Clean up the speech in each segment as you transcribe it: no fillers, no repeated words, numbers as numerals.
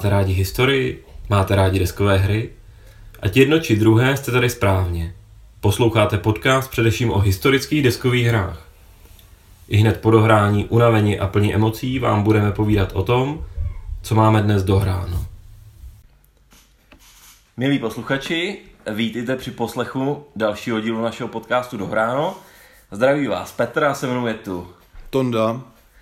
Máte rádi historii? Máte rádi deskové hry? Ať jedno či druhé jste tady správně. Posloucháte podcast především o historických deskových hrách. Ihned po dohrání, unavení a plní emocí vám budeme povídat o tom, co máme dnes dohráno. Milí posluchači, vítejte při poslechu dalšího dílu našeho podcastu Dohráno. Zdraví vás Petr a se mnou je tu Tonda.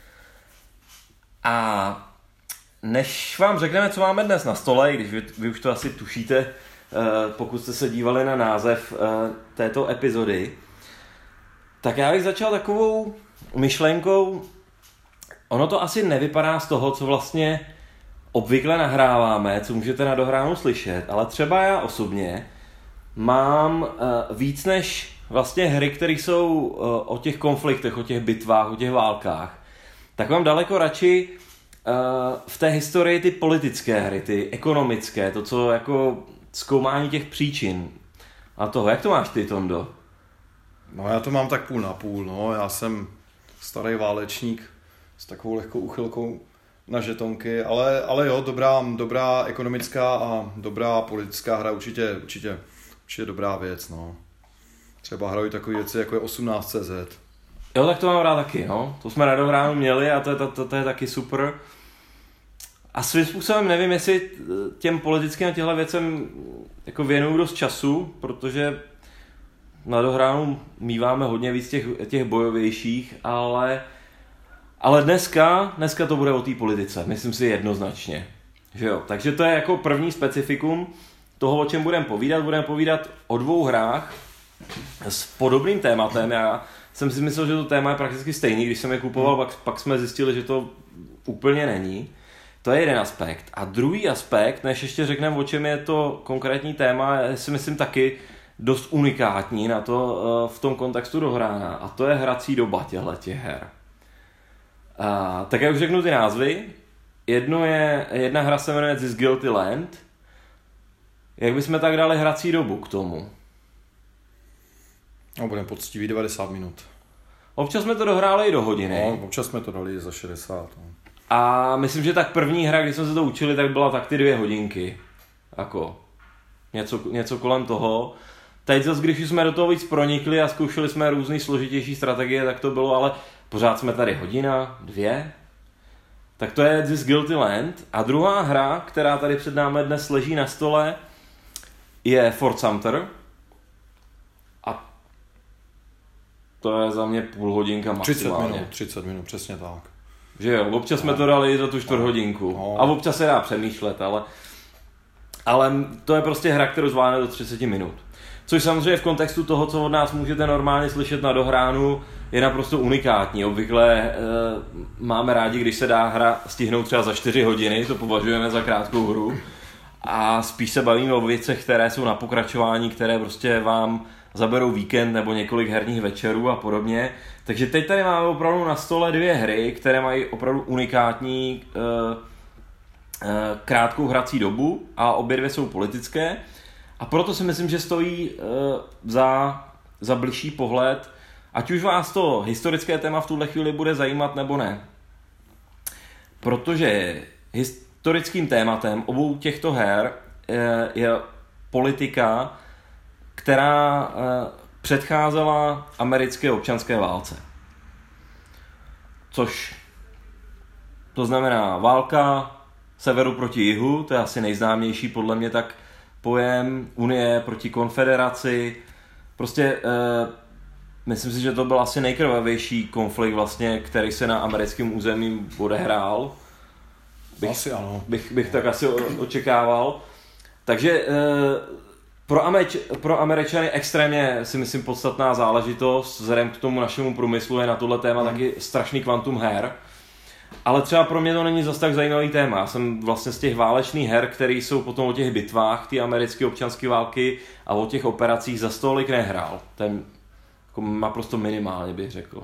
A než vám řekneme, co máme dnes na stole, když vy už to asi tušíte, pokud jste se dívali na název této epizody, tak já bych začal takovou myšlenkou. Ono to asi nevypadá z toho, co vlastně obvykle nahráváme, co můžete na Dohránu slyšet, ale třeba já osobně mám víc než vlastně hry, které jsou o těch konfliktech, o těch bitvách, o těch válkách, tak mám daleko radši v té historii ty politické hry, ty ekonomické, to, co jako zkoumání těch příčin a toho. Jak to máš ty, Tondo? No já to mám tak půl na půl, no. Já jsem starý válečník s takovou lehkou uchylkou na žetonky, ale jo, dobrá ekonomická a dobrá politická hra, určitě dobrá věc, no. Třeba hraju takové věci, jako je 18CZ. Jo, tak to mám rád taky, no. To jsme na Dohránu měli a to je taky super. A svým způsobem nevím, jestli těm politickým a těchto věcem jako věnuju dost času, protože na Dohránu míváme hodně víc těch bojovějších, ale dneska to bude o té politice, myslím si jednoznačně. Že jo? Takže to je jako první specifikum toho, o čem budeme povídat. Budeme povídat o dvou hrách s podobným tématem. Já jsem si myslel, že to téma je prakticky stejný, když jsem je kupoval, pak jsme zjistili, že to úplně není. To je jeden aspekt. A druhý aspekt, než ještě řekneme, o čem je to konkrétní téma, je si myslím taky dost unikátní na to v tom kontextu Dohrána. A to je hrací doba těch her. Tak já už řeknu ty názvy. Jedna hra se jmenuje This Guilty Land. Jak bychom tak dali hrací dobu k tomu? No, budeme poctivý 90 minut. Občas jsme to dohráli i do hodiny. No, občas jsme to dali za 60. No. A myslím, že tak první hra, když jsme se to učili, tak byla tak ty 2 hodinky. Jako něco kolem toho. Teď zase, když jsme do toho víc pronikli a zkoušeli jsme různý složitější strategie, tak to bylo, ale pořád jsme tady hodina, 2. Tak to je This Guilty Land. A druhá hra, která tady před námi dnes leží na stole, je Fort Sumter. A to je za mě půl hodinka maximálně. 30 minut, přesně tak. Že jo, občas jsme to dali za tu 4 hodinku. A občas se dá přemýšlet, ale to je prostě hra, kterou zvládne do 30 minut. Což samozřejmě v kontextu toho, co od nás můžete normálně slyšet na Dohránu, je naprosto unikátní. Obvykle máme rádi, když se dá hra stihnout třeba za 4 hodiny, to považujeme za krátkou hru. A spíš se bavíme o věcech, které jsou na pokračování, které prostě vám zaberou víkend nebo několik herních večerů a podobně. Takže teď tady máme opravdu na stole 2 hry, které mají opravdu unikátní krátkou hrací dobu a obě 2 jsou politické. A proto si myslím, že stojí za bližší pohled, ať už vás to historické téma v tuhle chvíli bude zajímat nebo ne. Protože historickým tématem obou těchto her je politika, která předcházela americké občanské válce. Což to znamená válka severu proti jihu, to je asi nejznámější podle mě tak pojem, Unie proti konfederaci. Prostě myslím si, že to byl asi nejkrvavější konflikt vlastně, který se na americkém území odehrál. Asi ano. Bych tak asi očekával. Takže pro Američany extrémně si myslím podstatná záležitost, vzhledem k tomu našemu průmyslu je na tohle téma taky strašný kvantum her. Ale třeba pro mě to není zas tak zajímavý téma. Já jsem vlastně z těch válečných her, které jsou potom o těch bitvách, ty americké občanské války a o těch operacích za tolik nehrál. Ten jako naprosto minimálně bych řekl.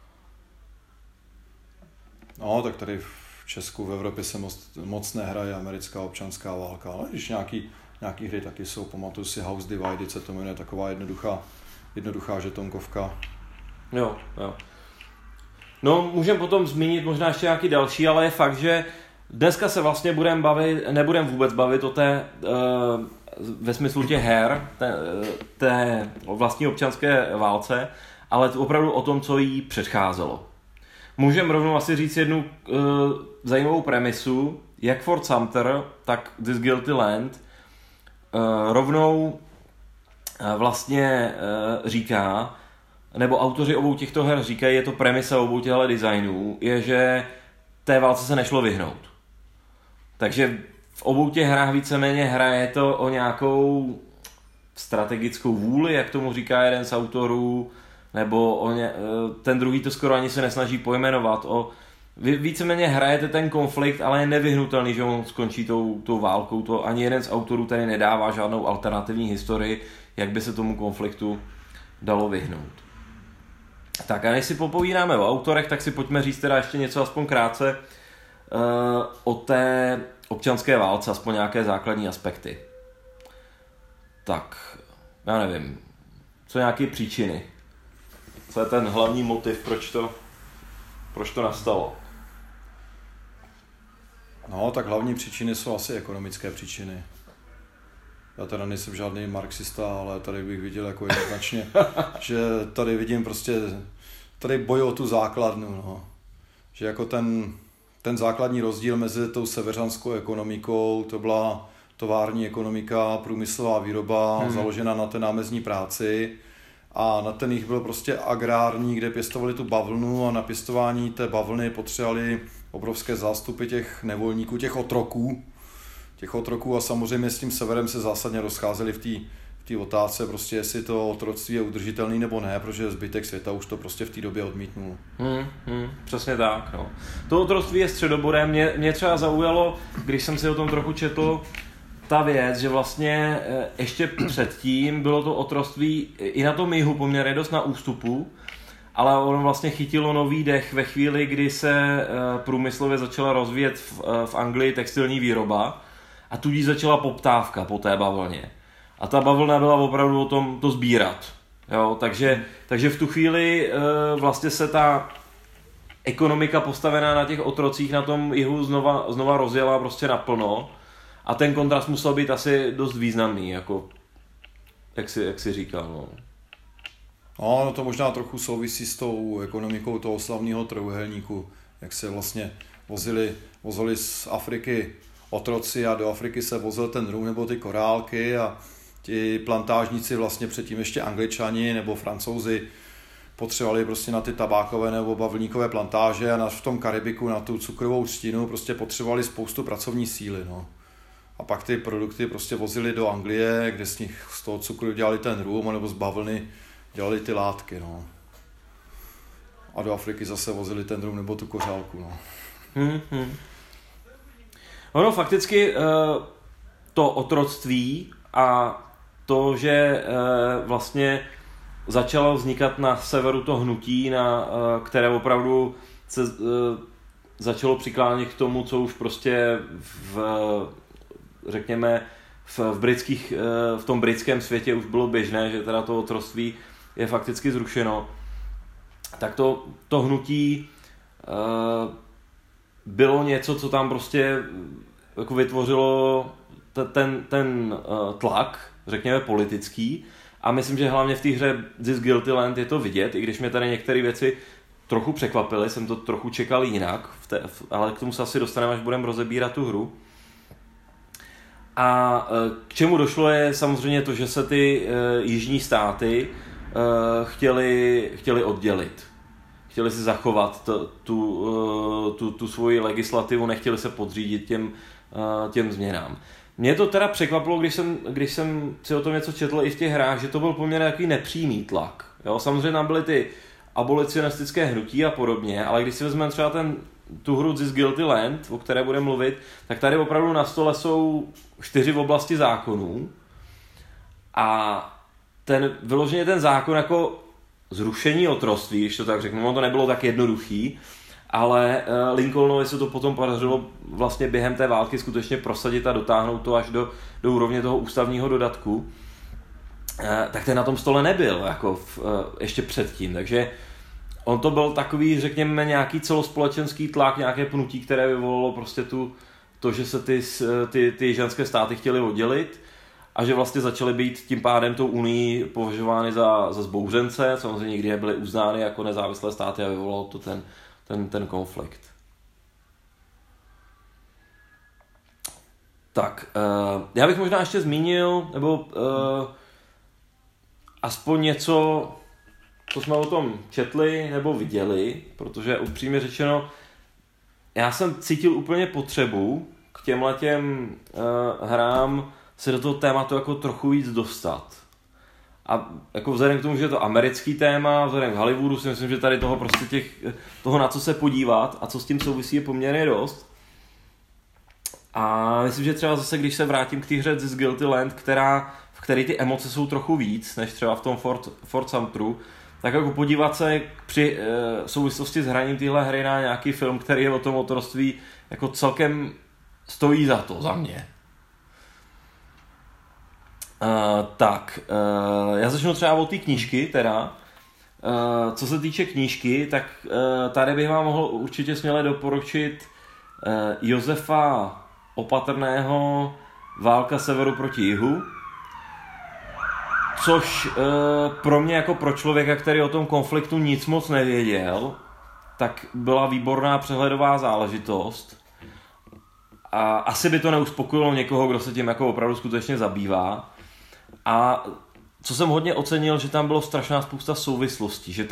No, tak tady v Česku, v Evropě se moc nehraje americká občanská válka, ale když nějaký hry taky jsou, pamatuju si House Divided, se to jmenuje, taková jednoduchá žetonkovka. Jo. No, můžeme potom zmínit možná ještě nějaký další, ale je fakt, že Dneska se vlastně nebudeme vůbec bavit o té, ve smyslu těch her, té vlastní občanské válce, ale opravdu o tom, co jí předcházelo. Můžeme rovnou asi říct jednu zajímavou premisu, jak Fort Sumter, tak This Guilty Land rovnou vlastně říká, nebo autoři obou těchto her říkají, je to premisa obou těchto designů, je, že té válce se nešlo vyhnout. Takže v obou těch hrách víceméně hraje to o nějakou strategickou vůli, jak tomu říká jeden z autorů, nebo ten druhý to skoro ani se nesnaží pojmenovat. Víceméně hrajete ten konflikt, ale je nevyhnutelný, že on skončí tou válkou. To ani jeden z autorů tady nedává žádnou alternativní historii, jak by se tomu konfliktu dalo vyhnout. Tak a než si popovídáme o autorech, tak si pojďme říct teda ještě něco aspoň krátce o té občanské válce, aspoň nějaké základní aspekty. Tak, já nevím, co nějaké příčiny? Co je ten hlavní motiv, proč to nastalo? No, tak hlavní příčiny jsou asi ekonomické příčiny. Já teda nejsem žádný marxista, ale tady bych viděl jako jednoznačně, že tady vidím prostě, tady boj o tu základnu, no. Že jako ten základní rozdíl mezi tou seveřanskou ekonomikou, to byla tovární ekonomika, průmyslová výroba, založena na té námezní práci, a na ten jich byl prostě agrární, kde pěstovali tu bavlnu, a na pěstování té bavlny potřebovali obrovské zástupy těch nevolníků, těch otroků, a samozřejmě s tím severem se zásadně rozcházeli v té otázce, prostě jestli to otroctví je udržitelný nebo ne, protože zbytek světa už to prostě v té době odmítnul. Přesně tak, no. To otroctví je středobodem. Mě třeba zaujalo, když jsem si o tom trochu četl, ta věc, že vlastně ještě předtím bylo to otroctví i na tom jihu poměrně dost na ústupu, ale ono vlastně chytilo nový dech ve chvíli, kdy se průmyslově začala rozvíjet v Anglii textilní výroba a tudíž začala poptávka po té bavlně. A ta bavlna byla opravdu o tom to sbírat. Jo? Takže v tu chvíli vlastně se ta ekonomika postavená na těch otrocích na tom jihu znova rozjela prostě naplno. A ten kontrast musel být asi dost významný, jako jak jsi říkal. No, to možná trochu souvisí s tou ekonomikou toho slavného trojúhelníku, jak se vlastně vozili z Afriky otroci a do Afriky se vozil ten rum nebo ty korálky, a ti plantážníci vlastně předtím ještě Angličani nebo Francouzi potřebovali prostě na ty tabákové nebo bavlníkové plantáže, a v tom Karibiku na tu cukrovou třtinu prostě potřebovali spoustu pracovní síly, no. A pak ty produkty prostě vozili do Anglie, kde z toho cukru dělali ten rum, nebo z bavlny dělali ty látky, no. A do Afriky zase vozili ten rum nebo tu kořálku, no. Ono fakticky to otroctví a to, že vlastně začalo vznikat na severu to hnutí, které opravdu se začalo přiklánět k tomu, co už prostě řekněme v tom britském světě už bylo běžné, že teda to otroctví je fakticky zrušeno, tak to hnutí bylo něco, co tam prostě jako vytvořilo ten tlak, řekněme politický, a myslím, že hlavně v té hře This Guilty Land je to vidět, i když mě tady některé věci trochu překvapily, jsem to trochu čekal jinak, ale k tomu se asi dostaneme, až budeme rozebírat tu hru. A k čemu došlo je samozřejmě to, že se ty jižní státy chtěli oddělit. Chtěli si zachovat tu svoji legislativu, nechtěli se podřídit těm změnám. Mě to teda překvapilo, když jsem si o tom něco četl i v těch hrách, že to byl poměrně takový nepřímý tlak. Jo? Samozřejmě tam byly ty abolicionistické hnutí a podobně, ale když si vezmeme třeba tu hru This Guilty Land, o které budeme mluvit, tak tady opravdu na stole jsou 4 oblasti zákonů a vyloženě ten zákon jako zrušení otroctví, když to tak řeknu, to nebylo tak jednoduchý, ale Lincolnovi se to potom podařilo vlastně během té války skutečně prosadit a dotáhnout to až do úrovně toho ústavního dodatku, tak ten na tom stole nebyl jako ještě předtím, takže on to byl takový, řekněme, nějaký celospolečenský tlak, nějaké pnutí, které vyvolalo prostě to, že se ty ženské státy chtěly oddělit a že vlastně začaly být tím pádem tou unii považovány za zbouřence, samozřejmě nikdy nebyly uznány jako nezávislé státy a vyvolalo to ten konflikt. Tak, já bych možná ještě zmínil, nebo aspoň něco, co jsme o tom četli nebo viděli, protože upřímně řečeno, já jsem cítil úplně potřebu k těmhletěm hrám se do toho tématu jako trochu víc dostat. A jako vzhledem k tomu, že je to americký téma, vzhledem k Hollywoodu si myslím, že tady toho prostě toho na co se podívat a co s tím souvisí je poměrně dost. A myslím, že třeba zase, když se vrátím k té hře This Guilty Land, v které ty emoce jsou trochu víc, než třeba v tom Fort Sumteru, tak jako podívat se při souvislosti s hraním téhle hry na nějaký film, který je o tom otroctví, jako celkem stojí za to, za mě. Já začnu třeba od té knížky teda. Co se týče knížky, tak tady bych vám mohl určitě směle doporučit Josefa Opatrného Válka severu proti jihu, což pro mě jako pro člověka, který o tom konfliktu nic moc nevěděl, tak byla výborná přehledová záležitost. A asi by to neuspokojilo někoho, kdo se tím jako opravdu skutečně zabývá. A co jsem hodně ocenil, že tam bylo strašná spousta souvislostí, že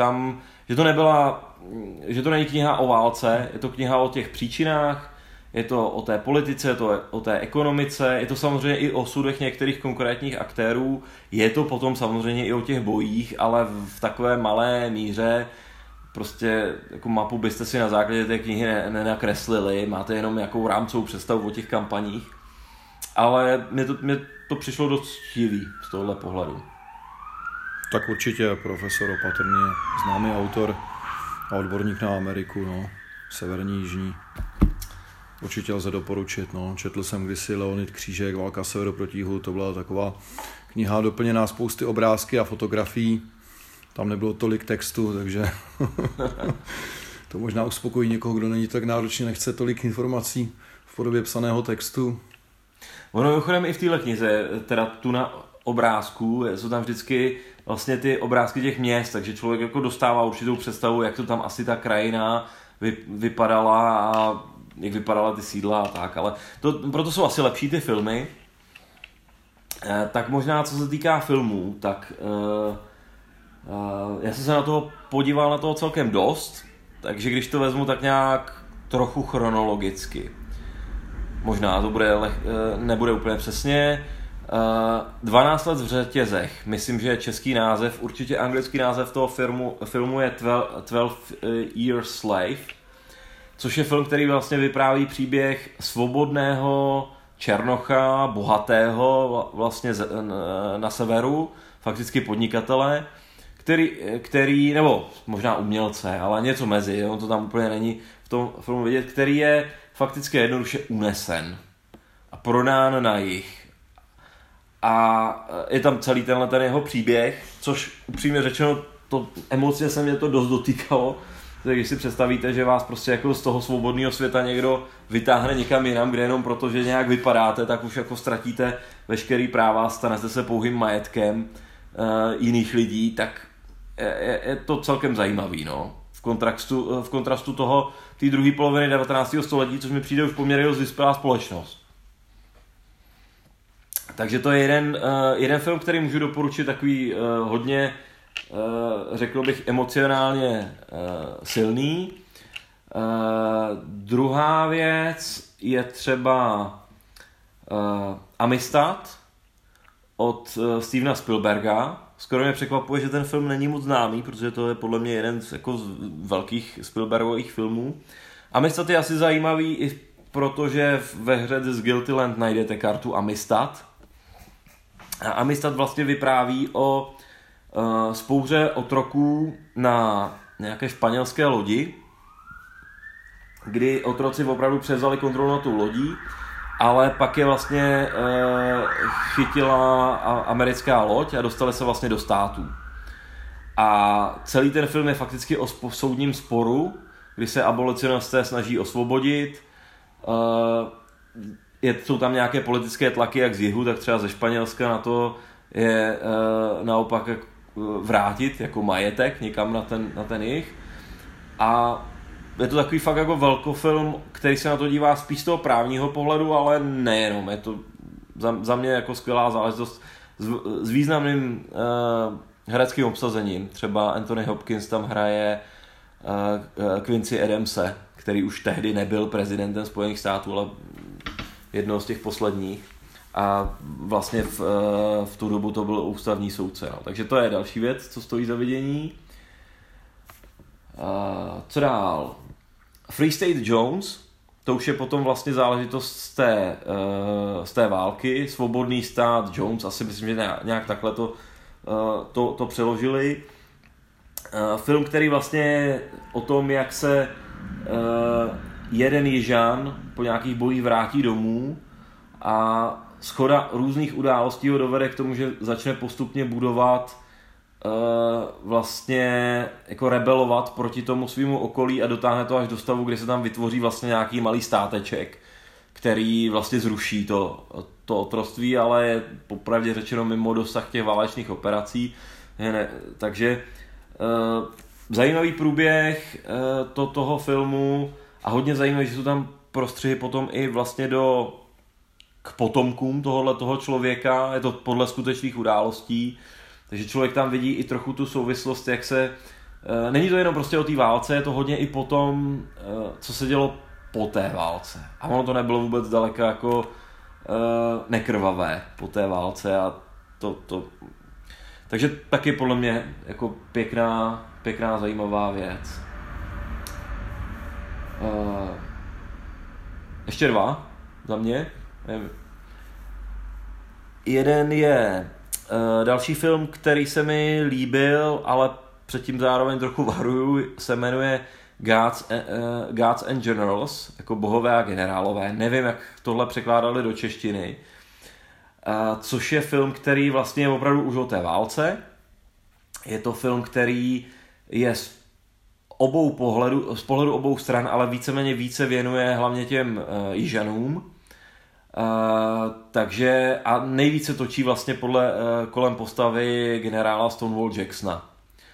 to není kniha o válce, je to kniha o těch příčinách, je to o té politice, je to o té ekonomice, je to samozřejmě i o osudech některých konkrétních aktérů, je to potom samozřejmě i o těch bojích, ale v takové malé míře prostě jako mapu byste si na základě té knihy nenakreslili, máte jenom nějakou rámcovou představu o těch kampaních, ale mě to přišlo dost chtivý z tohohle pohledu. Tak určitě profesor Opatrný je známý autor a odborník na Ameriku, no, severní, jižní. Určitě lze doporučit, no. Četl jsem kdysi Leonid Křížek, Válka severu proti jihu, to byla taková kniha doplněná spousty obrázky a fotografií. Tam nebylo tolik textu, takže to možná uspokojí někoho, kdo není tak náročný, nechce tolik informací v podobě psaného textu. Ono mimochodem i v téhle knize, teda tu na obrázku, jsou tam vždycky vlastně ty obrázky těch měst, takže člověk jako dostává určitou představu, jak to tam asi ta krajina vypadala a jak vypadala ty sídla a tak, ale proto jsou asi lepší ty filmy. Tak možná co se týká filmů, tak já jsem se na toho podíval na toho celkem dost, takže když to vezmu tak nějak trochu chronologicky. Možná to nebude úplně přesně. 12 let v řetězech, myslím, že je český název, určitě anglický název toho filmu je 12 Years Slave, což je film, který vlastně vypráví příběh svobodného černocha, bohatého vlastně na severu, fakticky podnikatele, který, nebo možná umělce, ale něco mezi, on to tam úplně není v tom filmu vidět, který je fakticky jednoduše unesen a prodán na jih. A je tam celý ten jeho příběh, což upřímně řečeno, to emocně se mě to dost dotýkalo. Když si představíte, že vás prostě jako z toho svobodného světa někdo vytáhne někam jinam, kde jenom proto, že nějak vypadáte, tak už jako ztratíte veškerý práva, stanete se pouhým majetkem jiných lidí, tak je to celkem zajímavý, no. V kontrastu té druhé poloviny 19. století, což mi přijde už poměrně dost vyspělá společnost. Takže to je jeden film, který můžu doporučit, takový hodně, řekl bych, emocionálně silný. Druhá věc je třeba Amistad od Stevena Spielberga. Skoro mě překvapuje, že ten film není moc známý, protože to je podle mě jeden z jako velkých Spielbergových filmů. Amistad je asi zajímavý i protože ve hře This Guilty Land najdete kartu Amistad. A Amistad vlastně vypráví o vzpouře otroků na nějaké španělské lodi, kdy otroci opravdu převzali kontrolu na tu lodí, ale pak je vlastně chytila americká loď a dostali se vlastně do států. A celý ten film je fakticky o soudním sporu, kdy se abolicionisté snaží osvobodit. Jsou tam nějaké politické tlaky jak z jihu, tak třeba ze Španělska na to je naopak vrátit jako majetek někam na ten jih. A je to takový fakt jako velkofilm, který se na to dívá spíš z toho právního pohledu, ale nejenom. Je to za mě jako skvělá záležitost s významným hereckým obsazením. Třeba Anthony Hopkins tam hraje Quincy Adamse, který už tehdy nebyl prezidentem Spojených států, ale jednoho z těch posledních. A vlastně v tu dobu to byl ústavní soudce. No. Takže to je další věc, co stojí za vidění. Co dál? Free State Jones, to už je potom vlastně záležitost z té války. Svobodný stát Jones, asi myslím, že nějak takhle to přeložili. Film, který vlastně je o tom, jak se jeden jižan po nějakých bojích vrátí domů a shoda různých událostí ho dovede k tomu, že začne postupně budovat vlastně jako rebelovat proti tomu svýmu okolí a dotáhne to až do stavu, kdy se tam vytvoří vlastně nějaký malý státeček, který vlastně zruší to otroctví, ale je popravdě řečeno mimo dosah těch válečných operací. Takže zajímavý průběh toho filmu a hodně zajímavý, že jsou tam prostřihy potom i vlastně k potomkům toho člověka, je to podle skutečných událostí, takže člověk tam vidí i trochu tu souvislost, jak se, není to jenom prostě o té válce, je to hodně i po tom, co se dělo po té válce. A ono to nebylo vůbec daleko jako nekrvavé po té válce a takže taky podle mě jako pěkná zajímavá věc. Ještě dva za mě. Jeden je další film, který se mi líbil, ale předtím zároveň trochu varuju, se jmenuje Gods and Generals, jako bohové a generálové. Nevím, jak tohle překládali do češtiny. Což je film, který vlastně je opravdu už o té válce. Je to film, který je z pohledu obou stran, ale více věnuje hlavně těm jižanům. Takže a nejvíce točí vlastně kolem postavy generála Stonewall Jacksona.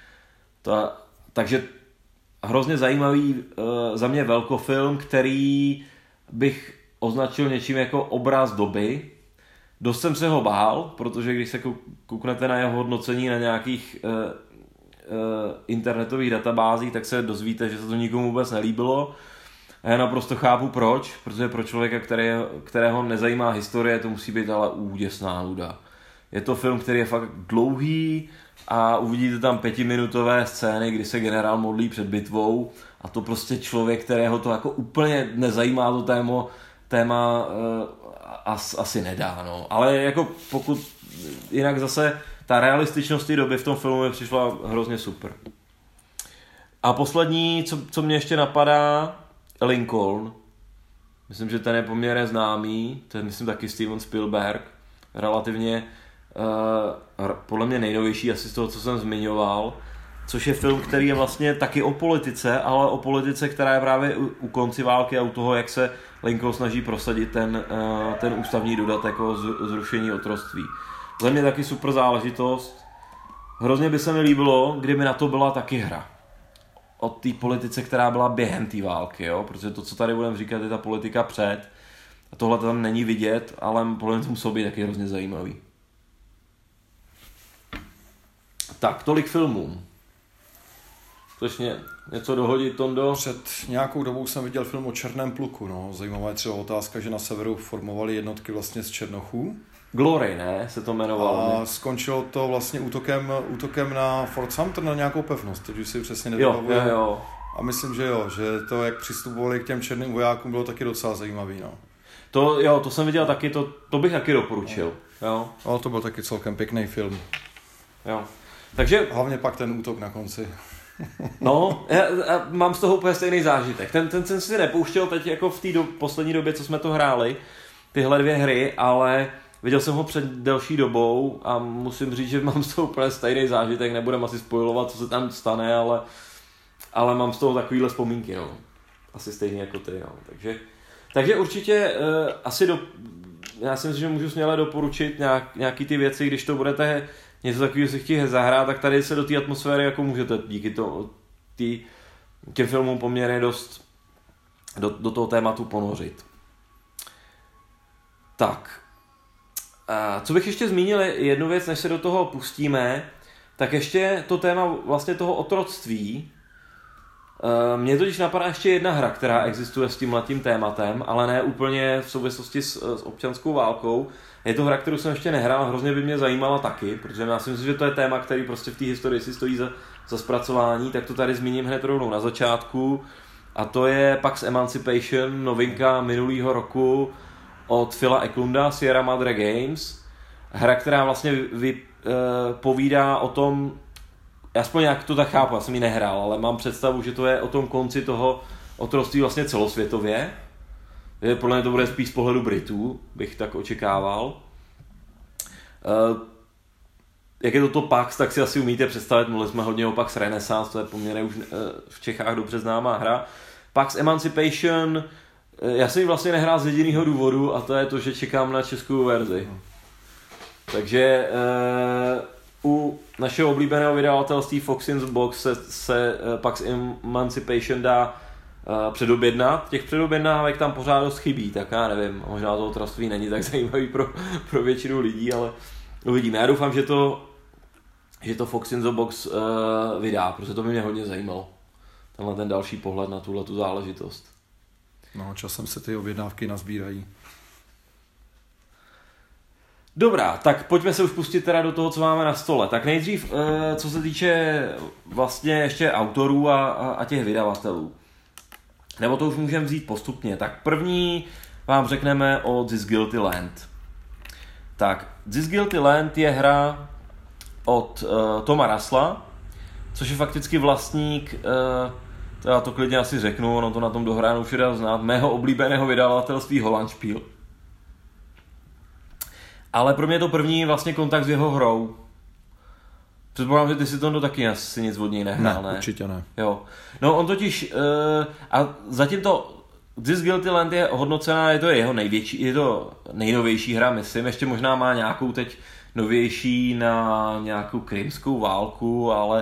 Takže hrozně zajímavý za mě velkofilm, který bych označil něčím jako obraz doby. Dost jsem se ho bál, protože když se kouknete na jeho hodnocení na nějakých internetových databázích, tak se dozvíte, že se to nikomu vůbec nelíbilo. A já naprosto chápu proč, protože pro člověka, kterého nezajímá historie, to musí být ale úděsná nuda. Je to film, který je fakt dlouhý a uvidíte tam 5minutové scény, kdy se generál modlí před bitvou a to prostě člověk, kterého to jako úplně nezajímá to téma asi nedá, no. Ale jako pokud jinak zase ta realističnost té doby v tom filmu mi přišla hrozně super. A poslední, co mě ještě napadá, Lincoln. Myslím, že ten je poměrně známý, to je myslím taky Steven Spielberg, relativně podle mě nejnovější asi z toho, co jsem zmiňoval, což je film, který je vlastně taky o politice, ale o politice, která je právě u konci války a u toho, jak se Lincoln snaží prosadit ten ústavní dodatek o zrušení otroctví. Za mě taky super záležitost. Hrozně by se mi líbilo, kdyby na to byla taky hra. O té politice, která byla během té války, jo? Protože to, co tady budeme říkat, je ta politika před. A tohle tam není vidět, ale podle mě to muselo být taky hrozně zajímavý. Tak, tolik filmů. Chceš něco dohodit, Tondo? Před nějakou dobou jsem viděl film o Černém pluku. No. Zajímavá je třeba otázka, že na severu formovali jednotky vlastně z Černochů. Glory, ne? Se to jmenovalo. A skončilo to vlastně útokem na Fort Sumter, na nějakou pevnost. Teď už si přesně nevybavuju. Jo. A myslím, že jo, že to, jak přistupovali k těm černým vojákům, bylo taky docela zajímavý. No. To jsem viděl taky, to bych taky doporučil. Jo. Ale to byl taky celkem pěkný film. Jo. Takže... Hlavně pak ten útok na konci. No, já mám z toho úplně stejný zážitek. Ten jsem si nepouštěl teď jako v té poslední době, co jsme to hráli, tyhle dvě hry, ale viděl jsem ho před delší dobou a musím říct, že mám z toho úplně stejný zážitek, nebudem asi spoilovat, co se tam stane, ale mám z toho takovýhle vzpomínky, no. Asi stejně jako ty, no. Takže určitě já si myslím, že můžu směle doporučit nějaký ty věci, když to budete něco takového si chtít zahrát, tak tady se do té atmosféry jako můžete díky těm filmům poměrně dost do toho tématu ponořit. Tak. Co bych ještě zmínil, jednu věc, než se do toho pustíme, tak ještě to téma vlastně toho otroctví. Mně totiž napadá ještě jedna hra, která existuje s tímhletím tématem, ale ne úplně v souvislosti s občanskou válkou. Je to hra, kterou jsem ještě nehrál, hrozně by mě zajímala taky, protože já si myslím, že to je téma, který prostě v té historii si stojí za zpracování, tak to tady zmíním hned rovnou na začátku. A to je Pax Emancipation, novinka minulého roku od Phila Eklunda, Sierra Madre Games. Hra, která vlastně povídá o tom, aspoň jak to tak chápu, já jsem ji nehrál, ale mám představu, že to je o tom konci toho otroctví vlastně celosvětově. Podle mě to bude spíš z pohledu Britů, bych tak očekával. Jak je to Pax, tak si asi umíte představit, mluvili jsme hodně o Pax Renaissance, to je poměrně už v Čechách dobře známá hra. Pax Emancipation, já jsem ji vlastně nehrál z jediného důvodu a to je to, že čekám na českou verzi. Takže u našeho oblíbeného vydavatelství Fox in the Box se Pax Emancipation dá předobjednat. Těch předobjednávek tam pořád dost chybí, tak já nevím, možná to otroctví není tak zajímavý pro většinu lidí, ale uvidíme. Já doufám, že to Fox in the Box vydá, protože to by mě hodně zajímalo. Tenhle ten další pohled na tuhletu záležitost. No, časem se ty objednávky nazbírají. Dobrá, tak pojďme se už pustit teda do toho, co máme na stole. Tak nejdřív, co se týče vlastně ještě autorů a těch vydavatelů. Nebo to už můžeme vzít postupně. Tak první vám řekneme o This Guilty Land. Tak, This Guilty Land je hra od Toma Russella, což je fakticky vlastník, já to klidně asi řeknu, ono to na tom dohránu už dá znát, mého oblíbeného vydavatelství Hollandspiel. Ale pro mě je to první vlastně kontakt s jeho hrou. Předpokládám, že ty si to taky asi nic od něj nehrál, ne? Určitě ne. Jo. No on totiž, a zatím to This Guilty Land je hodnocená, je to jeho největší, je to nejnovější hra, myslím, ještě možná má nějakou teď novější na nějakou krymskou válku, ale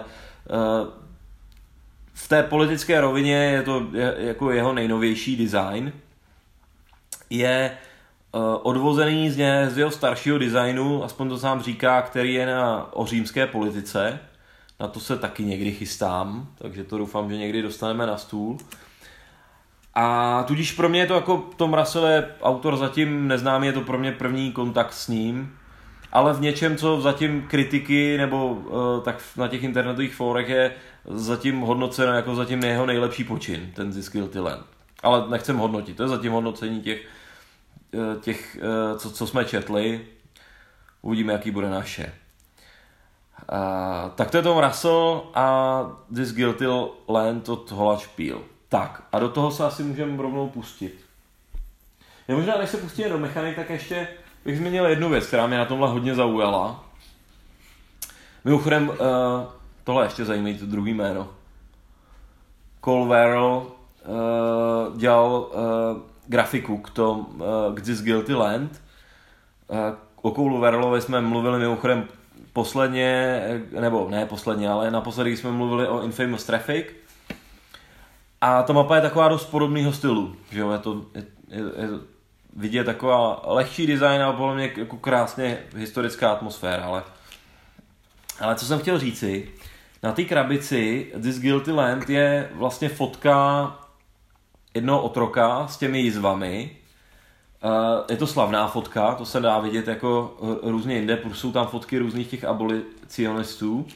v té politické rovině je to jako jeho nejnovější design. Je odvozený z jeho staršího designu, aspoň to sám říká, který je o římské politice. Na to se taky někdy chystám, takže to doufám, že někdy dostaneme na stůl. A tudíž pro mě je to jako Tom Russell je autor zatím neznámý, je to pro mě první kontakt s ním, ale v něčem, co zatím kritiky nebo tak na těch internetových fórech je zatím hodnoceno jako zatím jeho nejlepší počin, ten This Guilty Land. Ale nechcem hodnotit, to je zatím hodnocení těch co jsme četli. Uvidíme, jaký bude naše. Tak to je Tom Russell a This Guilty Land od Hollandspiel. Tak, a do toho se asi můžeme rovnou pustit. Možná, než se pustíme do mechanik, tak ještě bych zmínil jednu věc, která mě na tomhle hodně zaujala. Mimochodem, tohle ještě zajímavé, to druhý jméno. Cole Verrell dělal grafiku k This Guilty Land. O Coleu Verrellovi jsme mluvili mimochodem posledně, nebo ne posledně, ale naposledy jsme mluvili o Infamous Traffic. A ta mapa je taková dost podobného stylu, že jo, je vidět taková lehčí design a podle mě jako krásně historická atmosféra, ale co jsem chtěl říci, na té krabici This Guilty Land je vlastně fotka jednoho otroka s těmi jizvami. Je to slavná fotka, to se dá vidět jako různě jinde, protože jsou tam fotky různých těch abolicionistů.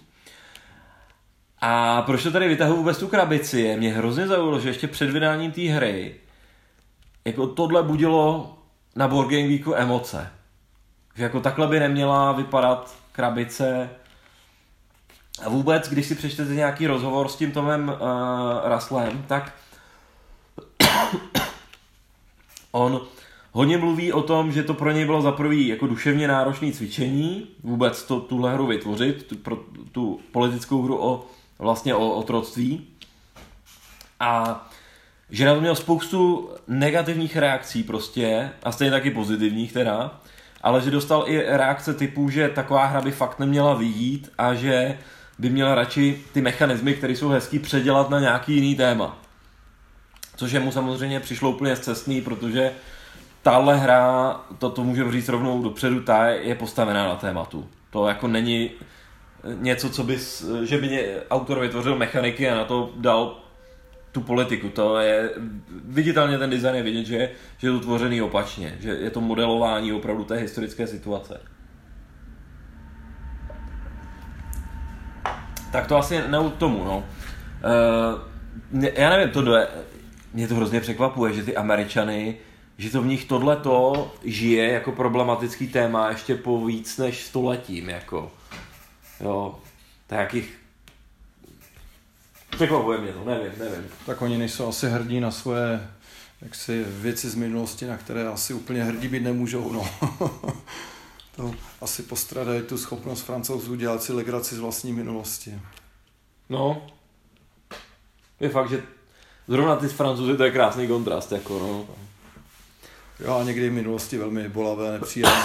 A proč to tady vytahuji vůbec tu krabici? Mě hrozně zaujalo, že ještě před vydáním té hry jako tohle budilo na Board Game Weeku emoce. Že jako takhle by neměla vypadat krabice. A vůbec, když si přečtete nějaký rozhovor s tím Tomem Russellem, tak on Hodně mluví o tom, že to pro něj bylo za prvý jako duševně náročné cvičení, vůbec tuhle hru vytvořit, pro tu politickou hru vlastně o otroctví. A že na to měl spoustu negativních reakcí prostě, a stejně taky pozitivních teda, ale že dostal i reakce typu, že taková hra by fakt neměla vyjít a že by měla radši ty mechanismy, které jsou hezký, předělat na nějaký jiný téma. Což mu samozřejmě přišlo úplně scestný, protože tahle hra, to můžeme říct rovnou dopředu, ta je postavená na tématu. To jako není něco, že by autor vytvořil mechaniky a na to dal tu politiku. To je viditelně, ten design je vidět, že je to tvořený opačně, že je to modelování opravdu té historické situace. Tak to asi ne k tomu, no. Já nevím, mě to hrozně překvapuje, že ty Američany, že to v nich tohleto žije jako problematický téma ještě po víc než stoletím, jako. Jo, takých. Překvapuje mě to, nevím. Tak oni nejsou asi hrdí na svoje jaksi věci z minulosti, na které asi úplně hrdí být nemůžou, no. To asi postradají tu schopnost Francouzů dělat si legraci z vlastní minulosti. No. Je fakt, že zrovna ty Francouzi, to je krásný kontrast, jako no. Jo, a někdy v minulosti velmi bolavé, nepříjemné.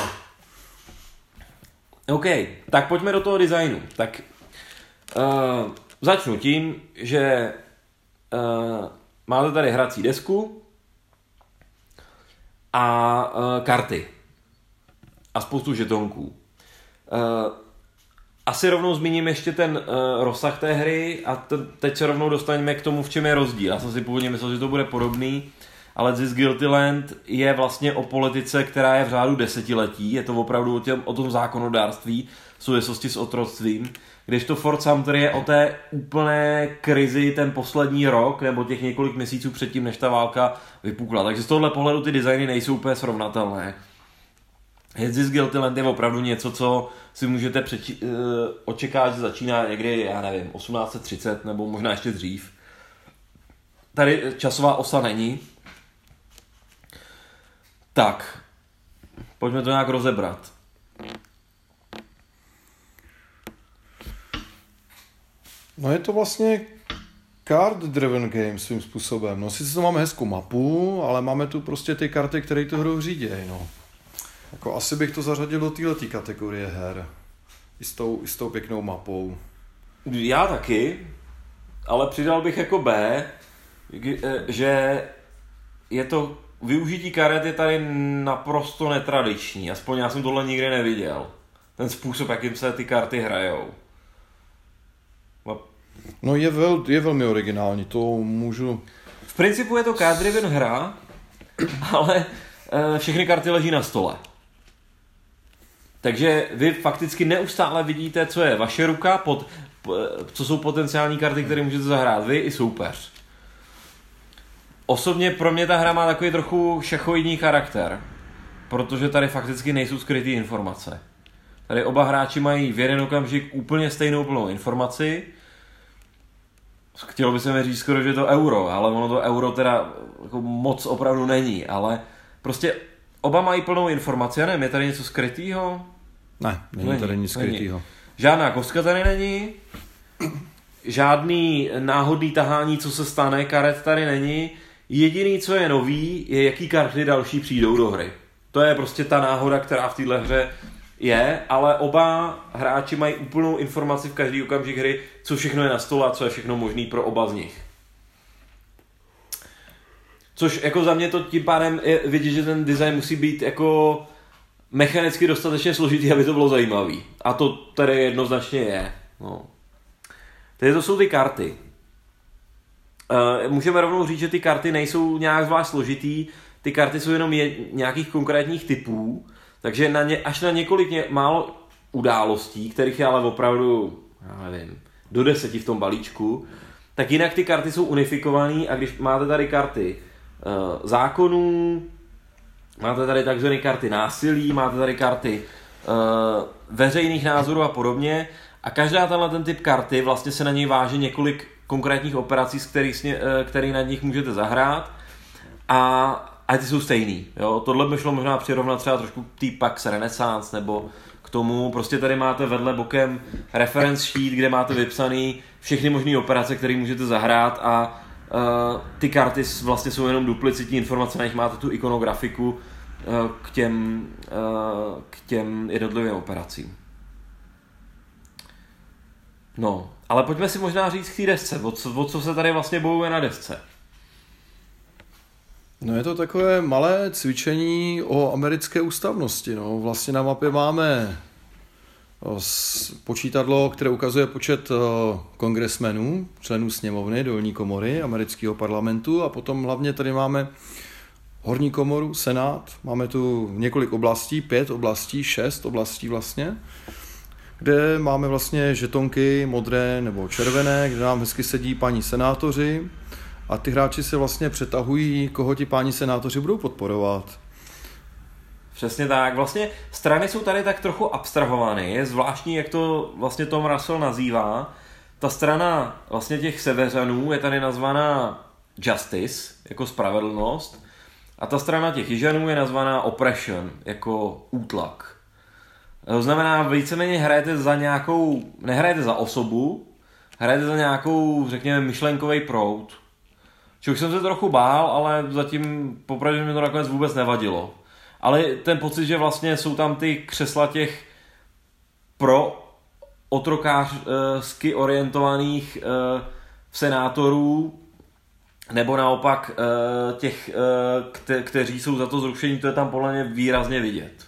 OK, tak pojďme do toho designu. Tak začnu tím, že máte tady hrací desku a karty a spoustu žetonků. Asi rovnou zmíním ještě ten rozsah té hry a teď se rovnou dostaneme k tomu, v čem je rozdíl. Já jsem si původně myslel, že to bude podobný, ale This Guilty Land je vlastně o politice, která je v řádu desetiletí. Je to opravdu o tom zákonodárství v souvislosti s otroctvím. Kdežto Fort Sumter je o té úplné krizi ten poslední rok, nebo těch několik měsíců předtím, než ta válka vypukla. Takže z tohohle pohledu ty designy nejsou úplně srovnatelné. This Guilty Land je opravdu něco, co si můžete očekávat, že začíná někdy, já nevím, 1830 nebo možná ještě dřív. Tady časová osa není. Tak, pojďme to nějak rozebrat. No je to vlastně card-driven game svým způsobem. No sice to máme hezkou mapu, ale máme tu prostě ty karty, které tu hru řídějí, no. Jako asi bych to zařadil do této kategorie her. I s tou pěknou mapou. Já taky, ale přidal bych jako B, že je to využití karet je tady naprosto netradiční. Aspoň já jsem tohle nikdy neviděl. Ten způsob, jakým se ty karty hrajou. No je velmi originální, to můžu... V principu je to card-driven hra, ale všechny karty leží na stole. Takže vy fakticky neustále vidíte, co je vaše ruka, co jsou potenciální karty, které můžete zahrát vy i soupeř. Osobně pro mě ta hra má takový trochu šachoidní charakter, protože tady fakticky nejsou skrytý informace. Tady oba hráči mají v jeden okamžik úplně stejnou plnou informaci. Chtělo by se mi říct skoro, že je to euro, ale ono to euro teda jako moc opravdu není, ale prostě oba mají plnou informaci. Já nevím, je tady něco skrytýho? Ne, není tady nic skrytýho. Žádná kostka tady není, žádný náhodný tahání, co se stane, karet tady není. Jediný, co je nový, je jaký karty další přijdou do hry. To je prostě ta náhoda, která v téhle hře je, ale oba hráči mají úplnou informaci v každý okamžik hry, co všechno je na stole a co je všechno možný pro oba z nich. Což jako za mě to tím pádem je vidět, že ten design musí být jako mechanicky dostatečně složitý, aby to bylo zajímavý. A to tady jednoznačně je. No. Tedy to jsou ty karty. Můžeme rovnou říct, že ty karty nejsou nějak zvlášť složitý, ty karty jsou jenom nějakých konkrétních typů, takže až na několik málo událostí, kterých je ale opravdu, já nevím, do 10 v tom balíčku, tak jinak ty karty jsou unifikované a když máte tady karty zákonů, máte tady takzvané karty násilí, máte tady karty veřejných názorů a podobně a každá ten typ karty vlastně se na něj váže několik konkrétních operací, z který nad nich můžete zahrát a a ty jsou stejný. Jo? Tohle by šlo možná přirovnat třeba trošku k té Pax Renaissance nebo k tomu. Prostě tady máte vedle bokem reference sheet, kde máte vypsaný všechny možné operace, které můžete zahrát a ty karty vlastně jsou jenom duplicitní informace, na nich máte tu ikonografiku k těm jednotlivým operacím. No, ale pojďme si možná říct k té desce, o co se tady vlastně bojuje na desce. No je to takové malé cvičení o americké ústavnosti. No. Vlastně na mapě máme počítadlo, které ukazuje počet kongresmenů, členů sněmovny, dolní komory amerického parlamentu a potom hlavně tady máme horní komoru, senát, máme tu několik oblastí, 5 oblastí, 6 oblastí vlastně, kde máme vlastně žetonky modré nebo červené, kde nám hezky sedí páni senátoři a ty hráči se vlastně přetahují, koho ti páni senátoři budou podporovat. Přesně tak. Vlastně strany jsou tady tak trochu abstrahovány. Je zvláštní, jak to vlastně Tom Russell nazývá. Ta strana vlastně těch seveřanů je tady nazvaná Justice, jako spravedlnost. A ta strana těch jižanů je nazvaná Oppression, jako útlak. To znamená, víceméně nehrajete za osobu, hrajete za nějakou, řekněme, myšlenkový proud. Čili jsem se trochu bál, ale zatím popravdě mi to nakonec vůbec nevadilo. Ale ten pocit, že vlastně jsou tam ty křesla těch pro otrokářsky orientovaných senátorů, nebo naopak těch, kteří jsou za to zrušení, to je tam podle mě výrazně vidět.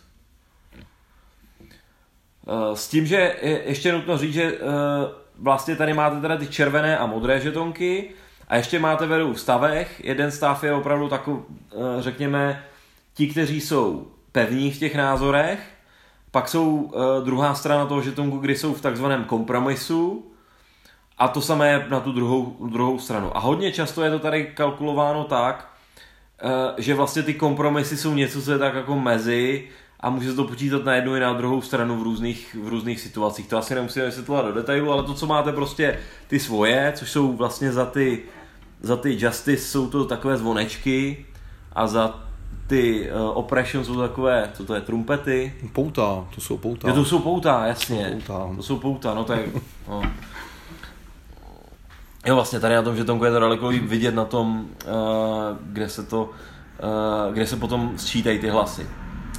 S tím, že ještě nutno říct, že vlastně tady máte teda ty červené a modré žetonky a ještě máte ve 2 stavech. Jeden stav je opravdu takový, řekněme, ti, kteří jsou pevní v těch názorech, pak jsou druhá strana toho žetonku, kdy jsou v takzvaném kompromisu a to samé je na tu druhou stranu. A hodně často je to tady kalkulováno tak, že vlastně ty kompromisy jsou něco, co je tak jako mezi a může se to počítat na jednu i na druhou stranu v různých situacích. To asi nemusíme vysvětlovat do detailu, ale to, co máte prostě ty svoje, což jsou vlastně za ty Justice jsou to takové zvonečky a za ty Oppression jsou takové, co to je, trumpety? Pouta, to jsou pouta. Jo, to jsou pouta, jasně. To jsou pouta, no tak. No. Jo, vlastně tady na tom žetonku je to daleko vidět na tom, kde se potom sčítají ty hlasy.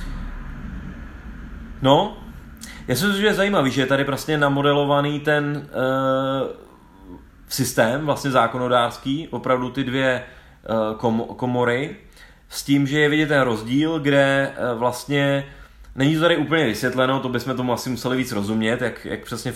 No, já si myslím, že je zajímavý, že je tady prostě namodelovaný ten systém, vlastně zákonodárský, opravdu ty 2 komory, s tím, že je vidět ten rozdíl, kde vlastně není to tady úplně vysvětleno, to bychom tomu asi museli víc rozumět, jak přesně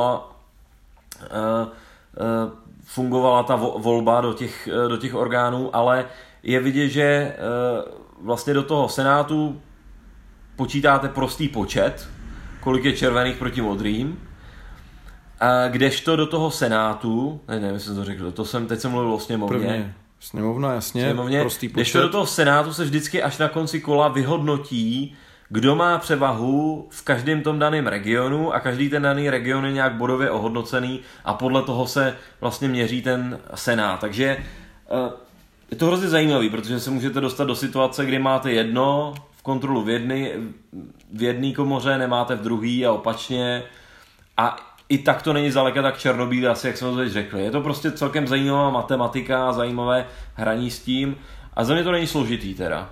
fungovala ta volba do těch orgánů, ale je vidět, že vlastně do toho senátu počítáte prostý počet, kolik je červených proti modrým, a kdežto do toho senátu, nevím, jestli jsem to řekl, teď jsem mluvil o sněmovně. Prvně. Sněmovna, jasně, prostý počet. Kdežto do toho senátu se vždycky až na konci kola vyhodnotí, kdo má převahu v každém tom daném regionu a každý ten daný region je nějak bodově ohodnocený a podle toho se vlastně měří ten senát. Takže je to hrozně zajímavý, protože se můžete dostat do situace, kdy máte jedno v kontrolu v jedné komoře, nemáte v druhý a opačně. A i tak to není zdaleka tak černobílé, asi jak jsme to teď řekli. Je to prostě celkem zajímavá matematika, zajímavé hraní s tím a za mě to není složitý teda.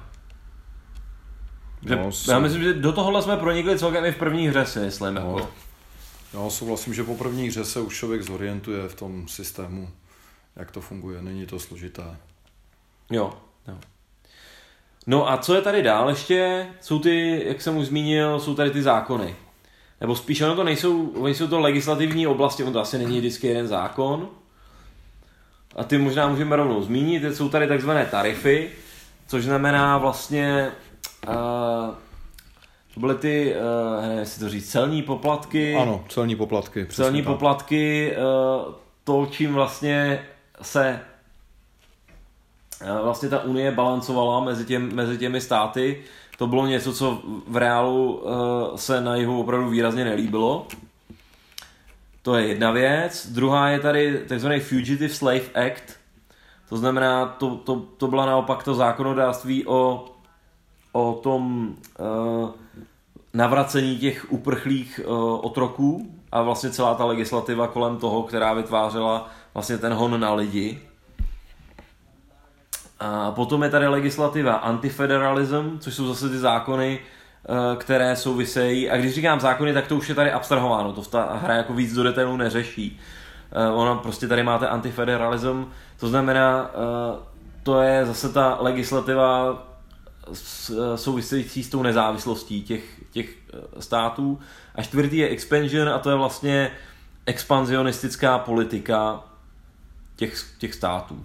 Já myslím, že do tohohle jsme pronikli celkem i v první hře, si myslím. No. Jako. Já souhlasím, že po první hře se už člověk zorientuje v tom systému, jak to funguje, není to složité. Jo. No a co je tady dál ještě? Jsou ty, jak jsem už zmínil, jsou tady ty zákony. Nebo spíš ono to nejsou to legislativní oblasti, on to asi není vždycky jeden zákon. A ty možná můžeme rovnou zmínit, jsou tady takzvané tarify, což znamená vlastně, to byly ty, nevím, jestli to říct, celní poplatky. Ano, celní poplatky. Celní poplatky, to, čím vlastně se vlastně ta unie balancovala mezi těmi státy. To bylo něco, co v reálu se na jihu opravdu výrazně nelíbilo. To je jedna věc. Druhá je tady takzvaný Fugitive Slave Act, To znamená, to byla naopak to zákonodárství o tom navracení těch uprchlých otroků a vlastně celá ta legislativa kolem toho, která vytvářela vlastně ten hon na lidi. A potom je tady legislativa antifederalism, což jsou zase ty zákony, které souvisejí. A když říkám zákony, tak to už je tady abstrahováno, to ta hra jako víc do detailů neřeší. Ona prostě tady máte antifederalism, to znamená, to je zase ta legislativa související s tou nezávislostí těch států. A čtvrtý je expansion a to je vlastně expanzionistická politika těch států.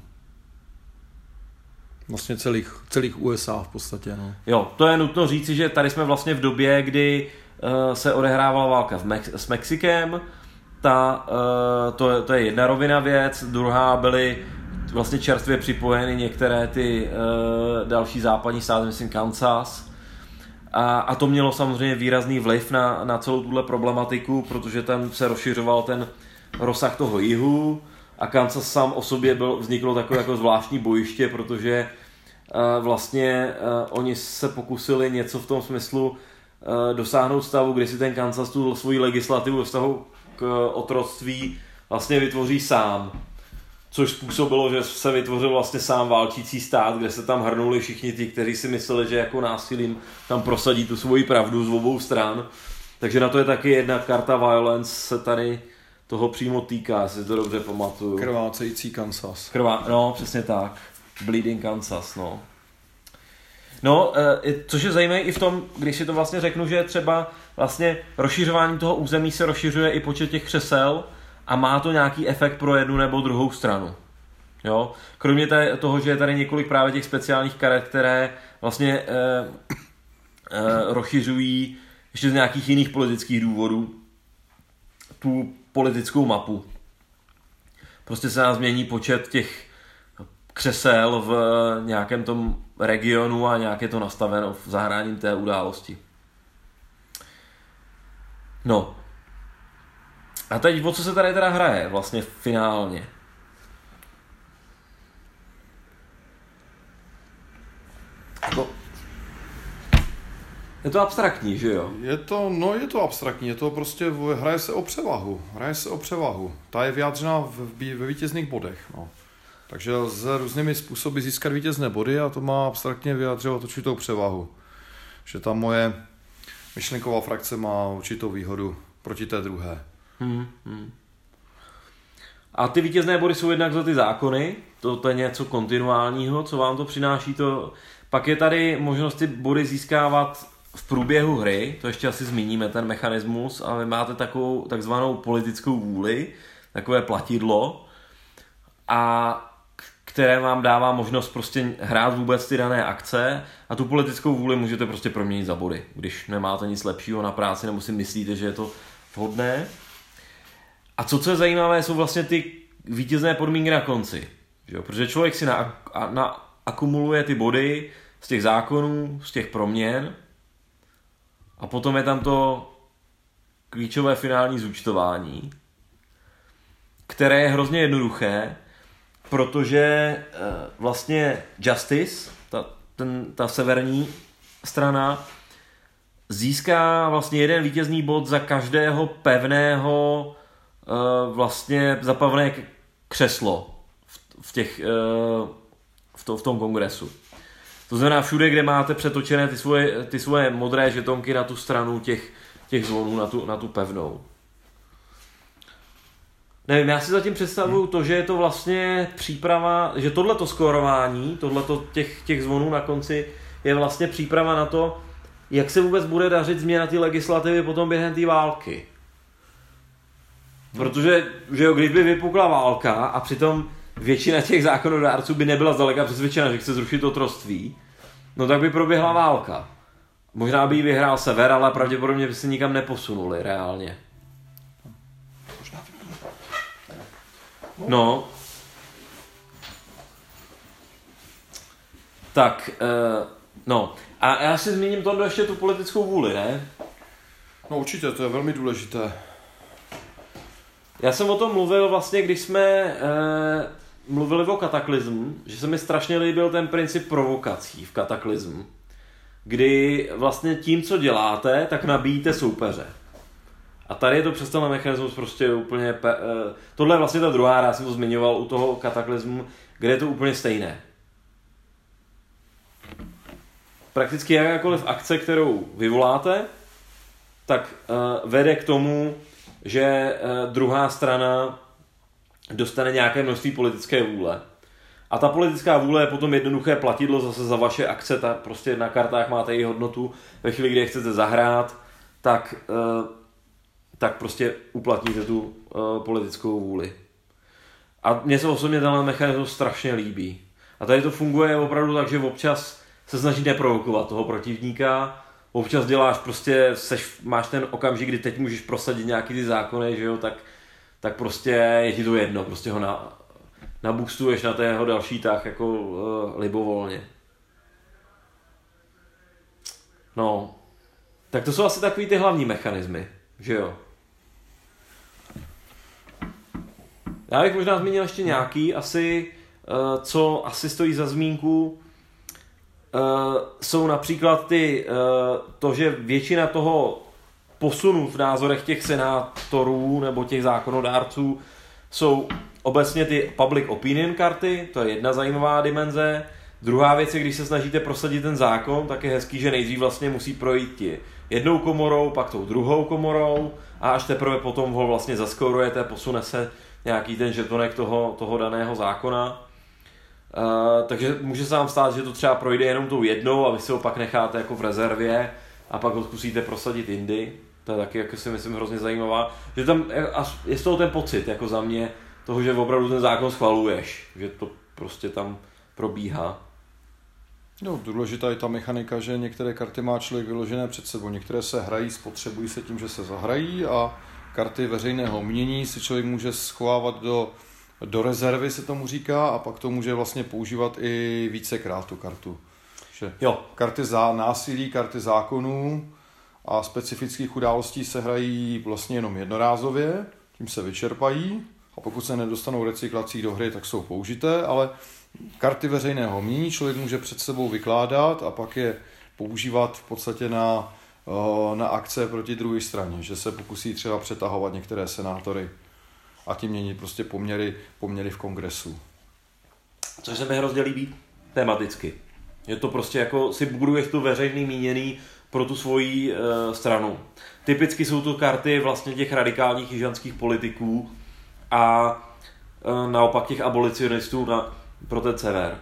Vlastně celých USA v podstatě. No. Jo, to je nutno říci, že tady jsme vlastně v době, kdy se odehrávala válka s Mexikem. To je jedna rovina věc, druhá byly vlastně čerstvě připojeny některé ty další západní státy, myslím Kansas. A to mělo samozřejmě výrazný vliv na celou tuhle problematiku, protože tam se rozšiřoval ten rozsah toho jihu a Kansas sám o sobě vzniklo takové jako zvláštní bojiště, protože vlastně oni se pokusili něco v tom smyslu dosáhnout stavu, kdy si ten Kansas tu svoji legislativu ve vztahu k otroctví vlastně vytvoří sám. Což způsobilo, že se vytvořil vlastně sám válčící stát, kde se tam hrnuli všichni ti, kteří si mysleli, že jako násilím tam prosadí tu svoji pravdu z obou stran. Takže na to je taky jedna karta violence, se tady toho přímo týká, jestli to dobře pamatuju. Krvácející Kansas. No, přesně tak. Bleeding Kansas, no. No, což je zajímavé i v tom, když si to vlastně řeknu, že třeba vlastně rozšiřováním toho území se rozšiřuje i počet těch křesel a má to nějaký efekt pro jednu nebo druhou stranu. Jo? Kromě toho, že je tady několik právě těch speciálních karet, které vlastně rozšiřují ještě z nějakých jiných politických důvodů tu politickou mapu. Prostě se nám změní počet těch křesel v nějakém tom regionu a nějak je to nastaveno v zahráním té události. No. A teď o co se tady teda hraje vlastně finálně? Je to abstraktní, že jo? Je to abstraktní, je to prostě, hraje se o převahu. Ta je vyjádřena ve vítězných bodech, no. Takže lze různými způsoby získat vítězné body a to má abstraktně vyjadřovat určitou převahu. Že ta moje myšlenková frakce má určitou výhodu proti té druhé. A ty vítězné body jsou jednak za ty zákony, to je něco kontinuálního, co vám to přináší. Pak je tady možnost ty body získávat v průběhu hry, to ještě asi zmíníme ten mechanismus, a vy máte takovou takzvanou politickou vůli, takové platidlo, a které vám dává možnost prostě hrát vůbec ty dané akce a tu politickou vůli můžete prostě proměnit za body, když nemáte nic lepšího na práci nebo si myslíte, že je to vhodné. A co je zajímavé, jsou vlastně ty vítězné podmínky na konci. Jo? Protože člověk si akumuluje ty body z těch zákonů, z těch proměn a potom je tam to klíčové finální zúčtování, které je hrozně jednoduché, protože vlastně Justice, ta severní strana, získá vlastně jeden vítězný bod za každého pevného vlastně za pevné křeslo v tom kongresu. To znamená všude, kde máte přetočené ty svoje modré žetonky na tu stranu těch zvonů, na tu pevnou. Nevím, já si zatím představuju to, že je to vlastně příprava, že tohleto skórování, tohleto těch zvonů na konci je vlastně příprava na to, jak se vůbec bude dařit změna té legislativy potom během té války. Protože, že jo, když by vypukla válka a přitom většina těch zákonodárců by nebyla zdaleka přesvědčena, že chce zrušit otroctví, no tak by proběhla válka. Možná by ji vyhrál sever, ale pravděpodobně by se nikam neposunuli reálně. No. Tak, no. A já si zmíním tohle ještě tu politickou vůli, ne? No určitě, to je velmi důležité. Já jsem o tom mluvil vlastně, když jsme mluvili o kataklizmu, že se mi strašně líbil ten princip provokací v kataklizmu, kdy vlastně tím, co děláte, tak nabíjíte soupeře. A tady je to přes tenhle mechanismus prostě úplně... tohle je vlastně ta druhá, já jsem to zmiňoval u toho kataklizmu, kde je to úplně stejné. Prakticky jakákoliv akce, kterou vyvoláte, tak vede k tomu, že druhá strana dostane nějaké množství politické vůle. A ta politická vůle je potom jednoduché platidlo zase za vaše akce, ta prostě na kartách máte její hodnotu, ve chvíli, kdy je chcete zahrát, tak prostě uplatníte tu politickou vůli. A mně se osobně tenhle mechanismus strašně líbí. A tady to funguje opravdu tak, že občas se snaží neprovokovat toho protivníka, občas děláš prostě, máš ten okamžik, kdy teď můžeš prosadit nějaký ty zákony, že jo, tak prostě je ti to jedno, prostě ho naboostuješ na tého další tah jako libovolně. No, tak to jsou asi takový ty hlavní mechanismy, že jo. Já bych možná zmínil ještě nějaký, co asi stojí za zmínku, jsou například to, že většina toho posunu v názorech těch senátorů nebo těch zákonodárců jsou obecně ty public opinion karty, to je jedna zajímavá dimenze. Druhá věc je, když se snažíte prosadit ten zákon, tak je hezký, že nejdřív vlastně musí projít jednou komorou, pak tou druhou komorou a až teprve potom ho vlastně zaskorujete, posune se nějaký ten žetonek toho daného zákona. Takže může se vám stát, že to třeba projde jenom tou jednou a vy si ho pak necháte jako v rezervě a pak ho zkusíte prosadit jindy. To je taky, jako si myslím, hrozně zajímavá. Že tam je z toho ten pocit, jako za mě, toho, že opravdu ten zákon schvaluješ. Že to prostě tam probíhá. No, důležitá je ta mechanika, že některé karty má člověk vyložené před sebou. Některé se hrají, spotřebují se tím, že se zahrají a karty veřejného mínění si člověk může schovávat do rezervy, se tomu říká, a pak to může vlastně používat i vícekrát tu kartu. Že karty za násilí, karty zákonů a specifických událostí se hrají vlastně jenom jednorázově, tím se vyčerpají a pokud se nedostanou recyklací do hry, tak jsou použité, ale karty veřejného mínění člověk může před sebou vykládat a pak je používat v podstatě na akce proti druhé straně, že se pokusí třeba přetahovat některé senátory a tím měnit prostě poměry v kongresu. Což se mi hrozně líbí tematicky. Je to prostě jako si buduješ tu veřejný míněný pro tu svoji stranu. Typicky jsou to karty vlastně těch radikálních jižanských politiků a naopak těch abolicionistů pro ten sever.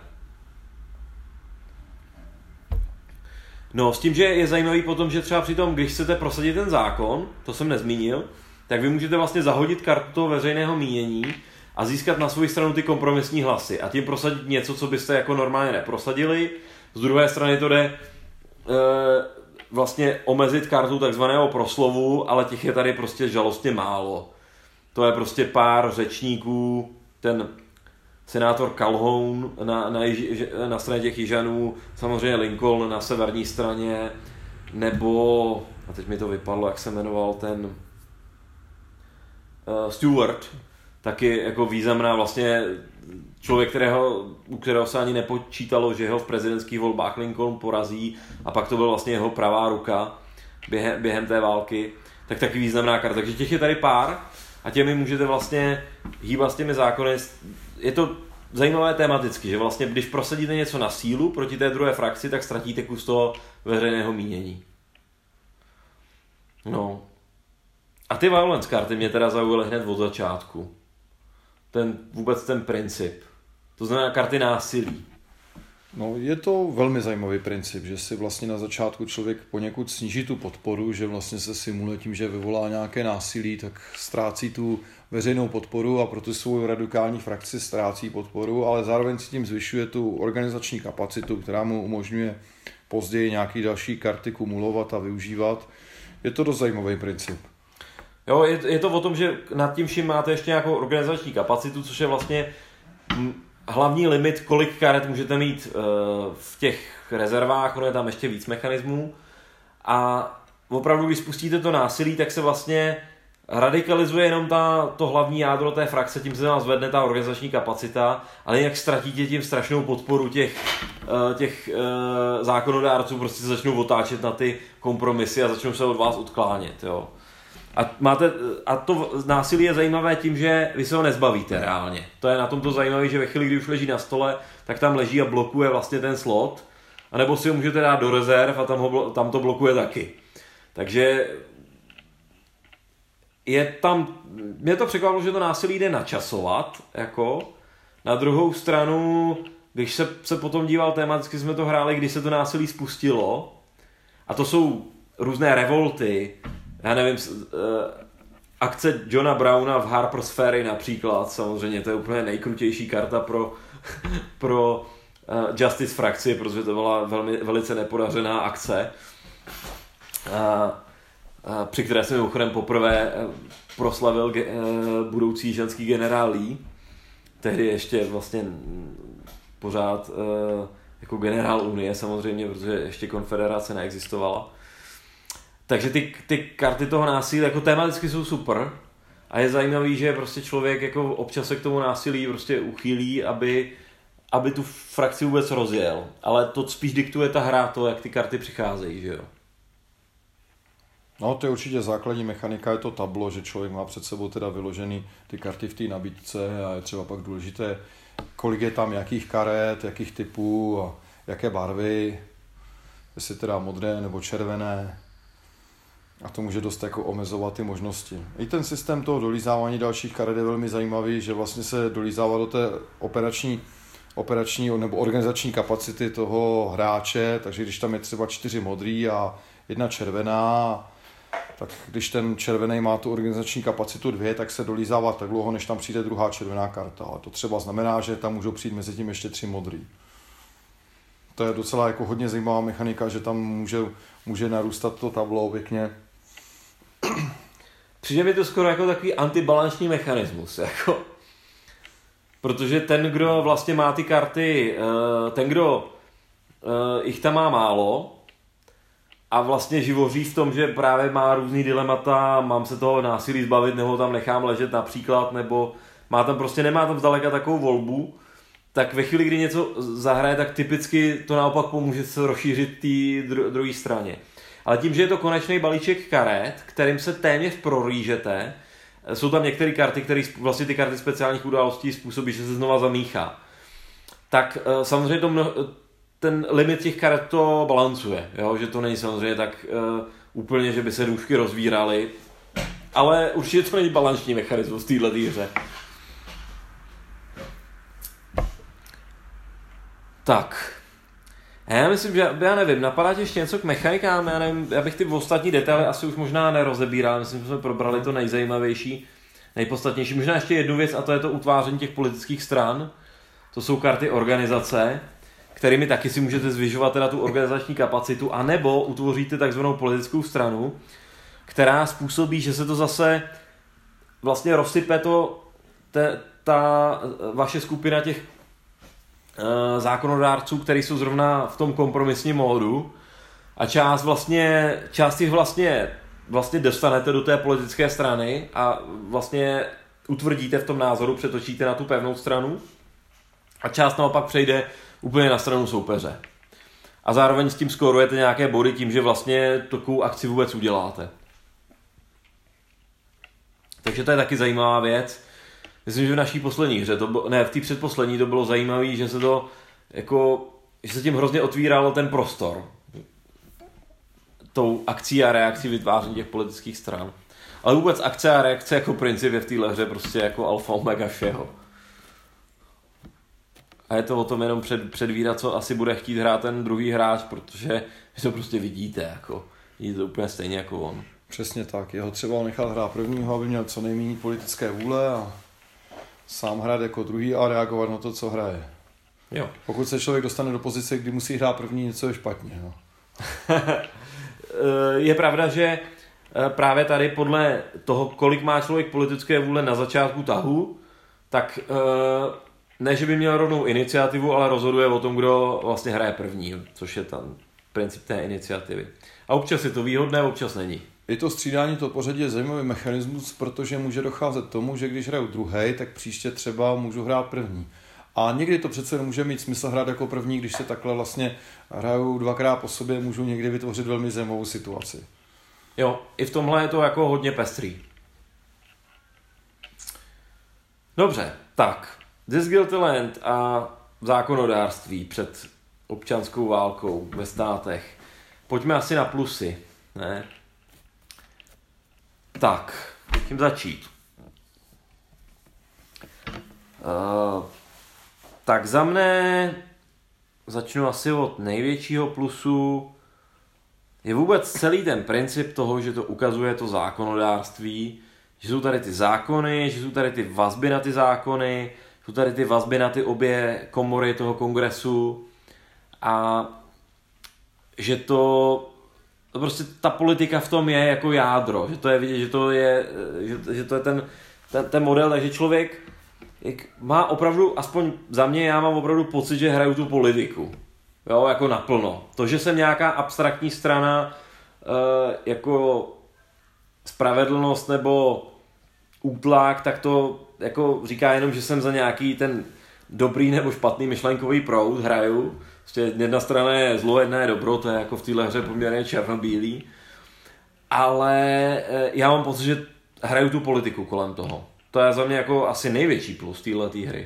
No, s tím, že je zajímavý potom, že třeba při tom, když chcete prosadit ten zákon, to jsem nezmínil, tak vy můžete vlastně zahodit kartu toho veřejného mínění a získat na svou stranu ty kompromisní hlasy a tím prosadit něco, co byste jako normálně neprosadili. Z druhé strany to jde vlastně omezit kartu takzvaného proslovu, ale těch je tady prostě žalostně málo. To je prostě pár řečníků, ten senátor Calhoun na straně těch Jižanů, samozřejmě Lincoln na severní straně, nebo, a teď mi to vypadlo, jak se jmenoval ten Stewart, taky jako významná vlastně člověk, u kterého se ani nepočítalo, že ho v prezidentských volbách Lincoln porazí a pak to byl vlastně jeho pravá ruka během té války, tak taky významná karta. Takže těch je tady pár a těmi můžete vlastně hýbat s těmi zákony. Je to zajímavé tematicky, že vlastně když prosadíte něco na sílu proti té druhé frakci, tak ztratíte kus toho veřejného mínění. No. A ty violence karty mě teda zaujaly hned od začátku. Vůbec ten princip. To znamená karty násilí. No, je to velmi zajímavý princip, že si vlastně na začátku člověk poněkud sníží tu podporu, že vlastně se simuluje tím, že vyvolá nějaké násilí, tak ztrácí tu veřejnou podporu a pro tu svou radikální frakci ztrácí podporu, ale zároveň si tím zvyšuje tu organizační kapacitu, která mu umožňuje později nějaké další karty kumulovat a využívat. Je to dost zajímavý princip. Jo, je to o tom, že nad tím vším máte ještě nějakou organizační kapacitu, což je vlastně hlavní limit, kolik karet můžete mít v těch rezervách, ono je tam ještě víc mechanismů. A opravdu, když spustíte to násilí, tak se vlastně radikalizuje jenom to hlavní jádro té frakce, tím se nám zvedne ta organizační kapacita, ale jinak ztratíte tím strašnou podporu těch zákonodárců, prostě se začnou otáčet na ty kompromisy a začnou se od vás odklánět. Jo. A to násilí je zajímavé tím, že vy se ho nezbavíte reálně. To je na tom to zajímavé, že ve chvíli, kdy už leží na stole, tak tam leží a blokuje vlastně ten slot, anebo si ho můžete dát do rezerv a tam to blokuje taky. Takže mě to překvapilo, že to násilí jde načasovat, jako. Na druhou stranu, když se potom díval tematicky, jsme to hráli, když se to násilí spustilo, a to jsou různé revolty, já nevím, akce Johna Browna v Harper's Ferry například, samozřejmě, to je úplně nejkrutější karta pro Justice frakci, protože to byla velice nepodařená akce, při které se mimochodem poprvé proslavil budoucí ženský generál Lee, tehdy ještě vlastně pořád jako generál Unie samozřejmě, protože ještě konfederace neexistovala. Takže ty karty toho násilí jako tematicky jsou super a je zajímavý, že prostě člověk jako občas se k tomu násilí prostě uchýlí, aby tu frakci vůbec rozjel. Ale to spíš diktuje ta hra, to, jak ty karty přicházejí, že jo. No, to je určitě základní mechanika, je to tablo, že člověk má před sebou teda vyložený ty karty v té nabídce a je třeba pak důležité, kolik je tam jakých karet, jakých typů a jaké barvy, jestli teda modré nebo červené. A to může dost jako omezovat ty možnosti. I ten systém toho dolízávání dalších karet je velmi zajímavý, že vlastně se dolízává do té operační nebo organizační kapacity toho hráče, takže když tam je třeba 4 modrý a 1 červená, tak když ten červený má tu organizační kapacitu 2, tak se dolízává tak dlouho, než tam přijde druhá červená karta. A to třeba znamená, že tam můžou přijít mezi tím ještě 3 modrý. To je docela jako hodně zajímavá mechanika, že tam může narůstat to tablo pěkně. Přijde mi to skoro jako takový antibalanční mechanismus, jako. Protože ten, kdo vlastně má ty karty, ten, kdo jich tam má málo a vlastně živoří v tom, že právě má různý dilemata, mám se toho násilí zbavit, nebo tam nechám ležet například, nebo nemá tam zdaleka takovou volbu, tak ve chvíli, kdy něco zahraje, tak typicky to naopak pomůže se rozšířit té druhé straně. Ale tím, že je to konečný balíček karet, kterým se téměř prorýžete, jsou tam některé karty, které vlastně ty karty speciálních událostí způsobí, že se znova zamíchá. Tak samozřejmě ten limit těch karet to balancuje, jo? Že to není samozřejmě tak úplně, že by se nůžky rozvíraly, ale určitě to není balanční mechanismus v této hře. Tak. Já myslím, že já nevím, napadá tě ještě něco k mechanikám, já bych ty ostatní detaily asi už možná nerozebíral, myslím, že jsme probrali to nejzajímavější, nejpodstatnější. Možná ještě jednu věc, a to je to utváření těch politických stran. To jsou karty organizace, kterými taky si můžete zvyšovat teda tu organizační kapacitu, anebo utvoříte takzvanou politickou stranu, která způsobí, že se to zase vlastně rozsype ta vaše skupina těch zákonodárců, kteří jsou zrovna v tom kompromisním módu a část jich vlastně dostanete do té politické strany a vlastně utvrdíte v tom názoru, přetočíte na tu pevnou stranu a část naopak přejde úplně na stranu soupeře. A zároveň s tím skórujete nějaké body tím, že vlastně takovou akci vůbec uděláte. Takže to je taky zajímavá věc. Myslím, že v naší poslední hře, v té předposlední to bylo zajímavé, že že se tím hrozně otvíral ten prostor. Tou akcí a reakcí vytváření těch politických stran. Ale vůbec akce a reakce jako princip je v téhle hře prostě jako alfa omega všeho. A je to o tom jenom předvídat, co asi bude chtít hrát ten druhý hráč, protože vy to prostě vidíte to úplně stejně jako on. Přesně tak, jeho třeba nechat hrát prvního, aby měl co nejméně politické vůle a sám hrát jako druhý a reagovat na to, co hraje. Jo. Pokud se člověk dostane do pozice, kdy musí hrát první, něco je špatně. No. Je pravda, že právě tady podle toho, kolik má člověk politické vůle na začátku tahu, tak ne, že by měl rovnou iniciativu, ale rozhoduje o tom, kdo vlastně hraje první, což je tam princip té iniciativy. A občas je to výhodné, občas není. I to střídání to pořadí je zajímavý mechanismus, protože může docházet tomu, že když hraju druhý, tak příště třeba můžu hrát první. A někdy to přece může mít smysl hrát jako první, když se takhle vlastně hraju dvakrát po sobě, můžu někdy vytvořit velmi zajímavou situaci. Jo, i v tomhle je to jako hodně pestrý. Dobře, tak. This Guilty Land a zákonodárství před občanskou válkou ve státech. Pojďme asi na plusy, ne? Tak, tím začít. Tak za mne začnu asi od největšího plusu. Je vůbec celý ten princip toho, že to ukazuje to zákonodárství, že jsou tady ty zákony, že jsou tady ty vazby na ty zákony, jsou tady ty vazby na ty obě komory toho kongresu a že to prostě ta politika v tom je jako jádro, že to je vidět, že to je ten model, takže člověk má opravdu, aspoň za mě, já mám opravdu pocit, že hraju tu politiku. Jo, jako naplno. To, že jsem nějaká abstraktní strana jako spravedlnost nebo útlak, tak to jako říká jenom, že jsem za nějaký ten dobrý nebo špatný myšlenkový proud hraju. Prostě jedna strana je zlo, jedna je dobro, to je jako v téhle hře poměrně černobílý. Ale já mám pocit, že hraju tu politiku kolem toho. To je za mě jako asi největší plus téhleté hry.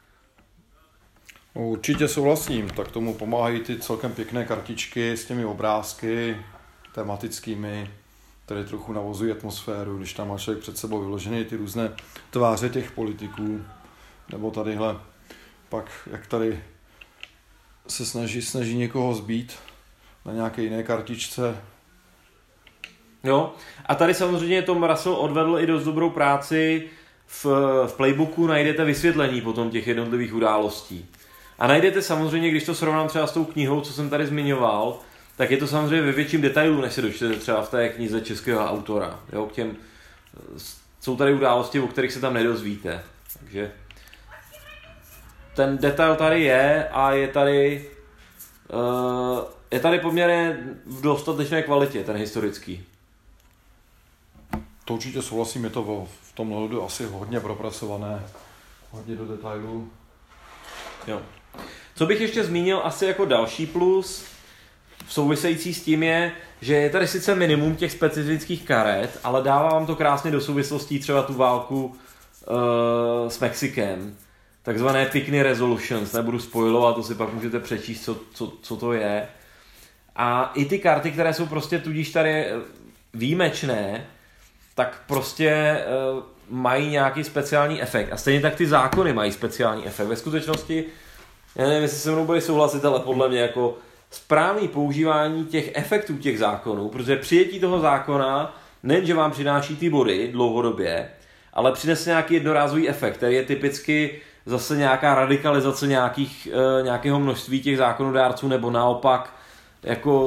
Určitě souhlasím, tak tomu pomáhají ty celkem pěkné kartičky s těmi obrázky tematickými, které trochu navozují atmosféru, když tam má člověk před sebou vyložený ty různé tváře těch politiků, nebo tadyhle pak, jak tady se snaží někoho zbít na nějaké jiné kartičce. Jo, a tady samozřejmě Tom Russell odvedl i dost dobrou práci. V playbooku najdete vysvětlení potom těch jednotlivých událostí. A najdete samozřejmě, když to srovnám třeba s tou knihou, co jsem tady zmiňoval, tak je to samozřejmě ve větším detailu, než se dočtete třeba v té knize českého autora. Jo, jsou tady události, o kterých se tam nedozvíte. Takže ten detail tady je a je tady poměrně v dostatečné kvalitě, ten historický. To určitě souhlasím, je to v tom hledu asi hodně propracované, hodně do detailů. Jo. Co bych ještě zmínil asi jako další plus související s tím je, že je tady sice minimum těch specifických karet, ale dává vám to krásně do souvislostí třeba tu válku s Mexikem. Takzvané Picnic Resolutions, nebudu spoilovat, to si pak můžete přečíst, co to je. A i ty karty, které jsou prostě tudíž tady výjimečné, tak prostě mají nějaký speciální efekt. A stejně tak ty zákony mají speciální efekt. Ve skutečnosti, já nevím, jestli se mnou bude souhlasit, ale podle mě jako správný používání těch efektů těch zákonů, protože přijetí toho zákona nejenže vám přináší ty body dlouhodobě, ale přinese nějaký jednorázový efekt, který je typicky zase nějaká radikalizace nějakého množství těch zákonodárců, nebo naopak jako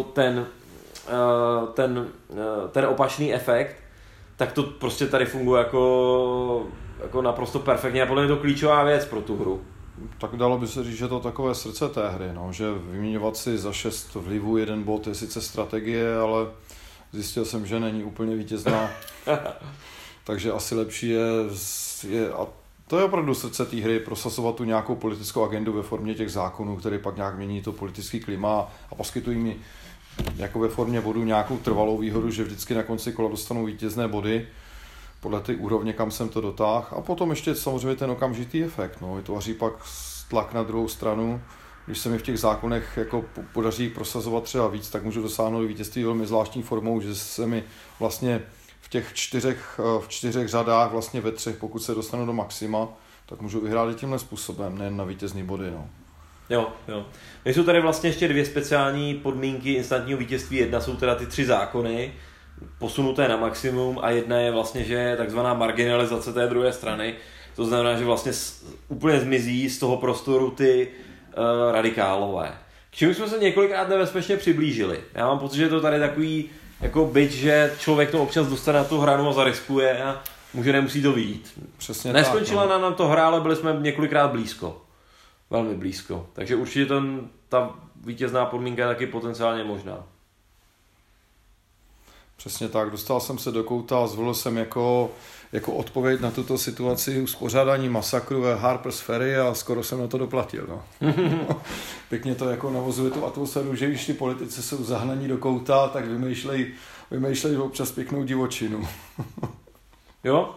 ten opačný efekt, tak to prostě tady funguje jako naprosto perfektně a podle mě to klíčová věc pro tu hru. Tak dalo by se říct, že to takové srdce té hry, no, že vyměňovat si za 6 vlivů jeden bod je sice strategie, ale zjistil jsem, že není úplně vítězná. Takže asi lepší je a to je opravdu srdce té hry, prosazovat tu nějakou politickou agendu ve formě těch zákonů, které pak nějak mění to politický klima a poskytují mi jako ve formě bodů nějakou trvalou výhodu, že vždycky na konci kola dostanou vítězné body podle té úrovně, kam jsem to dotáhl. A potom ještě samozřejmě ten okamžitý efekt. No. Vytvoří pak tlak na druhou stranu. Když se mi v těch zákonech jako podaří prosazovat třeba víc, tak můžu dosáhnout vítězství velmi zvláštní formou, že se mi vlastně v těch čtyřech řadách, vlastně ve 3, pokud se dostanu do maxima, tak můžu vyhrát i tímhle způsobem, nejen na vítězný body. No. Jo. Jsou tady vlastně ještě 2 speciální podmínky instantního vítězství. Jedna jsou teda ty 3 zákony, posunuté na maximum, a jedna je vlastně, že je takzvaná marginalizace té druhé strany. To znamená, že vlastně úplně zmizí z toho prostoru ty radikálové. K čemu jsme se několikrát nebezpečně přiblížili. Já mám pocit, že to tady takový jako byť, že člověk to občas dostane na tu hranu a zariskuje a nemusí to vyjít. Přesně Neskončila tak, nám to hra, ale byli jsme několikrát blízko. Velmi blízko. Takže určitě ta vítězná podmínka je taky potenciálně možná. Přesně tak, dostal jsem se do kouta a zvolil jsem jako odpověď na tuto situaci uspořádání masakru ve Harper's Ferry a skoro jsem na to doplatil. No. Pěkně to jako navozuje tu atmosféru, že když ty politici jsou zahnaní do kouta, tak vymýšlejí občas pěknou divočinu. Jo.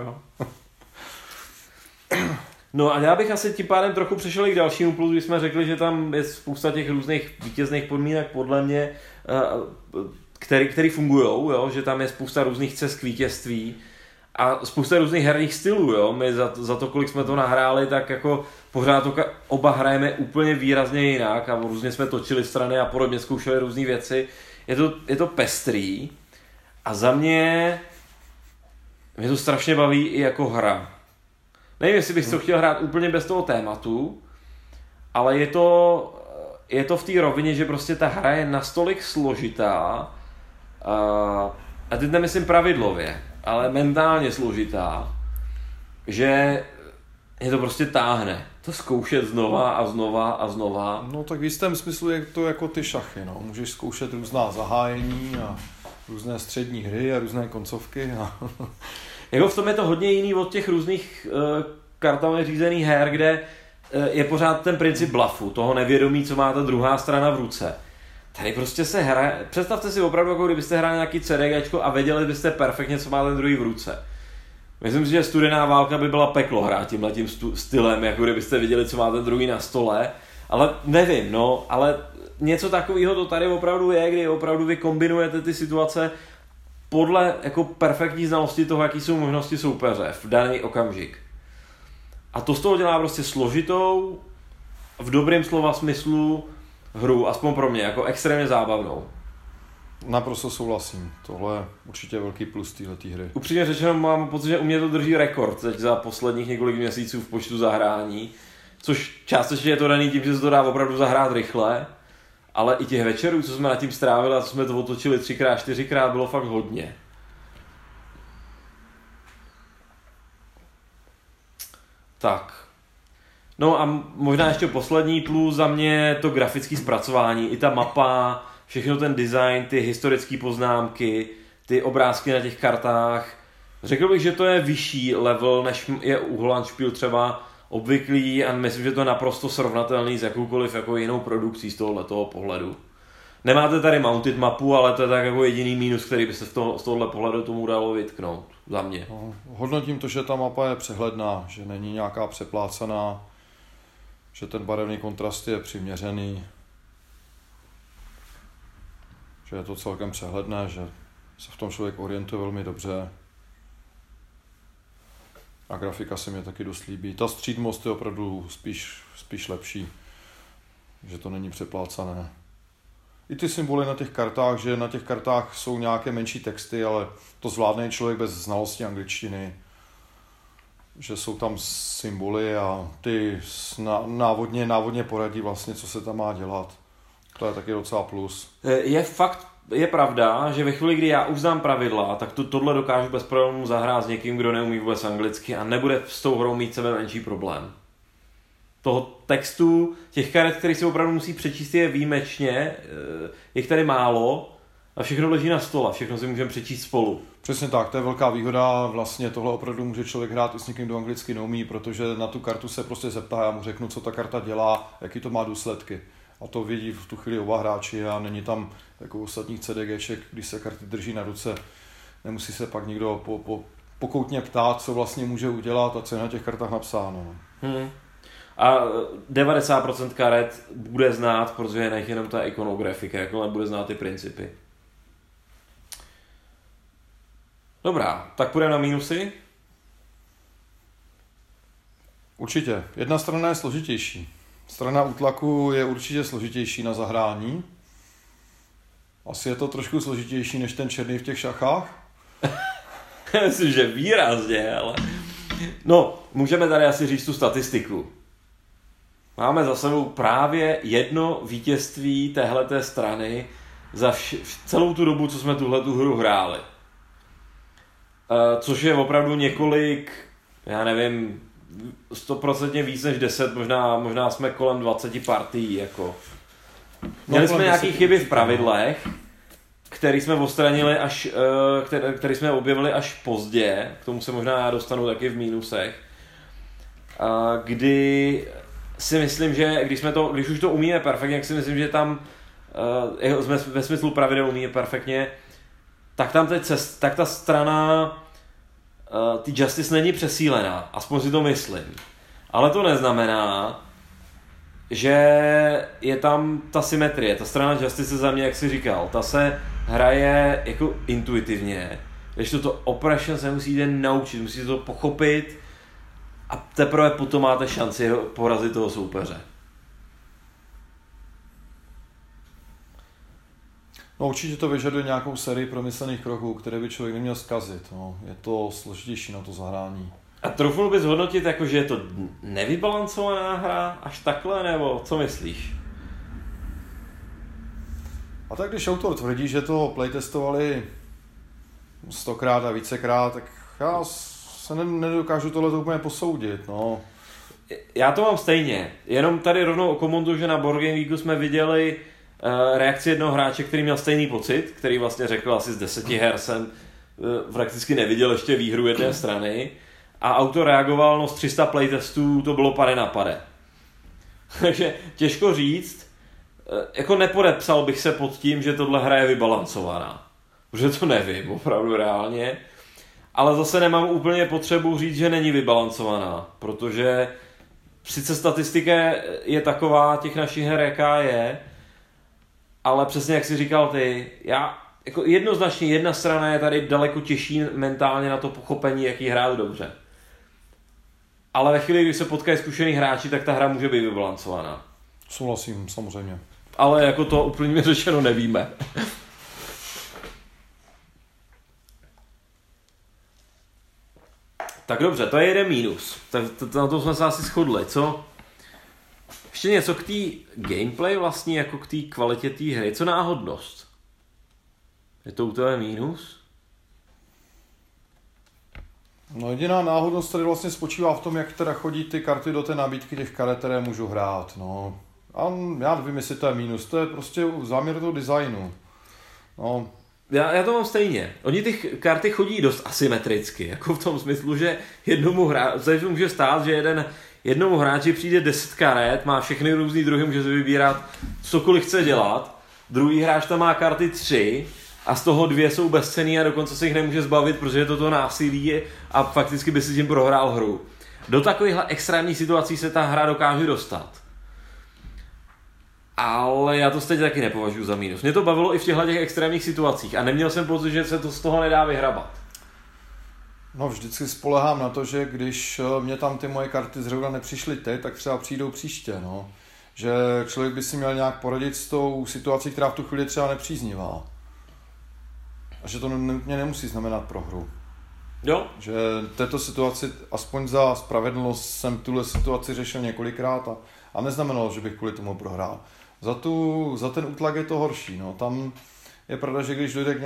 No a já bych asi tím pádem trochu přešel i k dalšímu plus, když jsme řekli, že tam je spousta těch různých vítězných podmínek podle mě, který fungujou, jo? Že tam je spousta různých cest k vítězství a spousta různých herních stylů. Jo? My za to, kolik jsme to nahráli, tak jako pořád to oba hrajeme úplně výrazně jinak a různě jsme točili strany a podobně, zkoušeli různé věci. Je to pestrý a za mě to strašně baví i jako hra. Nevím, jestli bych to chtěl hrát úplně bez toho tématu, ale je to v té rovině, že prostě ta hra je nastolik složitá a teď nemyslím pravidlově, ale mentálně složitá, že je to prostě táhne. To zkoušet znova a znova a znova. No tak v jistém smyslu je to jako ty šachy, no. Můžeš zkoušet různá zahájení a různé střední hry a různé koncovky. Jako v tom je to hodně jiný od těch různých kartově řízených her, kde je pořád ten princip bluffu, toho nevědomí, co má ta druhá strana v ruce. Tady prostě se hraje, představte si opravdu, jako kdybyste hráli nějaký CDGčko a věděli byste perfektně, co má ten druhý v ruce. Myslím si, že studená válka by byla peklo hrát tímhletím stylem, jako kdybyste viděli, co má ten druhý na stole. Ale nevím, no, ale něco takového to tady opravdu je, kdy opravdu vy kombinujete ty situace podle jako perfektní znalosti toho, jaký jsou možnosti soupeře v daný okamžik. A to z toho dělá prostě složitou, v dobrém slova smyslu hru, aspoň pro mě, jako extrémně zábavnou. Naprosto souhlasím. Tohle je určitě velký plus téhletý hry. Upřímně řečeno, mám pocit, že u mě to drží rekord teď za posledních několik měsíců v počtu zahrání, což částečně je to daný tím, že se to dá opravdu zahrát rychle, ale i těch večerů, co jsme nad tím strávili a co jsme to otočili 3x, 4x, bylo fakt hodně. Tak. No a možná ještě poslední plus za mě to grafické zpracování, i ta mapa, všechno ten design, ty historické poznámky, ty obrázky na těch kartách. Řekl bych, že to je vyšší level, než je u Holandspiel třeba obvyklý a myslím, že to je naprosto srovnatelný s jakoukoliv jako jinou produkcí z tohoto pohledu. Nemáte tady mounted mapu, ale to je tak jako jediný mínus, který by se z tohohle pohledu tomu dalo vytknout za mě. No, hodnotím to, že ta mapa je přehledná, že není nějaká přeplácaná, že ten barevný kontrast je přiměřený, že je to celkem přehledné, že se v tom člověk orientuje velmi dobře. A grafika se mi taky dost líbí. Ta střídmost je opravdu spíš lepší, že to není přeplácané. I ty symboly na těch kartách, že na těch kartách jsou nějaké menší texty, ale to zvládne člověk bez znalosti angličtiny. Že jsou tam symboly a ty návodně poradí vlastně, co se tam má dělat. To je taky docela plus. Je pravda, že ve chvíli, kdy já už znám pravidla, tak tohle dokážu bez problémů zahrát s někým, kdo neumí vůbec anglicky a nebude s tou hrou mít sebe menší problém. Toho textu, těch karet, který se opravdu musí přečíst, je výjimečně, je tady málo a všechno leží na stole, všechno si můžeme přečíst spolu. Přesně tak, to je velká výhoda, vlastně tohle opravdu může člověk hrát i s někým, kdo anglicky neumí, protože na tu kartu se prostě zeptá, já mu řeknu, co ta karta dělá, jaký to má důsledky. A to vidí v tu chvíli oba hráči a není tam jako u ostatních CDGček, když se karty drží na ruce, nemusí se pak nikdo pokoutně ptát, co vlastně může udělat a co je na těch kartách napsáno. A 90% karet bude znát, protože je nech jenom ta ikonografika, jako nebude znát ty principy. Dobrá, tak půjdeme na mínusy? Určitě. Jedna strana je složitější. Strana útlaku je určitě složitější na zahrání. Asi je to trošku složitější než ten černý v těch šachách. Myslím, že výrazně, ale... No, můžeme tady asi říct tu statistiku. Máme za sebou právě jedno vítězství téhleté strany za celou tu dobu, co jsme tuhletu hru hráli. Což je opravdu několik, já nevím, 100% víc než 10, možná jsme kolem 20 partií, jako. Měli jsme nějaké chyby v pravidlech, který jsme odstranili který jsme objevili až pozdě, k tomu se možná dostanu taky v mínusech, kdy si myslím, že když už to umíme perfektně, jak si myslím, že tam ve smyslu pravidel umíme perfektně, tak tam tak ta strana ty Justice není přesílená, aspoň si to myslím. Ale to neznamená, že je tam ta symetrie, ta strana Justice za mě, jak jsi říkal, ta se hraje jako intuitivně, když to Oppression se musíte naučit, musíte to pochopit a teprve potom máte šanci porazit toho soupeře. No určitě to vyžaduje nějakou sérii promyslených kroků, které by člověk neměl zkazit. No, je to složitější na to zahrání. A troufnul bys hodnotit, jako, že je to nevybalancovaná hra až takhle, nebo co myslíš? A tak když autor tvrdí, že to playtestovali 100krát a vícekrát, tak já se nedokážu tohle úplně posoudit. No. Já to mám stejně, jenom tady rovnou okomentuju, že na Board Game Weeku jsme viděli reakci jednoho hráče, který měl stejný pocit, který vlastně řekl, asi z 10 her jsem prakticky neviděl ještě výhru jedné strany a autor reagoval, no z 300 playtestů to bylo pade na pade. Takže těžko říct, jako nepodepsal bych se pod tím, že tohle hra je vybalancovaná, protože to nevím, opravdu reálně, ale zase nemám úplně potřebu říct, že není vybalancovaná, protože sice statistika je taková těch našich her, jaká je, ale přesně jak jsi říkal ty, jako jednoznačně jedna strana je tady daleko těžší mentálně na to pochopení, jak jí hrát dobře. Ale ve chvíli, kdy se potkají zkušený hráči, tak ta hra může být vybalancovaná. Souhlasím, samozřejmě. Ale jako to úplně řečeno nevíme. Tak dobře, to je jeden mínus. Na to jsme se asi shodli, co? Ještě něco k té gameplay vlastně, jako k té kvalitě té hry. Co náhodnost? Je to u tebe mínus? No jediná náhodnost tady vlastně spočívá v tom, jak teda chodí ty karty do té nabídky těch karet, které můžu hrát. No. A já nevím, jestli to je mínus, to je prostě záměr toho designu. No. Já to mám stejně. Oni ty karty chodí dost asymetricky, jako v tom smyslu, že jednomu hráči může stát, že jednomu hráči přijde 10 karet, má všechny různý druhy, může si vybírat cokoliv chce dělat, druhý hráč tam má karty 3 a z toho 2 jsou bezcenný a dokonce se jich nemůže zbavit, protože je to násilí a fakticky by si tím prohrál hru. Do takovýchhle extrémních situací se ta hra dokáže dostat. Ale já to teď taky nepovažuji za mínus. Mě to bavilo i v těchto extrémních situacích a neměl jsem pocit, že se to z toho nedá vyhrabat. No vždycky spolehám na to, že když mě tam ty moje karty zrovna nepřišly teď, tak třeba přijdou příště, no. Že člověk by si měl nějak poradit s tou situací, která v tu chvíli třeba nepříznivá. A že to nutně nemusí znamenat prohru. Jo. Že této situaci, aspoň za spravedlnost, jsem tuhle situaci řešil několikrát a neznamenalo, že bych kvůli tomu prohrál. Za ten útlak je to horší, no. Tam je pravda, že když dojde k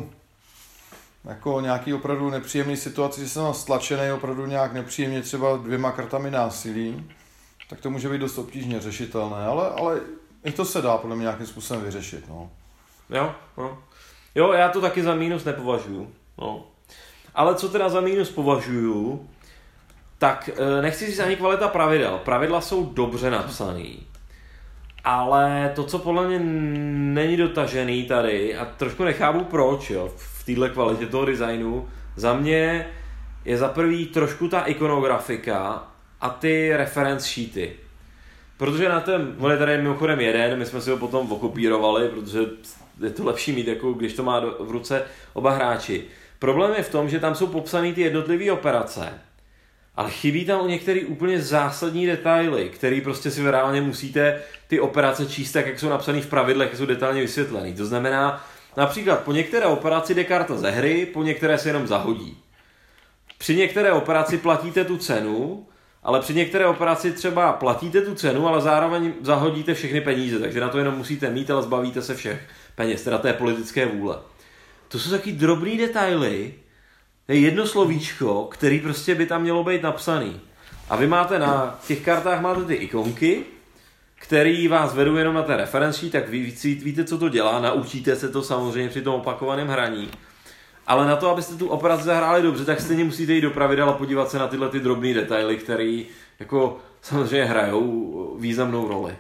nějaký opravdu nepříjemný situaci, že jsem stlačený opravdu nějak nepříjemně třeba 2 kartami násilí, tak to může být dost obtížně řešitelné, ale i to se dá podle mě nějakým způsobem vyřešit, no. Jo, já to taky za mínus nepovažuju, no. Ale co teda za mínus považuju, tak nechci říct ani kvalita pravidel. Pravidla jsou dobře napsaný, ale to, co podle mě není dotažený tady, a trošku nechápu proč, jo, v této kvalitě toho designu, za mě je za prvý trošku ta ikonografika a ty reference sheety. Protože on je tady mimochodem jeden, my jsme si ho potom okopírovali, protože je to lepší mít, jako když to má v ruce oba hráči. Problém je v tom, že tam jsou popsané ty jednotlivé operace, ale chybí tam některé úplně zásadní detaily, které prostě si reálně musíte ty operace číst tak, jak jsou napsané v pravidlech, jak jsou detailně vysvětlené. To znamená, například po některé operaci jde karta ze hry, po některé se jenom zahodí. Při některé operaci platíte tu cenu, ale při některé operaci třeba platíte tu cenu, ale zároveň zahodíte všechny peníze, takže na to jenom musíte mít, ale zbavíte se všech peněz, teda té politické vůle. To jsou taky drobný detaily, to je jedno slovíčko, který prostě by tam mělo být napsaný. A vy máte na těch kartách máte ty ikonky který vás vedou jenom na té referenci, tak vy víte, co to dělá, naučíte se to samozřejmě při tom opakovaném hraní. Ale na to, abyste tu operaci zahráli dobře, tak stejně musíte jít do pravidel a podívat se na tyhle ty drobné detaily, které jako samozřejmě hrajou významnou roli.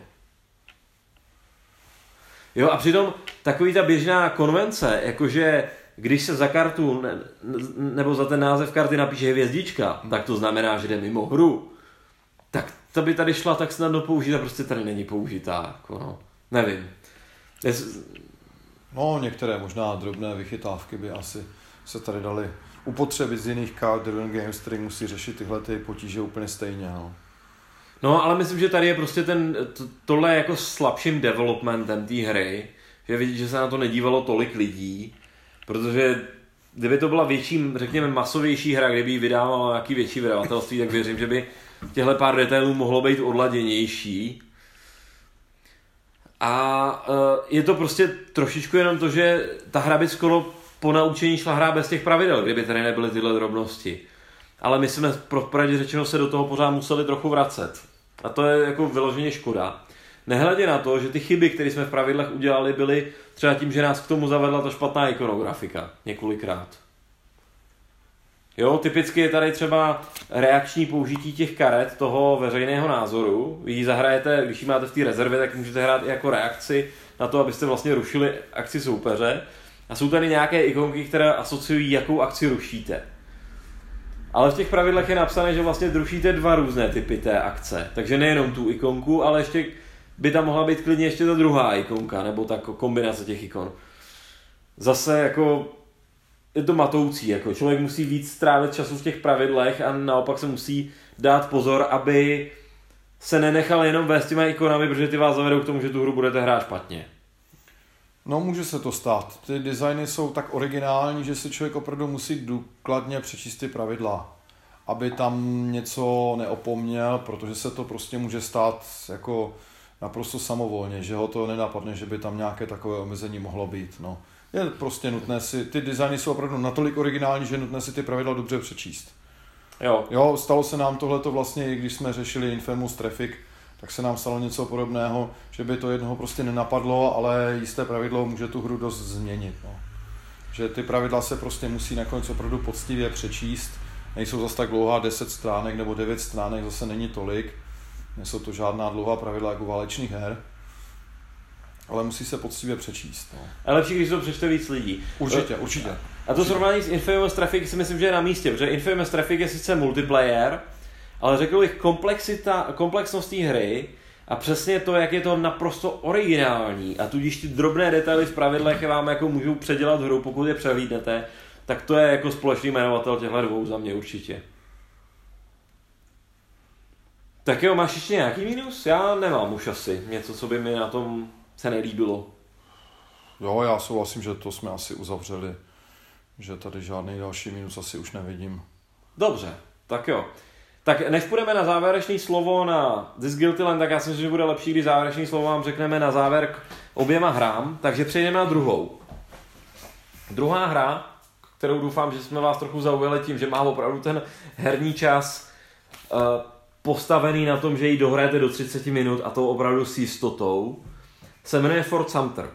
Jo, a přitom takový ta běžná konvence, jakože když se za kartu nebo za ten název karty napíše hvězdička, tak to znamená, že jde mimo hru. Tak to by tady šla tak snadno použít a prostě tady není použitá. Jako no. Nevím. No, některé možná drobné vychytávky by asi se tady daly upotřebit z jiných card driven games, který musí řešit tyhle ty potíže úplně stejně. No. No, ale myslím, že tady je prostě tohle jako slabším developmentem té hry, že vidíte, že se na to nedívalo tolik lidí, protože kdyby to byla větší, řekněme, masovější hra, kdyby ji vydávala nějaký větší vydavatelství, tak věřím, že by těhle pár detailů mohlo být odladěnější. A je to prostě trošičku jenom to, že ta hra by skoro po naučení šla hra bez těch pravidel, kdyby tady nebyly tyhle drobnosti. Ale my jsme popravdě řečeno se do toho pořád museli trochu vracet. A to je jako vyloženě škoda. Nehledě na to, že ty chyby, které jsme v pravidlech udělali, byly třeba tím, že nás k tomu zavedla ta špatná ikonografika několikrát. Jo, typicky je tady třeba reakční použití těch karet toho veřejného názoru. Vy ji zahrajete, když ji máte v té rezervě, tak můžete hrát i jako reakci na to, abyste vlastně rušili akci soupeře. A jsou tady nějaké ikonky, které asociují, jakou akci rušíte. Ale v těch pravidlech je napsané, že vlastně rušíte dva různé typy té akce. Takže nejenom tu ikonku, ale ještě by tam mohla být klidně ještě ta druhá ikonka, nebo ta kombinace těch ikon. Zase jako je to matoucí, jako člověk musí víc strávit času v těch pravidlech a naopak se musí dát pozor, aby se nenechal jenom vést těma ikonami, protože ty vás zavedou k tomu, že tu hru budete hrát špatně. No, může se to stát. Ty designy jsou tak originální, že si člověk opravdu musí důkladně přečíst ty pravidla, aby tam něco neopomněl, protože se to prostě může stát jako naprosto samovolně, že ho to nenapadne, že by tam nějaké takové omezení mohlo být. No. Je prostě nutné si, ty designy jsou opravdu natolik originální, že je nutné si ty pravidla dobře přečíst. Jo, stalo se nám tohleto vlastně, i když jsme řešili Infamous Traffic, tak se nám stalo něco podobného, že by to jednoho prostě nenapadlo, ale jisté pravidlo může tu hru dost změnit. No. Že ty pravidla se prostě musí nakonec opravdu poctivě přečíst, nejsou zase tak dlouhá 10 stránek nebo 9 stránek, zase není tolik, nejsou to žádná dlouhá pravidla jako válečných her, ale musí se poctivě přečíst. No. Ale lepší, když to přečte víc lidí. Určitě. A to srovnání s Infamous Traffic si myslím, že je na místě, protože Infamous Traffic je sice multiplayer, ale řekl bych komplexnost té hry a přesně to, jak je to naprosto originální a tudíž ty drobné detaily v pravidlech vám jako můžou předělat hru, pokud je přehlídnete, tak to je jako společný jmenovatel těchto dvou za mě určitě. Tak jo, máš ještě nějaký mínus? Já nemám už asi něco, co by mi na tom se nelíbilo. Jo, já souhlasím, že to jsme asi uzavřeli, že tady žádný další mínus asi už nevidím. Dobře, tak jo. Tak než půjdeme na závěrečné slovo na This Guilty Land, tak já si myslím, že bude lepší, když závěrečné slovo vám řekneme na závěr k oběma hrám, takže přejdeme na druhou. Druhá hra, kterou doufám, že jsme vás trochu zaujali tím, že má opravdu ten herní čas postavený na tom, že ji dohrajete do 30 minut a to opravdu s jistotou, se jmenuje Fort Sumter.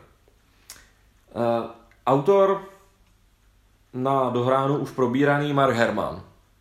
Autor na dohránu už probíraný Mark Herman.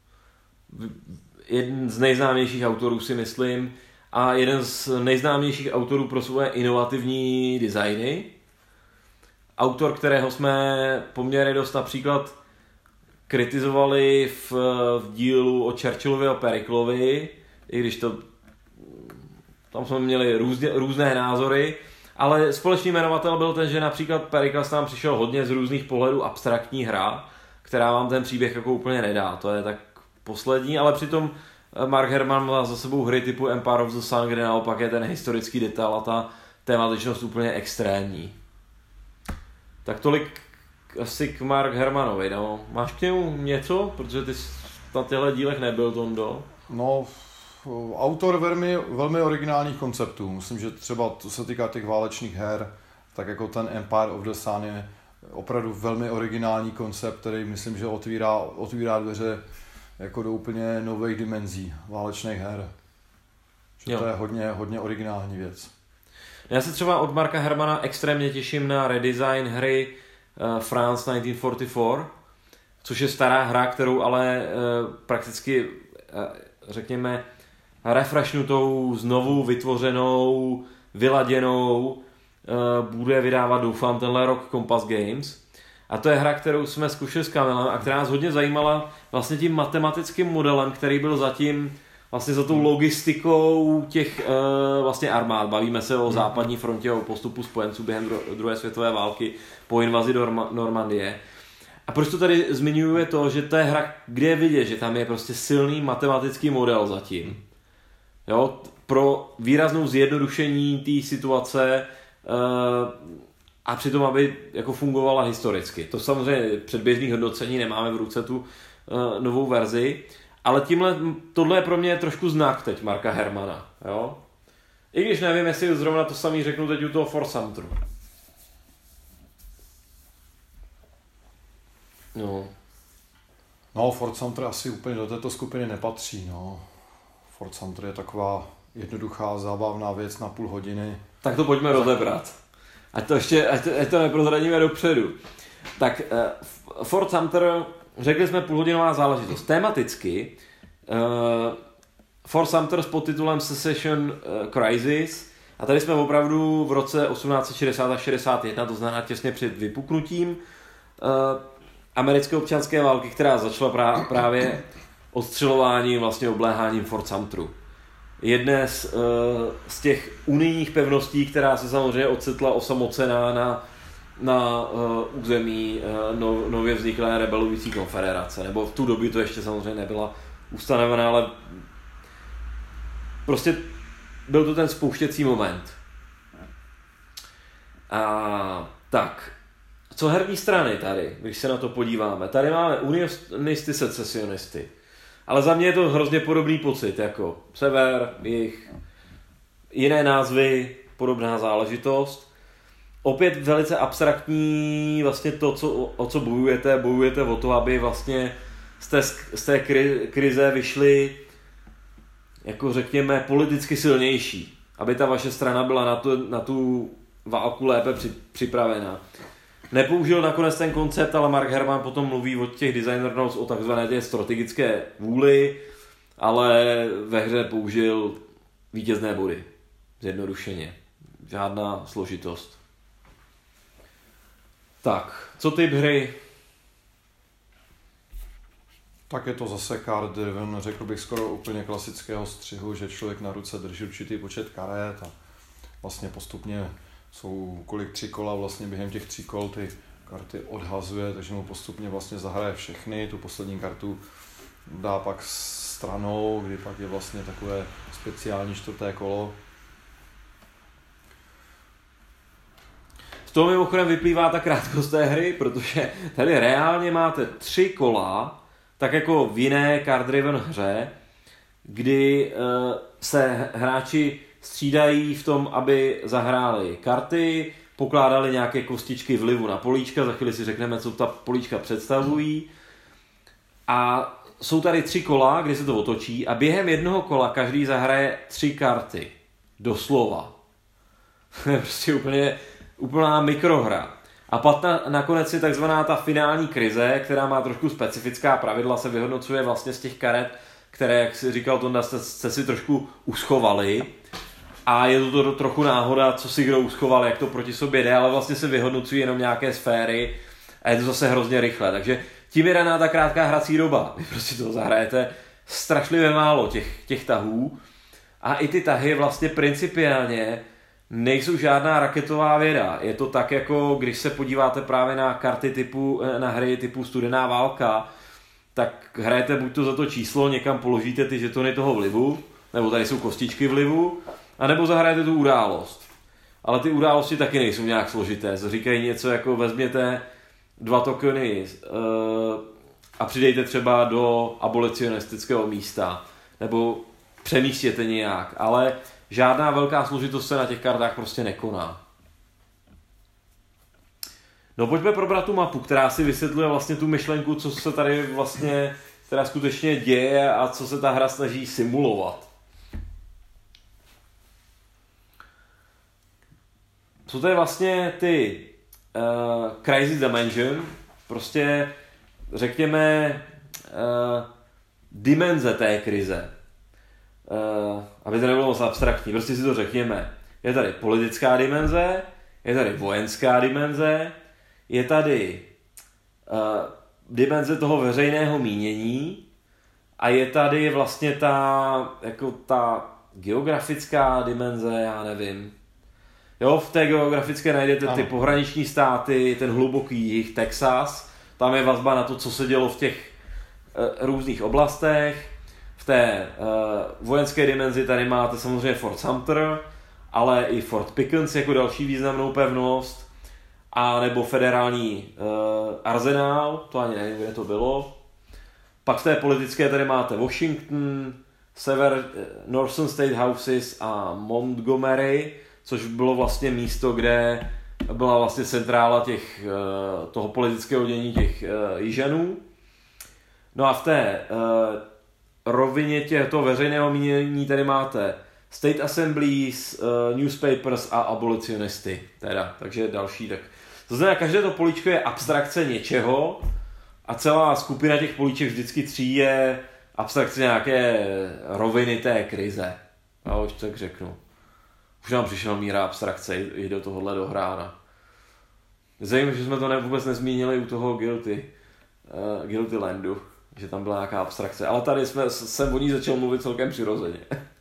Jeden z nejznámějších autorů si myslím a jeden z nejznámějších autorů pro svoje inovativní designy. Autor, kterého jsme poměrně dost například kritizovali v dílu o Churchillovi a Periklovi, i když to tam jsme měli různé názory, ale společný jmenovatel byl ten, že například Perikles nám přišel hodně z různých pohledů abstraktní hra, která vám ten příběh jako úplně nedá, to je tak poslední, ale přitom Mark Herman má za sebou hry typu Empire of the Sun, kde naopak je ten historický detail a ta tematičnost úplně extrémní. Tak tolik asi k Mark Hermanovi, no. Máš k němu něco? Protože ty na těchto dílech nebyl, Tondo. No, autor velmi originálních konceptů. Myslím, že třeba co se týká těch válečných her, tak jako ten Empire of the Sun je opravdu velmi originální koncept, který myslím, že otvírá dveře jako do úplně nových dimenzí válečných her. Že to je hodně originální věc. Já se třeba od Marka Hermana extrémně těším na redesign hry France 1944, což je stará hra, kterou ale prakticky, řekněme, refreshnutou, znovu vytvořenou, vyladěnou, bude vydávat, doufám, tenhle rok Compass Games. A to je hra, kterou jsme zkušili s Kamilem a která nás hodně zajímala vlastně tím matematickým modelem, který byl zatím vlastně za tou logistikou těch vlastně armád. Bavíme se o západní frontě, o postupu spojenců během druhé světové války po invazi do Normandie. A proč to tady zmiňuju je to, že to je hra, kde je vidět, že tam je prostě silný matematický model zatím. Jo, pro výraznou zjednodušení té situace a přitom, aby jako fungovala historicky. To samozřejmě předběžných hodnocení, nemáme v ruce tu novou verzi, ale tohle je pro mě trošku znak teď Marka Hermana. Jo? I když nevím, jestli zrovna to samý řeknu teď u toho Force Hunteru. No, Force Hunter asi úplně do této skupiny nepatří. No. Force Hunter je taková jednoduchá, zábavná věc na půl hodiny. Tak to pojďme rozebrat. Ať to neprozradíme dopředu. Tak Force Hunter, řekli jsme půlhodinová záležitost. Tematicky Force Hunter s podtitulem Secession Crisis, a tady jsme opravdu v roce 1860 až 61, to znamená těsně před vypuknutím americké občanské války, která začala právě odstřelováním, vlastně obléháním Fort Sumteru. Jedné z těch unijních pevností, která se samozřejmě ocitla osamocená na území nově vzniklé rebelující konfederace. Nebo v tu dobu to ještě samozřejmě nebyla ustanovená, ale prostě byl to ten spouštěcí moment. A tak, co herní strany tady, když se na to podíváme? Tady máme unionisty, secesionisty. Ale za mě je to hrozně podobný pocit, jako sever, jih, jiné názvy, podobná záležitost. Opět velice abstraktní, vlastně to, o co bojujete o to, aby vlastně z té krize vyšli, jako řekněme, politicky silnější. Aby ta vaše strana byla na tu válku lépe připravená. Nepoužil nakonec ten koncept, ale Mark Herman potom mluví o těch designer notes, o takzvané té strategické vůli, ale ve hře použil vítězné body. Zjednodušeně. Žádná složitost. Tak, co typ hry? Tak je to zase card driven, řekl bych skoro úplně klasického střihu, že člověk na ruce drží určitý počet karet a vlastně postupně jsou kolik 3 kola, vlastně během těch 3 kol ty karty odhazuje, takže mu postupně vlastně zahraje všechny, tu poslední kartu dá pak stranou, kdy pak je vlastně takové speciální 4. kolo. Z toho mimochodem vyplývá ta krátkost té hry, protože tady reálně máte 3 kola, tak jako v jiné card-driven hře, kdy se hráči střídají v tom, aby zahráli karty, pokládali nějaké kostičky vlivu na políčka, za chvíli si řekneme, co ta políčka představují. A jsou tady 3 kola, kdy se to otočí a během jednoho kola každý zahraje 3 karty. Doslova. To je prostě úplná mikrohra. A pak nakonec je takzvaná ta finální krize, která má trošku specifická pravidla, se vyhodnocuje vlastně z těch karet, které, jak si říkal Tonda, jste si trošku uschovali. A je to trochu náhoda, co si kdo uschoval, jak to proti sobě jde, ale vlastně se vyhodnocují jenom nějaké sféry a je to zase hrozně rychle. Takže tím je daná ta krátká hrací doba. Vy prostě to zahrajete strašlivě málo těch tahů a i ty tahy vlastně principiálně nejsou žádná raketová věda. Je to tak, jako když se podíváte právě na karty na hry typu Studená válka, tak hrajete buď to za to číslo, někam položíte ty žetony toho vlivu, nebo tady jsou kostičky vlivu, anebo zahrajete tu událost. Ale ty události taky nejsou nějak složité. Říkají něco jako vezměte 2 tokeny a přidejte třeba do abolicionistického místa, nebo přemístěte nějak, ale žádná velká složitost se na těch kartách prostě nekoná. No pojďme probrat tu mapu, která si vysvětluje vlastně tu myšlenku, co se tady vlastně teda skutečně děje a co se ta hra snaží simulovat. jsou tady vlastně ty crisis dimension, prostě řekněme dimenze té krize. Aby to nebylo moc abstraktní, prostě si to řekněme. Je tady politická dimenze, je tady vojenská dimenze, je tady dimenze toho veřejného mínění a je tady vlastně ta geografická dimenze, já nevím. Jo, v té geografické najdete ty pohraniční státy, ten hluboký jih, Texas, tam je vazba na to, co se dělo v těch různých oblastech. V té vojenské dimenzi tady máte samozřejmě Fort Sumter, ale i Fort Pickens jako další významnou pevnost, a nebo federální arzenál, to ani nevím, kde to bylo. Pak v té politické tady máte Washington, Northern State Houses a Montgomery, což bylo vlastně místo, kde byla vlastně centrála toho politického dění těch jižanů. No a v té rovině toho veřejného mínění tady máte State Assemblies, newspapers a abolicionisty. Takže další. Tak. To znamená, každé to políčko je abstrakce něčeho a celá skupina těch políček vždycky tří je abstrakce nějaké roviny té krize. Já už tak řeknu. Už nám přišel míra abstrakce i do tohohle dohrána. Zajímavé, že jsme to vůbec nezmínili u toho Guilty Landu, že tam byla nějaká abstrakce, ale tady jsem o ní začal mluvit celkem přirozeně.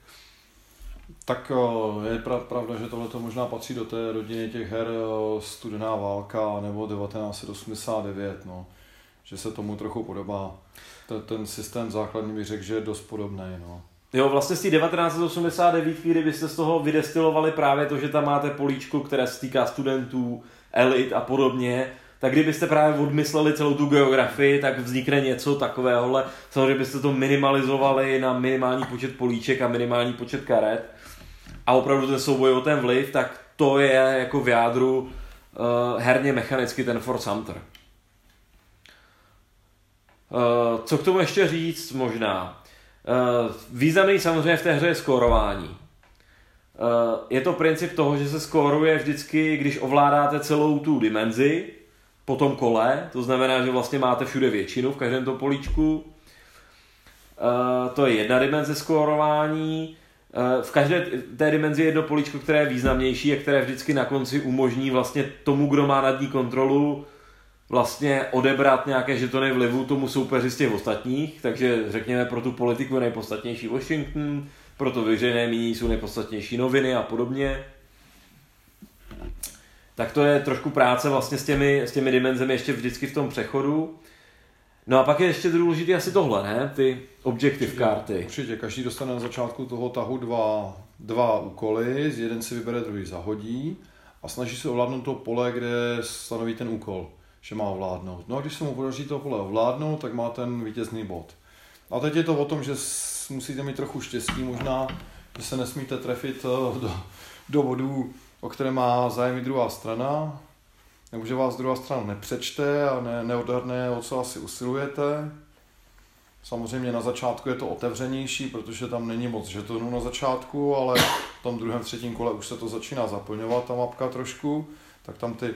Tak je pravda, že tohle možná patří do té rodiny těch her Studená válka nebo 1989, no. Že se tomu trochu podobá. Ten systém základní bych řekl, že je dost podobný. No. Jo, vlastně z té 1989, kdybyste z toho vydestilovali právě to, že tam máte políčko, které se týká studentů, elit a podobně, tak kdybyste právě odmysleli celou tu geografii, tak vznikne něco takovéhohle. Samozřejmě byste to minimalizovali na minimální počet políček a minimální počet karet. A opravdu ten souboj o ten vliv, tak to je jako v jádru herně mechanicky ten Fort Sumter. Co k tomu ještě říct možná? Významný samozřejmě v té hře je skórování. Je to princip toho, že se skóruje vždycky, když ovládáte celou tu dimenzi po tom kole, to znamená, že vlastně máte všude většinu v každém tom políčku. To je jedna dimenze skórování. V každé té dimenzi je jedno políčko, které je významnější a které vždycky na konci umožní vlastně tomu, kdo má nad ní kontrolu, vlastně odebrat nějaké žetony vlivu tomu soupeři z těch ostatních, takže řekněme pro tu politiku je nejpodstatnější Washington, pro to veřejné mínění jsou nejpodstatnější noviny a podobně. Tak to je trošku práce vlastně s těmi dimenzemi ještě vždycky v tom přechodu. No a pak je ještě důležité asi tohle, ne? Ty objective karty. Určitě, každý dostane na začátku toho tahu dva úkoly, jeden si vybere, druhý zahodí a snaží se ovládnout to pole, kde stanoví ten úkol, že má ovládnout. No a když se mu podaří to pole ovládnout, tak má ten vítězný bod. A teď je to o tom, že musíte mít trochu štěstí možná, že se nesmíte trefit do bodů, o které má zájem i druhá strana, nebo že vás druhá strana nepřečte a neodhadne, o co asi usilujete. Samozřejmě na začátku je to otevřenější, protože tam není moc žetonů na začátku, ale v tom druhém, třetím kole už se to začíná zaplňovat, ta mapka trošku, tak tam ty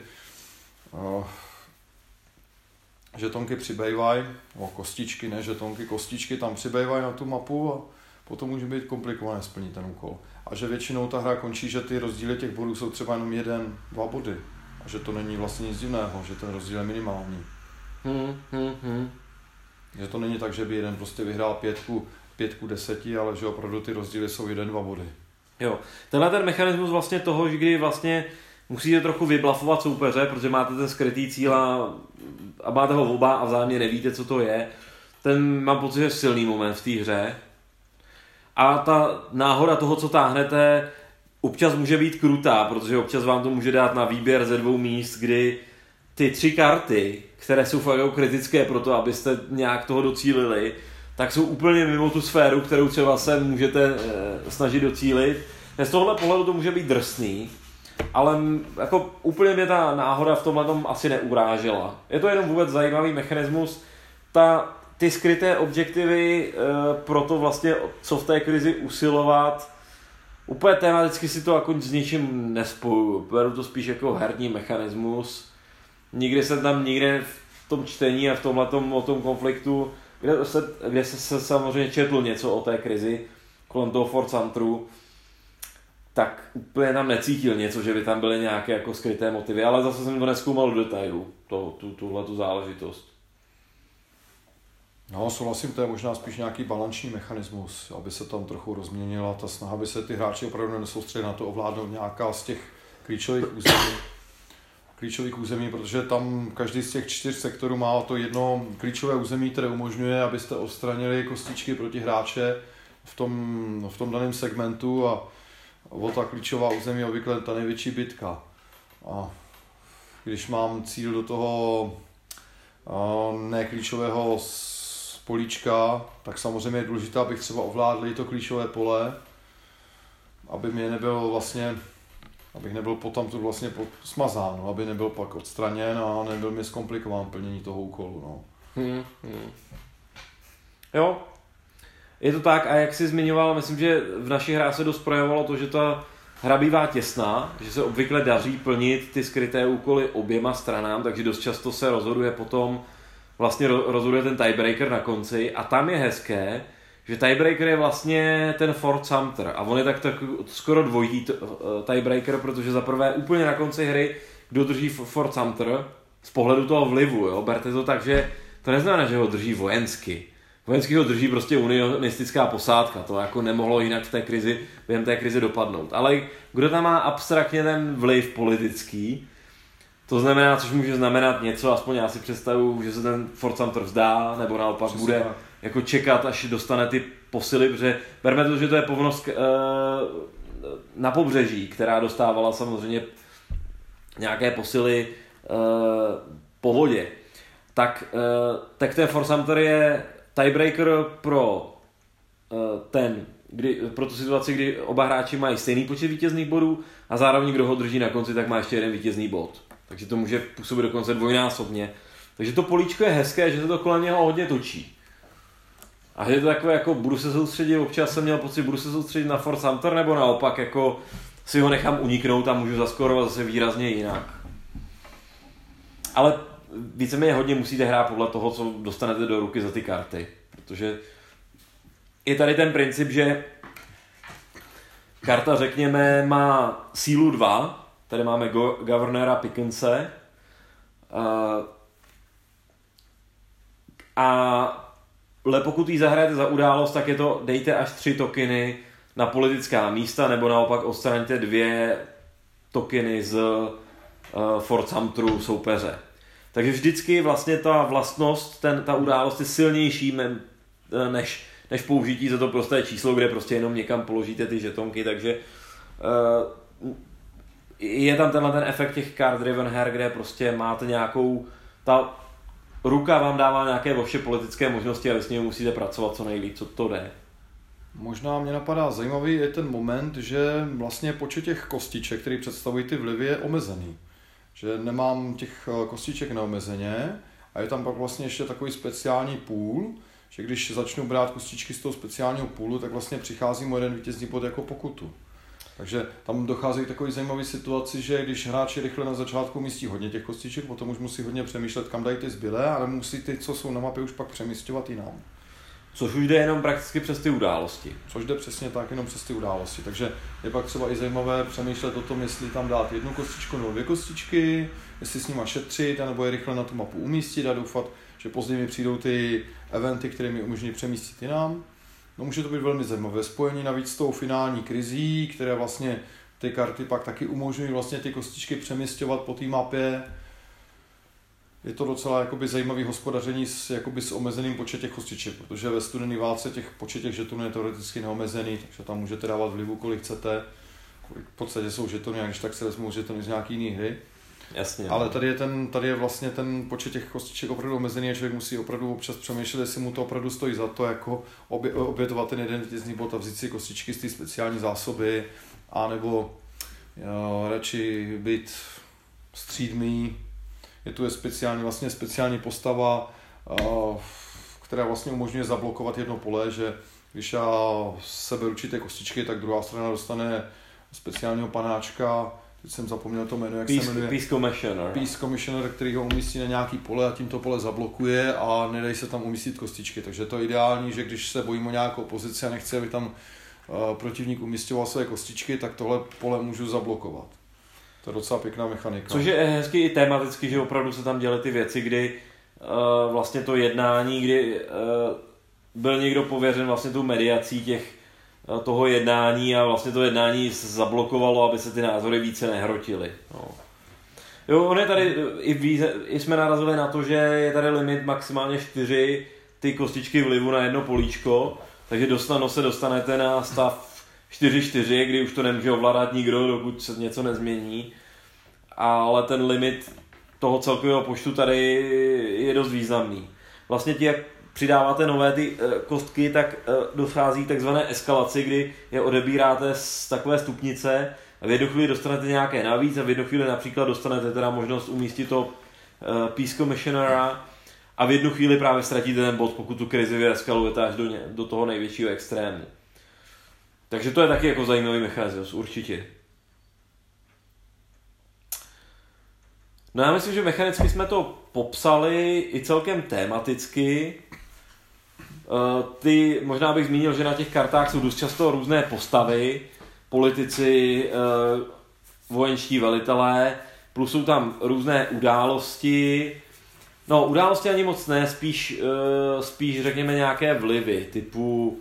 žetonky přibývají, kostičky, ne žetonky, kostičky tam přibývají na tu mapu a potom může být komplikované splnit ten úkol. A že většinou ta hra končí, že ty rozdíly těch bodů jsou třeba jenom 1-2 body. A že to není vlastně nic divného, že ten rozdíl je minimální. Že to není tak, že by jeden prostě vyhrál 5-10, ale že opravdu ty rozdíly jsou 1-2 body. Jo, tenhle ten mechanismus vlastně toho, že kdy vlastně musíte trochu vyblafovat soupeře, protože máte ten skrytý cíl a máte ho oba a vzájemně nevíte, co to je. Ten mám pocit, že je silný moment v té hře. A ta náhoda toho, co táhnete, občas může být krutá, protože občas vám to může dát na výběr ze 2 míst, kdy ty 3 karty, které jsou fakt kritické pro to, abyste nějak toho docílili, tak jsou úplně mimo tu sféru, kterou třeba se můžete snažit docílit. Z tohohle pohledu to může být drsný, ale jako úplně mě ta náhoda v tomhle tom asi neurážela. Je to jenom vůbec zajímavý mechanismus. Ty skryté objektivy pro to vlastně, co v té krizi usilovat, Úplně tematicky si to jako s ničím nespojuju. Beru to spíš jako herní mechanismus. Nikdy jsem tam nikde v tom čtení a v tomhletom o tom konfliktu, kde se samozřejmě četl něco o té krizi kolem toho Fort Sumteru, tak úplně tam necítil něco, že by tam byly nějaké jako skryté motivy, ale zase jsem to nezkoumal do detailu, tuhletu záležitost. No, souhlasím, to je možná spíš nějaký balanční mechanismus, aby se tam trochu rozměnila ta snaha, aby se ty hráči opravdu nesoustředili na to ovládnout nějaká z těch klíčových území, protože tam každý z těch 4 sektorů má to jedno klíčové území, které umožňuje, abyste odstranili kostičky proti hráče v tom daném segmentu a o ta klíčová území je obvykle ta největší bitka. A když mám cíl do toho neklíčového políčka, tak samozřejmě je důležité, abych třeba ovládl to klíčové pole, aby mě nebyl vlastně, abych nebyl potom tu vlastně smazán, no, aby nebyl pak odstraněn a nebyl mi zkomplikován plnění toho úkolu. No. Jo, je to tak a jak jsi zmiňoval, myslím, že v naší hře se dost projevovalo to, že ta hra bývá těsná, že se obvykle daří plnit ty skryté úkoly oběma stranám, takže dost často se rozhoduje potom, vlastně rozhoduje ten tiebreaker na konci a tam je hezké, že tiebreaker je vlastně ten Fort Sumter a on je tak skoro dvojitý tiebreaker, protože za prvé úplně na konci hry, kdo drží Fort Sumter z pohledu toho vlivu, jo, berte to tak, že to neznamená, že ho drží vojensky. Vojensky ho drží prostě unionistická posádka, to jako nemohlo jinak v té krizi, během té krize dopadnout. Ale kdo tam má abstraktně ten vliv politický, to znamená, což může znamenat něco, aspoň já si představuju, že se ten Fort Sumter vzdá, nebo naopak bude jako čekat, až dostane ty posily, protože berme to, že to je povinnost na pobřeží, která dostávala samozřejmě nějaké posily po vodě. Tak ten Fort Sumter je tiebreaker pro pro tu situaci, kdy oba hráči mají stejný počet vítězných bodů a zároveň kdo ho drží na konci, tak má ještě jeden vítězný bod. Takže to může působit dokonce dvojnásobně. Takže to políčko je hezké, že se to kolem něho hodně točí. A že je to takové jako budu se soustředit, občas jsem měl pocit, budu se soustředit na Fort Sumter, nebo naopak jako si ho nechám uniknout a můžu zaskorovat zase výrazně jinak. Ale víceméně hodně musíte hrát podle toho, co dostanete do ruky za ty karty. Protože je tady ten princip, že karta, řekněme, má sílu 2, tady máme Governora Pickense, ale pokud ji zahrajete za událost, tak je to dejte až 3 tokeny na politická místa, nebo naopak odstraňte 2 tokeny z Fort Sumteru soupeře. Takže vždycky vlastně ta vlastnost, ta událost je silnější než použití za to prosté číslo, kde prostě jenom někam položíte ty žetonky, takže je tam ten efekt těch card driven her, kde prostě máte nějakou, ta ruka vám dává nějaké vaše politické možnosti a vy s nimi musíte pracovat co nejlíp, co to jde. Možná mě napadá zajímavý je ten moment, že vlastně počet těch kostiček, který představují ty vlivy, je omezený. Že nemám těch kostiček neomezeně a je tam pak vlastně ještě takový speciální půl, že když začnu brát kostičky z toho speciálního půlu, tak vlastně přichází mu jeden vítězný bod jako pokutu. Takže tam dochází k takové zajímavé situaci, že když hráči rychle na začátku umístí hodně těch kostiček, potom už musí hodně přemýšlet, kam dají ty zbylé, ale musí ty, co jsou na mapě, už pak přemísťovat jinam. Což už jde jenom prakticky přes ty události. Což jde přesně tak, jenom přes ty události. Takže je pak třeba i zajímavé přemýšlet o tom, jestli tam dát 1 kostičku nebo 2 kostičky, jestli s nima šetřit, nebo je rychle na tu mapu umístit a doufat, že později mi přijdou ty eventy, které mi umožní přemístit jinam. No, může to být velmi zajímavé spojení navíc s tou finální krizí, které vlastně ty karty pak taky umožňují vlastně ty kostičky přemísťovat po té mapě. Je to docela jakoby zajímavé hospodaření s omezeným počet těch kostiček, protože ve studené válce počet těch žetonů je teoreticky neomezený, takže tam můžete dávat vlivu, kolik chcete. V podstatě jsou žetony, a když tak se vezmou žetony z nějaký jiné hry. Jasně. Ale tady je vlastně ten počet těch kostiček opravdu omezený a člověk musí opravdu občas přemýšlet, jestli mu to opravdu stojí za to, jako obětovat ten jeden vítězný bod a vzít si kostičky z té speciální zásoby, anebo radši být střídmý. Je tu speciální postava, která vlastně umožňuje zablokovat jedno pole, že Když já seberu určité kostičky, tak druhá strana dostane speciálního panáčka, teď jsem zapomněl to jméno, jak se jmenuje. Peace Commissioner. Peace Commissioner, který ho umístí na nějaký pole a tím to pole zablokuje a nedají se tam umístit kostičky. Takže to je ideální, že když se bojím o nějakou pozici a nechci, aby tam protivník umístěval své kostičky, tak tohle pole můžu zablokovat. To je docela pěkná mechanika. Což je hezky i tematicky, že opravdu se tam děly ty věci, kdy vlastně to jednání, kdy byl někdo pověřen vlastně tou mediací toho jednání a vlastně to jednání zablokovalo, aby se ty názory více nehrotily. No. Jo, on je tady, i jsme narazili na to, že je tady limit maximálně 4 ty kostičky vlivu na jedno políčko, takže se dostanete na stav 4-4, kdy už to nemůže ovládat nikdo, dokud se něco nezmění. Ale ten limit toho celkového počtu tady je dost významný. Vlastně ti, jak přidáváte nové ty kostky, tak dochází k takzvané eskalaci, kdy je odebíráte z takové stupnice a v jednu chvíli dostanete nějaké navíc a v jednu chvíli například dostanete teda možnost umístit to Peace Commissionera a v jednu chvíli právě ztratíte ten bod, pokud tu krizi vyeskalujete až do toho největšího extrému. Takže to je taky jako zajímavý mechanismus, určitě. No já myslím, že mechanicky jsme to popsali i celkem tematicky. Možná bych zmínil, že na těch kartách jsou dost často různé postavy, politici, vojenští velitelé, plus jsou tam různé události. No, události ani moc ne, spíš řekněme nějaké vlivy, typu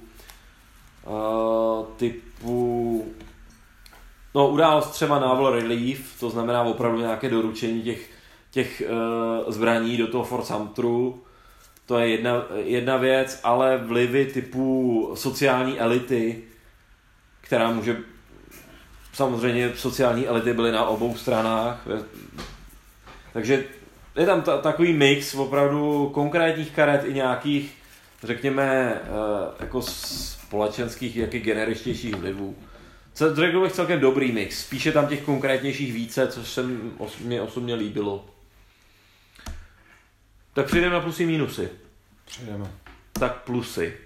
událost třeba Naval Relief, to znamená opravdu nějaké doručení těch zbraní do toho Fort Sumteru, to je jedna věc, ale vlivy typu sociální elity, která může, samozřejmě sociální elity byly na obou stranách, takže je tam takový mix opravdu konkrétních karet i nějakých, řekněme, jako společenských, jak i generičtějších vlivů. Řekl bych celkem dobrý mix, spíše tam těch konkrétnějších více, což se mě osobně líbilo. Tak přejdeme na plusy mínusy. Přejdeme. Tak plusy.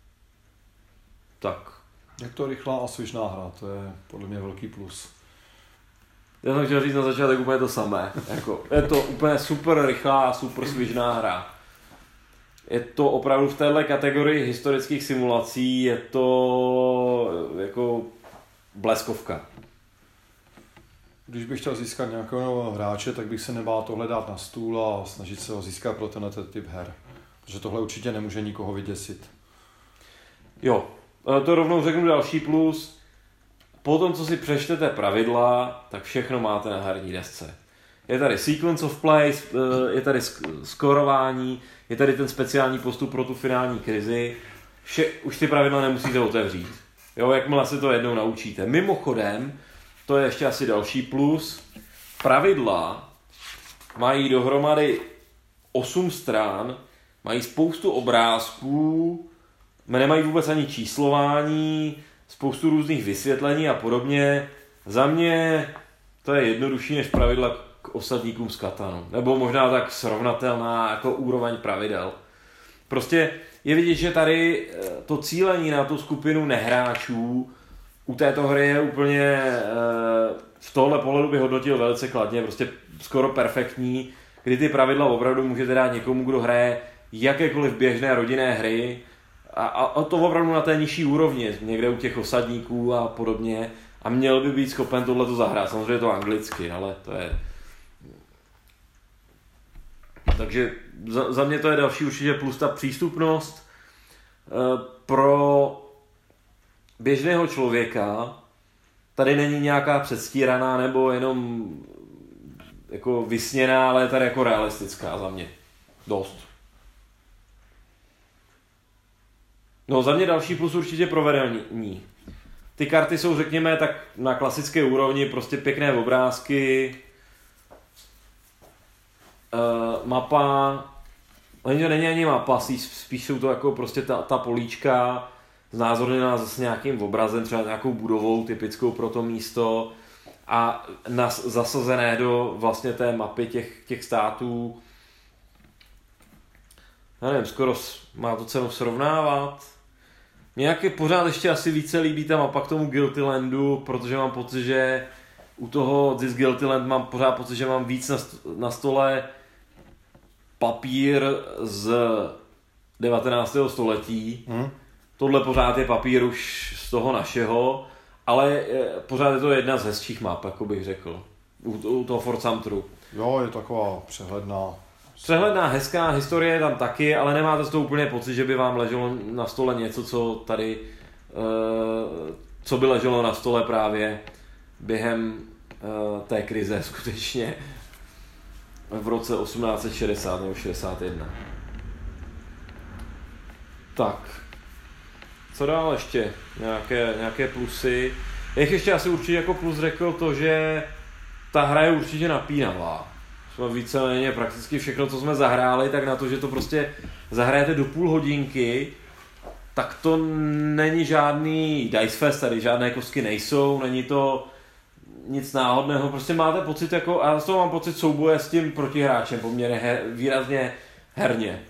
Tak. Jak to rychlá a svižná hra, to je podle mě velký plus. Já jsem chtěl říct na začátek úplně to samé. Jako, je to úplně super rychlá a super svižná hra. Je to opravdu v téhle kategorii historických simulací, je to jako bleskovka. Když bych chtěl získat nějakého nového hráče, tak bych se nebál tohle dát na stůl a snažit se ho získat pro tenhle typ her. Protože tohle určitě nemůže nikoho vyděsit. Jo, to rovnou řeknu další plus. Po tom, co si přečtete pravidla, tak všechno máte na herní desce. Je tady sequence of plays, je tady skórování, je tady ten speciální postup pro tu finální krizi. Už ty pravidla nemusíte otevřít. Jo, jakmile se to jednou naučíte. Mimochodem, to je ještě asi další plus. Pravidla mají dohromady 8 stran, mají spoustu obrázků, nemají vůbec ani číslování, spoustu různých vysvětlení a podobně. Za mě to je jednodušší než pravidla k osadníkům z Katanu. Nebo možná tak srovnatelná jako úroveň pravidel. Prostě je vidět, že tady to cílení na tu skupinu nehráčů u této hry je úplně v tohle pohledu bych hodnotil velice kladně, prostě skoro perfektní, kdy ty pravidla opravdu můžete dát někomu, kdo hraje jakékoliv běžné rodinné hry a to opravdu na té nižší úrovni, někde u těch osadníků a podobně a měl by být schopen tohleto zahrát, samozřejmě je to anglicky, ale to je... Takže za mě to je další určitě plus ta přístupnost pro běžného člověka. Tady není nějaká předstíraná nebo jenom jako vysněná, ale je tady jako realistická za mě. Dost. No za mě další plus určitě provedení. Ty karty jsou řekněme tak na klasické úrovni, prostě pěkné obrázky, mapa, to není ani mapa, spíš jsou to jako prostě ta políčka znázorněná zase nějakým obrazem, třeba nějakou budovou typickou pro to místo a zasazené do vlastně té mapy těch států. Já nevím, skoro má to cenu srovnávat. Mě nějaký pořád ještě asi více líbí ta mapa k tomu Guilty Landu, protože mám pocit, že u toho This Guilty Land mám pořád pocit, že mám víc na stole papír z 19. století. Tohle pořád je papír už z toho našeho, ale pořád je to jedna z hezčích map, jako bych řekl, u toho Fort Sumteru. Jo, je taková přehledná. Přehledná, hezká historie tam taky, ale nemáte z toho úplně pocit, že by vám leželo na stole něco, co tady, co by leželo na stole právě během té krize skutečně v roce 1860 nebo 61. Tak, co dál ještě? Nějaké plusy? Já bych ještě asi určitě jako plus řekl to, že ta hra je určitě napínavá. Jsme víceméně prakticky všechno, co jsme zahráli, tak na to, že to prostě zahrajete do půl hodinky, tak to není žádný dice fest, tady žádné kostky nejsou, není to nic náhodného, prostě máte pocit jako, a z toho mám pocit souboje s tím protihráčem poměrně výrazně herně.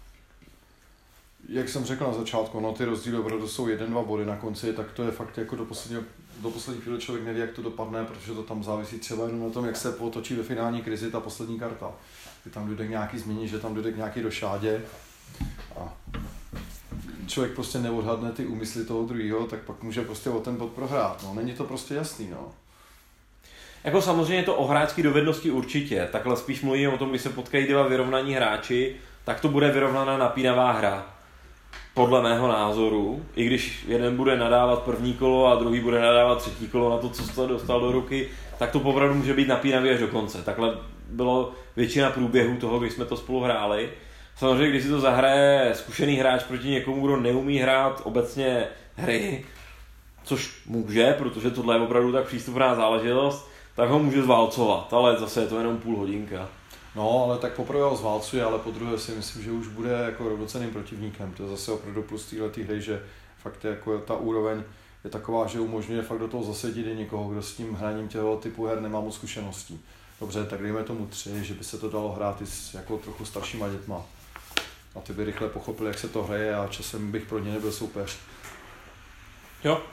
Jak jsem řekl na začátku, no ty rozdíly opravdu jsou 1-2 body na konci, tak to je fakt jako do poslední chvíle člověk neví, jak to dopadne, protože to tam závisí třeba jenom na tom, jak se potočí ve finální krizi ta poslední karta. Kdy tam dojde k nějaký změně, že tam dojde k nějaký došádě a člověk prostě neodhadne ty úmysly toho druhého, tak pak může prostě o ten bod prohrát. No, není to prostě jasný, no. Jako samozřejmě to o hráčské dovednosti určitě, takhle spíš mluvím o tom, když se potkají dva vyrovnaní hráči, tak to bude vyrovnaná napínavá hra. Podle mého názoru, i když jeden bude nadávat první kolo a druhý bude nadávat třetí kolo na to, co jste dostal do ruky, tak to opravdu může být napínavý až do konce. Takhle bylo většina průběhů toho, když jsme to spolu hráli. Samozřejmě, když si to zahraje zkušený hráč proti někomu, kdo neumí hrát obecně hry, což může, protože tohle je opravdu tak přístupná záležitost, tak ho může zválcovat, ale zase je to jenom půl hodinka. No, ale tak poprvé ho zválcuje, ale po druhé si myslím, že už bude jako rovnocenným protivníkem. To je zase opravdu plus téhletý hry, že fakt jako ta úroveň je taková, že umožňuje fakt do toho zasadit i někoho, kdo s tím hraním těho typu her nemá moc zkušeností. Dobře, tak dejme tomu 3, že by se to dalo hrát i s jako trochu staršíma dětma. A ty by rychle pochopili, jak se to hraje a časem bych pro ně nebyl soupeř. Jo.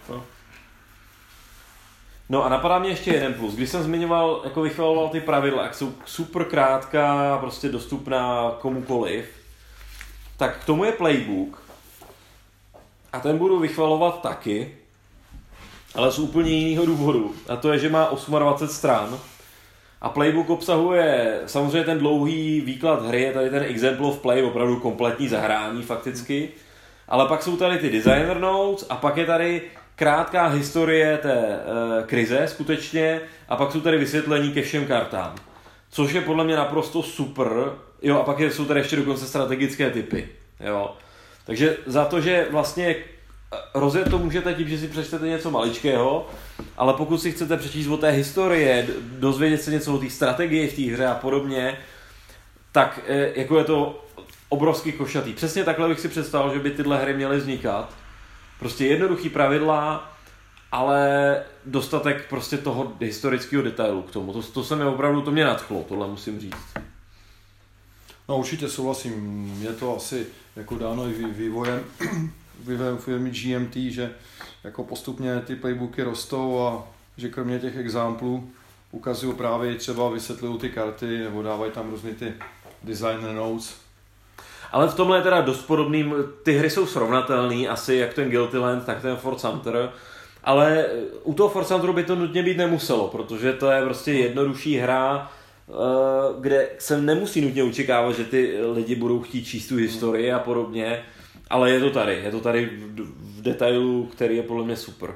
No a napadá mě ještě jeden plus. Když jsem zmiňoval, jako vychvaloval ty pravidla, jak jsou super krátká, prostě dostupná komukoliv, tak k tomu je playbook. A ten budu vychvalovat taky, ale z úplně jiného důvodu. A to je, že má 28 stran. A playbook obsahuje samozřejmě ten dlouhý výklad hry, je tady ten example of play, opravdu kompletní zahrání fakticky. Ale pak jsou tady ty designer notes a pak je tady krátká historie té krize skutečně a pak jsou tady vysvětlení ke všem kartám. Což je podle mě naprosto super. Jo, a pak jsou tady ještě dokonce strategické typy. Jo. Takže za to, že vlastně rozjet to můžete tím, že si přečtete něco maličkého, ale pokud si chcete přečíst o té historie, dozvědět se něco o té strategii v té hře a podobně, tak jako je to obrovský košatý. Přesně takhle bych si představil, že by tyhle hry měly vznikat. Prostě jednoduchý pravidla, ale dostatek prostě toho historického detailu k tomu. To se mi opravdu, to mě nadchlo, tohle musím říct. No určitě souhlasím, je to asi jako dáno i vývojem firmy GMT, že jako postupně ty playbooky rostou a že kromě těch examplů ukazují právě třeba vysvětlují ty karty nebo dávají tam různý ty designer notes. Ale v tomhle je teda dost podobný, ty hry jsou srovnatelný, asi jak ten Guilty Land, tak ten Fort Sumter, ale u toho Fort Sumteru by to nutně být nemuselo, protože to je prostě jednodušší hra, kde se nemusí nutně očekávat, že ty lidi budou chtít číst tu historii a podobně, ale je to tady v detailu, který je podle mě super.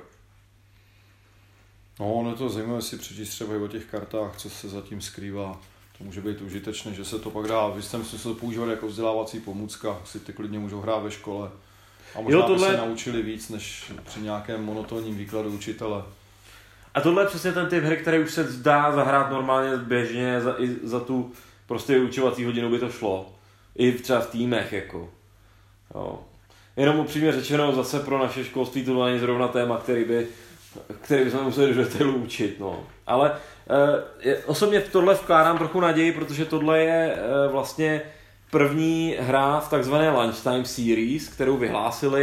No, ono je to zajímavé si přečíst třeba i o těch kartách, co se zatím skrývá. To může být užitečné, že se to pak dá v jistém smyslu používat jako vzdělávací pomůcka, si ty klidně můžou hrát ve škole. A možná by se naučili víc, než při nějakém monotónním výkladu učitele. A tohle je přesně ten typ hry, který už se dá zahrát normálně běžně, i za tu prostě vyučovací hodinu by to šlo. I třeba v týmech, jako. Jo. Jenom upřímně řečeno, zase pro naše školství to není zrovna téma, který bychom museli do detailu učit, no. Ale osobně v tohle vkládám trochu naději, protože tohle je vlastně první hra v takzvané Lunchtime Series, kterou vyhlásili.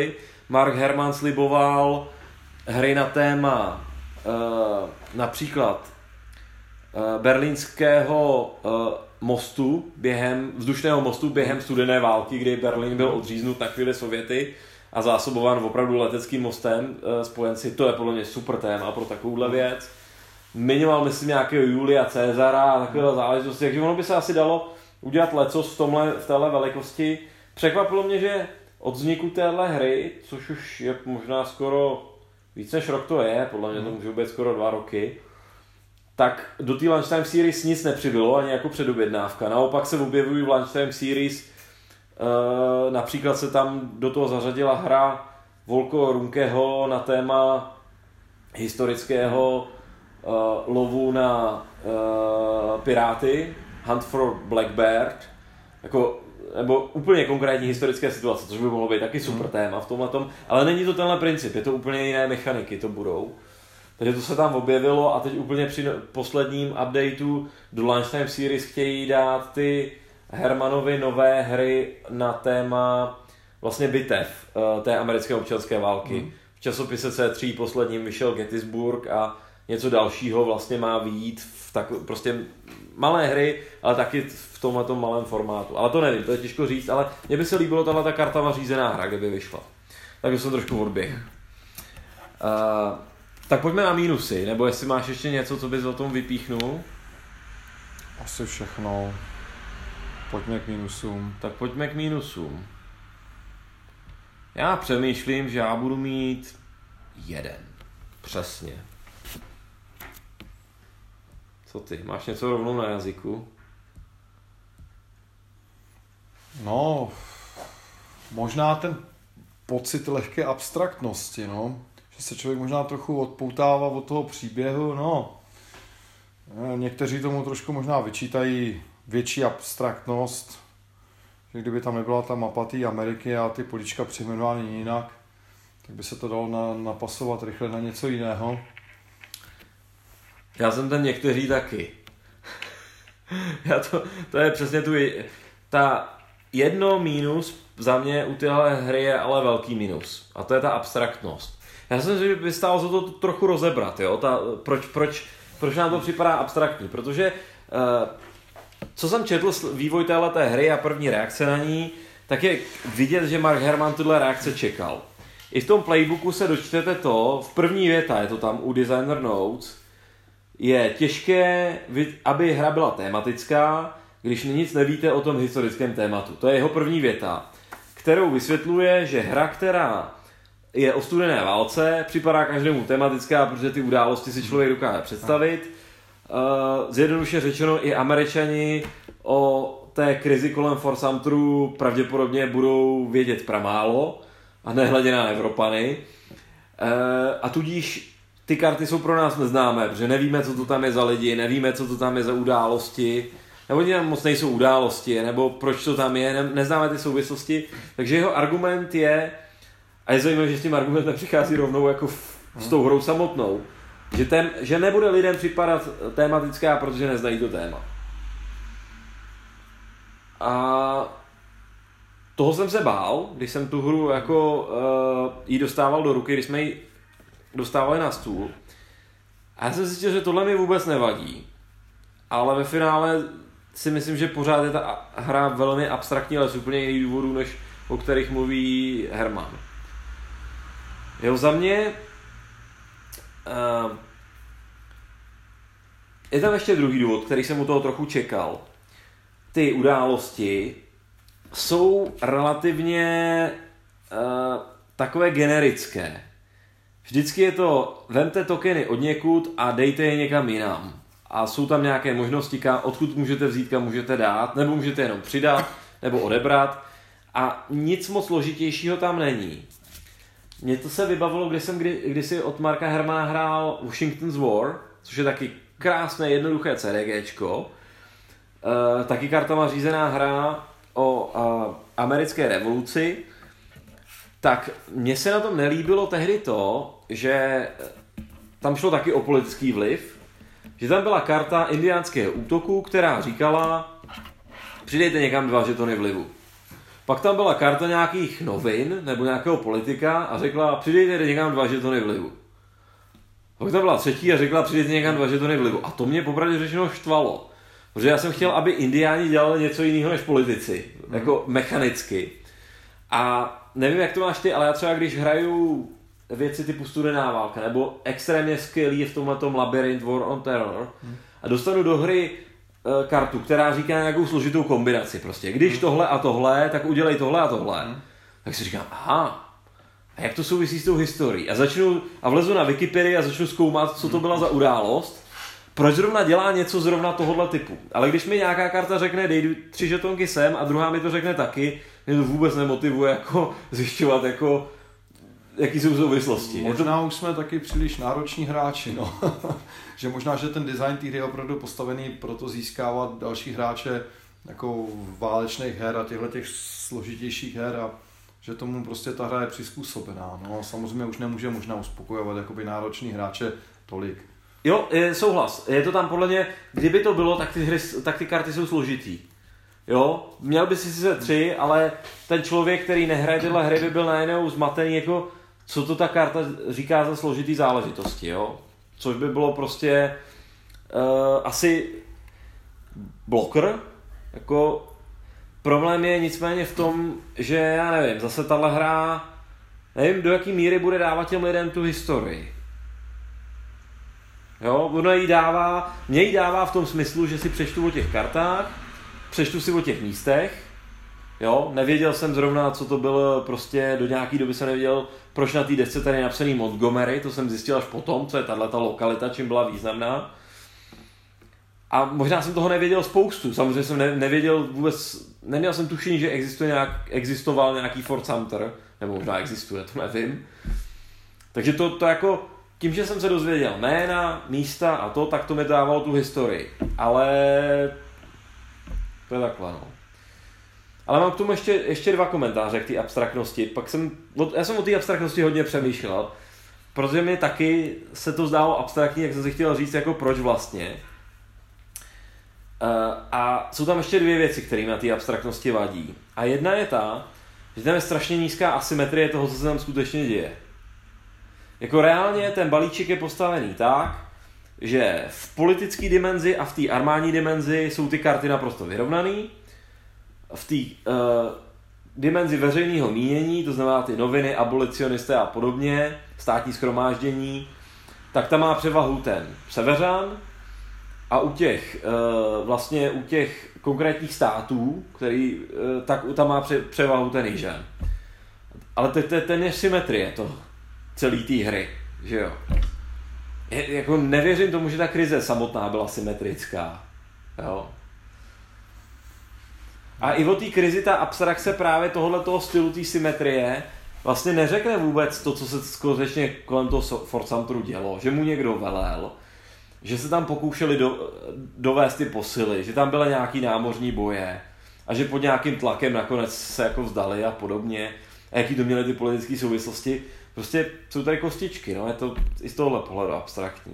Mark Herman sliboval hry na téma například berlínského vzdušného mostu během studené války, kdy Berlín byl odříznut na chvíli Sověty a zásobován opravdu leteckým mostem spojenci. To je podle mě super téma pro takovouhle věc. Zmiňoval, myslím, nějakého Julia Cezara a takové záležitosti, takže ono by se asi dalo udělat lecos v téhle velikosti. Překvapilo mě, že od vzniku téhle hry, což už je možná skoro víc než rok to je, podle mě to může být skoro 2 roky, tak do té Lunchtime Series nic nepřibylo, ani jako předobjednávka. Naopak se objevují v Lunchtime Series, například se tam do toho zařadila hra Volko Runkeho na téma historického lovu na piráty, Hunt for Blackbeard, jako, nebo úplně konkrétní historické situace, což by mohlo být taky super téma v tomhletom, ale není to tenhle princip, je to úplně jiné mechaniky, to budou. Takže to se tam objevilo a teď úplně při posledním updateu do Lunchtime Series chtějí dát ty Hermanovy nové hry na téma vlastně bitev té americké občanské války. V časopise C3 posledním vyšel Gettysburg a něco dalšího vlastně má vyjít v prostě malé hry, ale taky v tomhletom malém formátu. Ale to nevím, to je těžko říct, ale mně by se líbilo ta kartava řízená hra, kdyby vyšla. Takže jsem trošku odběh. Tak pojďme na mínusy, nebo jestli máš ještě něco, co bys o tom vypíchnul? Asi všechno. Pojďme k mínusům. Tak pojďme k mínusům. Já přemýšlím, že já budu mít 1. Přesně. Co ty? Máš něco rovnou na jazyku? No, možná ten pocit lehké abstraktnosti, no. Že se člověk možná trochu odpoutává od toho příběhu, no. Někteří tomu trošku možná vyčítají větší abstraktnost, že kdyby tam nebyla ta mapa té Ameriky a ty políčka přejmenovány jinak, tak by se to dalo napasovat rychle na něco jiného. Já jsem ten někteří taky. To je přesně ta jedno mínus za mě u téhle hry je ale velký mínus. A to je ta abstraktnost. Já jsem si, že by stálo za to trochu rozebrat, jo? Proč nám to připadá abstraktní? Protože co jsem četl vývoj téhleté hry a první reakce na ní, tak je vidět, že Mark Herman tuhle reakce čekal. I v tom playbooku se dočtete to, v první věta je to tam u Designer Notes, je těžké, aby hra byla tematická, když nic nevíte o tom historickém tématu. To je jeho první věta, kterou vysvětluje, že hra, která je o studené válce, připadá každému tematická, protože ty události si člověk dokáže představit. Zjednoduše řečeno, i Američani o té krizi kolem Fort Sumteru pravděpodobně budou vědět pramálo a nehledě na Evropany. A tudíž ty karty jsou pro nás neznámé, protože nevíme, co to tam je za lidi, nevíme, co to tam je za události, nebo tam moc nejsou události, nebo proč to tam je, neznáme ty souvislosti. Takže jeho argument je, a je zajímavé, že s tím argumentem přichází rovnou jako s tou hrou samotnou, že nebude lidem připadat tématická, protože neznají to téma. A toho jsem se bál, když jsem tu hru jako jí dostával do ruky, když jsme ji dostávali na stůl. A já jsem zjistil, že tohle mi vůbec nevadí. Ale ve finále si myslím, že pořád je ta hra velmi abstraktní, ale z úplně jiných důvodů, než o kterých mluví Herman. Jo, za mě je tam ještě druhý důvod, který jsem u toho trochu čekal. Ty události jsou relativně takové generické. Vždycky je to, vemte tokeny odněkud a dejte je někam jinam. A jsou tam nějaké možnosti, odkud můžete vzít, kam můžete dát, nebo můžete jenom přidat, nebo odebrat. A nic moc složitějšího tam není. Mně to se vybavilo, když jsem kdysi od Marka Hermana hrál Washington's War, což je taky krásné, jednoduché CDGčko. Taky kartama řízená hra o americké revoluci. Tak mně se na tom nelíbilo tehdy to, že tam šlo taky o politický vliv, že tam byla karta indiánského útoku, která říkala, přidejte někam 2 žetony vlivu. Pak tam byla karta nějakých novin nebo nějakého politika a řekla, přidejte někam 2 žetony vlivu. Pak tam byla třetí a řekla, přidejte někam 2 žetony vlivu. A to mě popravdě řečeno štvalo. Protože já jsem chtěl, aby Indiáni dělali něco jiného než politici. Jako mechanicky. A nevím, jak to máš ty, ale já třeba když hraju věci typu Studená válka, nebo extrémně skvělý je v tomhletom Labyrinth War on Terror a dostanu do hry kartu, která říká nějakou složitou kombinaci prostě. Když tohle a tohle, tak udělej tohle a tohle. Tak si říkám, aha, a jak to souvisí s tou historií? A vlezu na Wikipedii a začnu zkoumat, co to byla za událost, proč zrovna dělá něco zrovna tohohle typu. Ale když mi nějaká karta řekne, dej 3 žetonky sem a druhá mi to řekne taky, mě to vůbec nemotivuje jako zjišťovat, jako jaký jsou souvislosti. Možná už jsme taky příliš nároční hráči, no. Že možná, že ten design té hry je opravdu postavený pro to získávat další hráče jako válečných her a těch složitějších her a že tomu prostě ta hra je přizpůsobená. No a samozřejmě už nemůže možná uspokojovat jakoby náročný hráče tolik. Jo, souhlas. Je to tam podle mě, kdyby to bylo, tak ty karty jsou složitý. Jo, měl by si sice 3, ale ten člověk, který nehraje tyhle hry, by byl najednou zmatený, jako co to ta karta říká za složitý záležitosti, jo. Což by bylo prostě asi blocker, jako problém je nicméně v tom, že já nevím, zase tahle hra, nevím do jaký míry bude dávat těm lidem tu historii. Jo, mě jí dává v tom smyslu, že si přečtu o těch kartách, přečtu si o těch místech, jo, nevěděl jsem zrovna, co to bylo, prostě do nějaký doby jsem nevěděl, proč na té desce tady je napsaný Montgomery, to jsem zjistil až potom, co je tato lokalita, čím byla významná. A možná jsem toho nevěděl spoustu, samozřejmě jsem nevěděl vůbec, neměl jsem tušení, že existoval nějaký Fort Sumter, nebo možná existuje, to nevím. Takže to jako, tím, že jsem se dozvěděl jména, místa a to, tak to mi dávalo tu historii. Ale to je takhle, no. Ale mám k tomu ještě 2 komentáře k té abstraktnosti. Já jsem o té abstraktnosti hodně přemýšlel, protože mi taky se to zdálo abstraktní, jak jsem si chtěl říct, jako proč vlastně. A jsou tam ještě 2 věci, které na té abstraktnosti vadí. A jedna je ta, že tam je strašně nízká asymetrie toho, co se tam skutečně děje. Jako reálně ten balíček je postavený tak, že v politické dimenzi a v té armádní dimenzi jsou ty karty naprosto vyrovnaný. V té dimenzi veřejného mínění, to znamená ty noviny, abolicionisté a podobně, státní shromáždění, tak tam má převahu ten Severan a u těch konkrétních států, tak tam má převahu ten Jižan. Ale ten je symetrie to celý té hry, že jo. Jako nevěřím tomu, že ta krize samotná byla symetrická, jo. A i o té krizi ta abstrakce právě tohoto stylu té symetrie vlastně neřekne vůbec to, co se skutečně kolem toho Fort Sumteru dělo, že mu někdo velel, že se tam pokoušeli dovést ty posily, že tam byly nějaký námořní boje a že pod nějakým tlakem nakonec se jako vzdali a podobně. A jaký to měly ty politické souvislosti. Prostě jsou tady kostičky, no, je to i z tohohle pohledu abstraktní.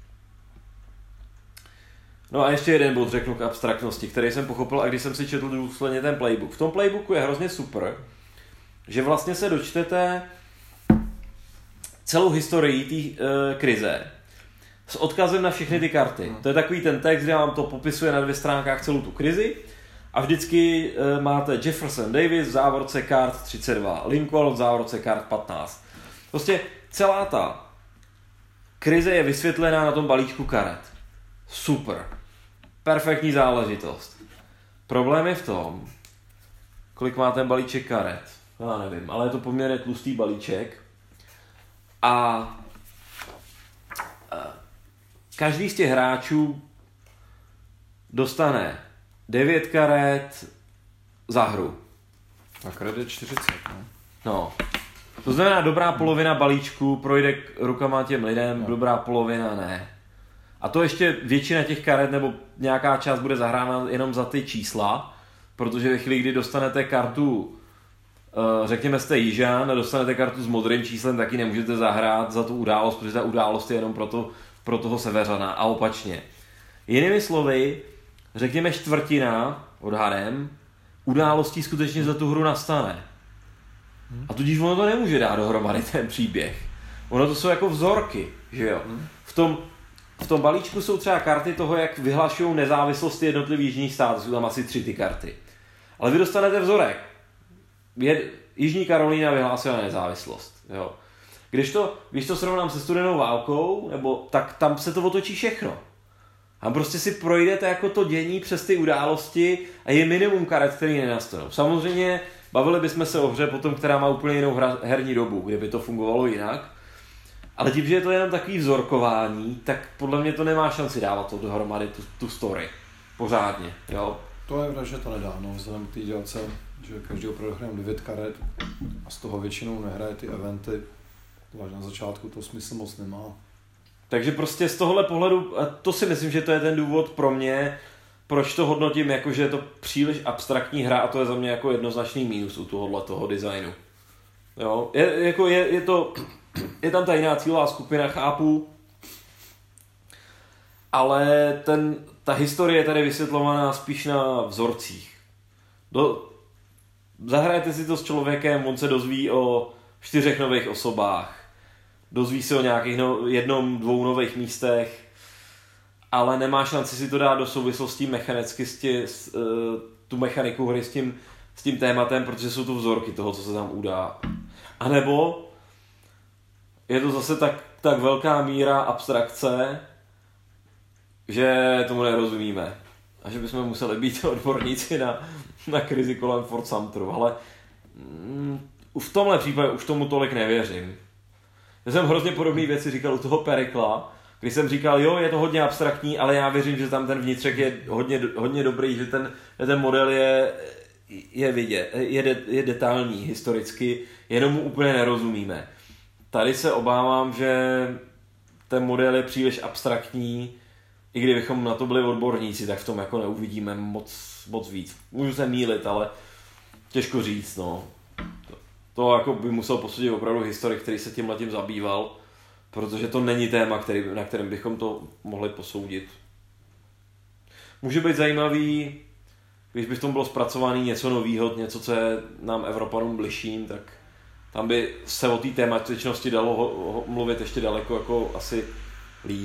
No a ještě jeden bod řeknu k abstraktnosti, který jsem pochopil, a když jsem si četl důsledně ten playbook. V tom playbooku je hrozně super, že vlastně se dočtete celou historii té krize s odkazem na všechny ty karty. To je takový ten text, kde vám to popisuje na 2 stránkách celou tu krizi a vždycky máte Jefferson Davis v závorce kart 32, Lincoln v závorce kart 15. Prostě celá ta krize je vysvětlená na tom balíčku karet. Super. Perfektní záležitost. Problém je v tom, kolik má ten balíček karet. Já nevím, ale je to poměrně tlustý balíček. A každý z těch hráčů dostane 9 karet za hru. A karet je 40, no. No. To znamená, dobrá polovina balíčku projde rukama těm lidem, no. Dobrá polovina ne. A to ještě většina těch karet nebo nějaká část bude zahrána jenom za ty čísla, protože ve chvíli, kdy dostanete kartu, řekněme jste Jižan a dostanete kartu s modrým číslem, taky nemůžete zahrát za tu událost, protože ta událost je jenom pro toho Severana a opačně. Jinými slovy, řekněme čtvrtina odhadem událostí skutečně za tu hru nastane. A tudíž ono to nemůže dát dohromady ten příběh. Ono to jsou jako vzorky, že jo. V tom balíčku jsou třeba karty toho, jak vyhlašují nezávislost jednotlivých jižních států, jsou tam asi 3 ty karty. Ale vy dostanete vzorek. Jižní Karolína vyhlásila nezávislost, jo. Když to srovnám se studenou válkou, tak tam se to otočí všechno. Tam prostě si projdete jako to dění přes ty události a je minimum karet, který nenastanou. Samozřejmě bavili bychom se o hře potom, která má úplně jinou herní dobu, kde by to fungovalo jinak. Ale tím, že je to jenom takový vzorkování, tak podle mě to nemá šanci dávat to dohromady, tu story. Pořádně, jo. To je pravda, že to nedá, no, vzhledem k té dělce, že každý opravdu hraje 9 karet a z toho většinou nehraje ty eventy. Takže na začátku to smysl moc nemá. Takže prostě z tohohle pohledu, a to si myslím, že to je ten důvod pro mě, proč to hodnotím, jako že je to příliš abstraktní hra a to je za mě jako jednoznačný mínus u toho designu. Jo, je tam ta jiná cílová skupina, chápu, ale ta historie je tady vysvětlovaná spíš na vzorcích. Zahrajete si to s člověkem, on se dozví o 4 nových osobách, dozví se o nějakých 1, 2 nových místech, ale nemá šanci si to dát do souvislostí mechanicky tu mechaniku hry s tím tématem, protože jsou to vzorky toho, co se tam udá. A nebo je to zase tak velká míra abstrakce, že tomu nerozumíme. A že bychom museli být odborníci na krizi kolem Fort Sumteru. Ale v tomhle případě už tomu tolik nevěřím. Já jsem hrozně podobné věci říkal u toho Perikla, když jsem říkal, jo, je to hodně abstraktní, ale já věřím, že tam ten vnitřek je hodně dobrý, že ten model je vidět, je detailní historicky, jenom mu úplně nerozumíme. Tady se obávám, že ten model je příliš abstraktní, i kdybychom na to byli odborníci, tak v tom jako neuvidíme moc víc. Můžu se mýlit, ale těžko říct, no. To jako by musel posudit opravdu historik, který se tímhletím zabýval, protože to není téma, na kterém bychom to mohli posoudit. Může být zajímavý, když by v tom bylo zpracované něco nového, něco, co je nám Evropanům bližším, tak tam by se o té tematičnosti dalo mluvit ještě daleko jako asi líp.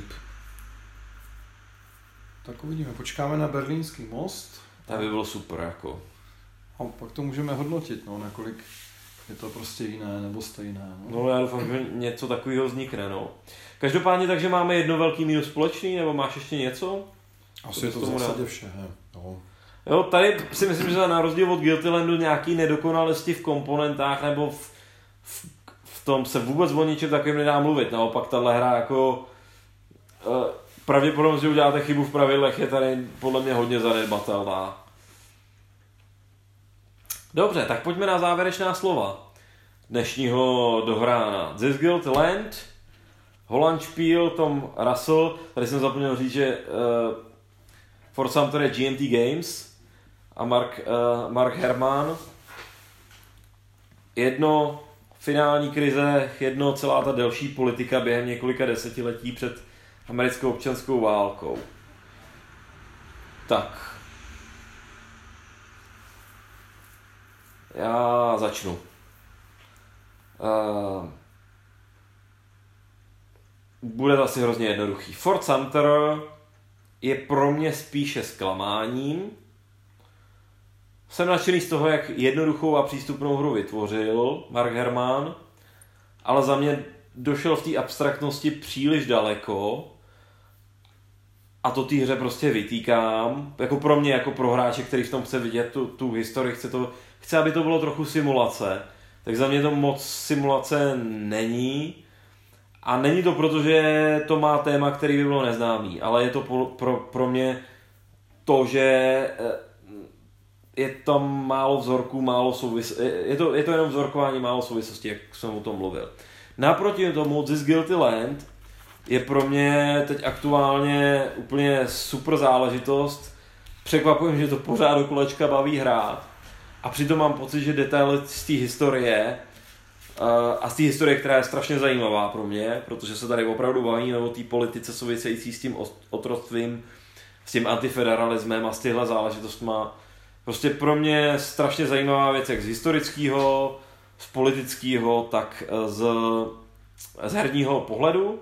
Tak uvidíme, počkáme na Berlínský most. To by bylo super, jako. A pak to můžeme hodnotit, no, nakolik je to prostě jiné nebo stejné. No já doufám, že něco takového vznikne, no. Každopádně takže máme jedno velký mínus společný, nebo máš ještě něco? Asi je to v zásadě vše, no. Jo, tady si myslím, že na rozdíl od Guilty Landu nějaký nedokonalosti v komponentách nebo v tom se vůbec o ničem takovým nedá mluvit. Naopak tahle hra jako pravděpodobnost, že uděláte chybu v pravidlech, je tady podle mě hodně zanedbatelná. Dobře, tak pojďme na závěrečná slova dnešního dohrána. This Guilty Land, Hollandspiel, Tom Russell, tady jsem zapomněl říct, že Fort Sumter je GMT Games a Mark Herman. Jedno finální krize, jedno celá ta delší politika během několika desetiletí před americkou občanskou válkou. Tak. Já začnu. Bude to asi hrozně jednoduchý. Fort Sumter je pro mě spíše zklamáním. Jsem nadšený z toho, jak jednoduchou a přístupnou hru vytvořil Mark Herman, ale za mě došel v té abstraktnosti příliš daleko a to té hře prostě vytýkám. Jako pro mě, jako pro hráče, který v tom chce vidět tu historii, chce, aby to bylo trochu simulace. Tak za mě to moc simulace není. A není to proto, že to má téma, který by bylo neznámý, ale je to pro mě to, že je tam málo vzorků, málo souvislostí. Je to jenom vzorkování, málo souvislostí, jak jsem o tom mluvil. Naproti tomu This Guilty Land je pro mě teď aktuálně úplně super záležitost. Překvapuje, že to pořád do kolečka baví hrát. A přitom mám pocit, že detaily z té historie a z té historie, která je strašně zajímavá pro mě, protože se tady opravdu bavíme o té politice související s tím otroctvím, s tím antifederalismem a s těchto záležitostma, Prostě pro mě strašně zajímavá věc, jak z historického, z politického, tak z herního pohledu.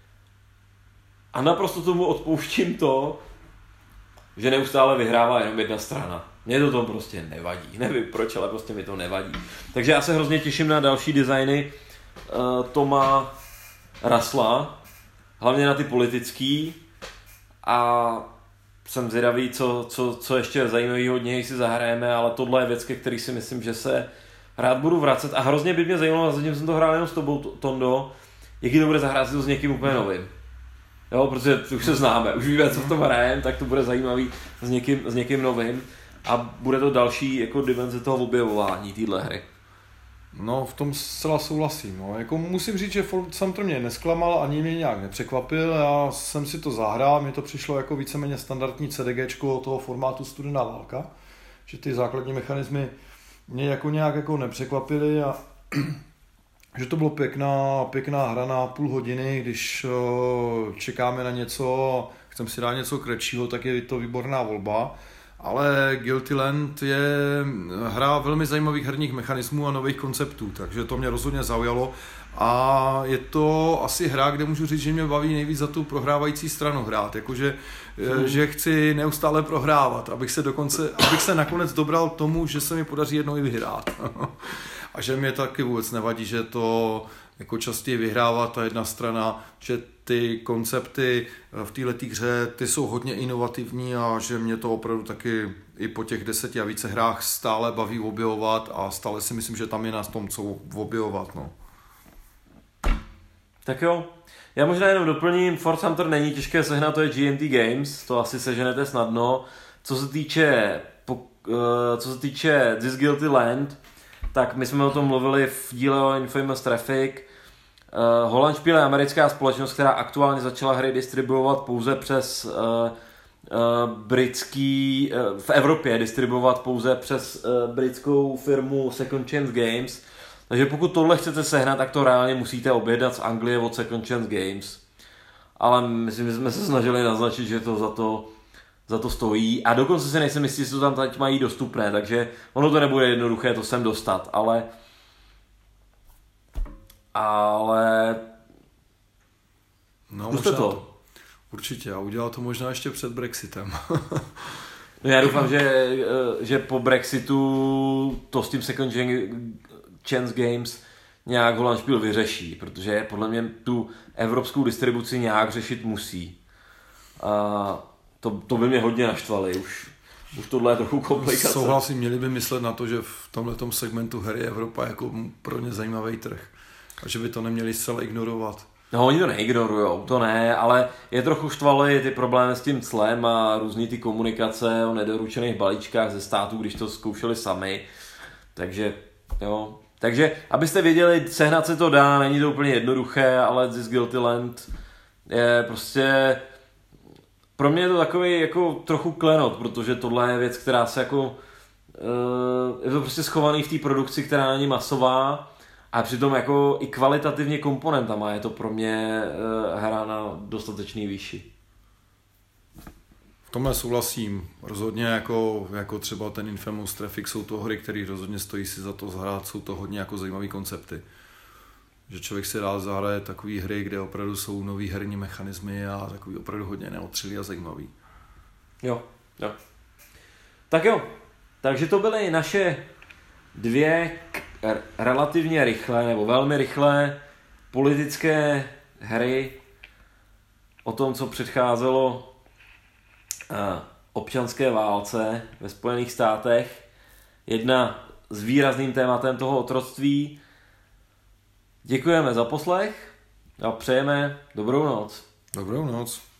A naprosto tomu odpouštím to, že neustále vyhrává jenom jedna strana. Mně to prostě nevadí. Nevím proč, ale prostě mi to nevadí. Takže já se hrozně těším na další designy Toma Russella, hlavně na ty politický, a jsem zvědavý, co ještě zajímavého od něj si zahrajeme, ale tohle je věc, ke který si myslím, že se rád budu vracet, a hrozně by mě zajímalo, zatím jsem to hrál jenom s tobou, Tondo, jaký to bude zahrát si to s někým úplně novým. Jo, protože už se známe, už víme, co v tom hrajeme, tak to bude zajímavý s někým novým a bude to další jako dimenze toho objevování téhle hry. No, v tom zcela souhlasím. No. Jako musím říct, že Fort Sumter mě nesklamal, ani mě nějak nepřekvapil. Já jsem si to zahrál, mně to přišlo jako víceméně standardní CDGčko toho formátu Studená válka, že ty základní mechanismy mě jako nějak jako nepřekvapily a že to bylo pěkná hra na půl hodiny, když čekáme na něco, chceme si dát něco kratšího, tak je to výborná volba. Ale Guilty Land je hra velmi zajímavých herních mechanismů a nových konceptů, takže to mě rozhodně zaujalo a je to asi hra, kde můžu říct, že mě baví nejvíc za tu prohrávající stranu hrát, jakože že chci neustále prohrávat, abych se nakonec dobral tomu, že se mi podaří jednou i vyhrát. A že mě taky vůbec nevadí, že to jako častěji vyhrává ta jedna strana, že ty koncepty v této hře, ty jsou hodně inovativní a že mě to opravdu taky i po těch 10 a více hrách stále baví objevovat a stále si myslím, že tam je na tom co objevovat. No. Tak jo, já možná jenom doplním, Fort Sumter není těžké sehnat, to je GMT Games, to asi seženete snadno. Co se týče This Guilty Land, tak my jsme o tom mluvili v díle o Infamous Traffic. Holandspiel je americká společnost, která aktuálně začala hry distribuovat pouze přes v Evropě distribuovat pouze přes britskou firmu Second Chance Games. Takže pokud tohle chcete sehnat, tak to reálně musíte objednat z Anglie od Second Chance Games. Ale myslím, že jsme se snažili naznačit, že to za to stojí. A dokonce si nejsem jistý, jestli to tam teď mají dostupné, takže ono to nebude jednoduché to sem dostat, ale no, možná to. Určitě, a udělal to možná ještě před Brexitem. No já doufám, že po Brexitu to s tím Second Chance Games nějak Holandspiel vyřeší, protože podle mě tu evropskou distribuci nějak řešit musí. A to by mě hodně naštvali, už tohle je trochu komplikace. Souhlasím, měli by myslet na to, že v tomhletom segmentu hry Evropa je jako pro ně zajímavý trh. A že by to neměli zcela ignorovat. No oni to neignorujou, to ne, ale je trochu štvaly ty problémy s tím clem a různý ty komunikace o nedoručených balíčkách ze států, když to zkoušeli sami. Takže jo. Takže abyste věděli, sehnat se to dá, není to úplně jednoduché, ale This Guilty Land je prostě... Pro mě je to takový jako trochu klenot, protože tohle je věc, která se jako... je to prostě schovaný v té produkci, která není masová a přitom jako i kvalitativně komponentama je to pro mě hra na dostatečný výši. V tomhle souhlasím. Rozhodně jako třeba ten Infamous Traffic jsou to hry, které rozhodně stojí si za to zahrát, jsou to hodně jako zajímavé koncepty. Že člověk si rád zahraje takové hry, kde opravdu jsou nový herní mechanismy a takový opravdu hodně neotřelý a zajímavý. Jo. Tak jo, takže to byly naše dvě relativně rychlé nebo velmi rychlé politické hry o tom, co předcházelo občanské válce ve Spojených státech. Jedna s výrazným tématem toho otroctví. Děkujeme za poslech a přejeme dobrou noc. Dobrou noc.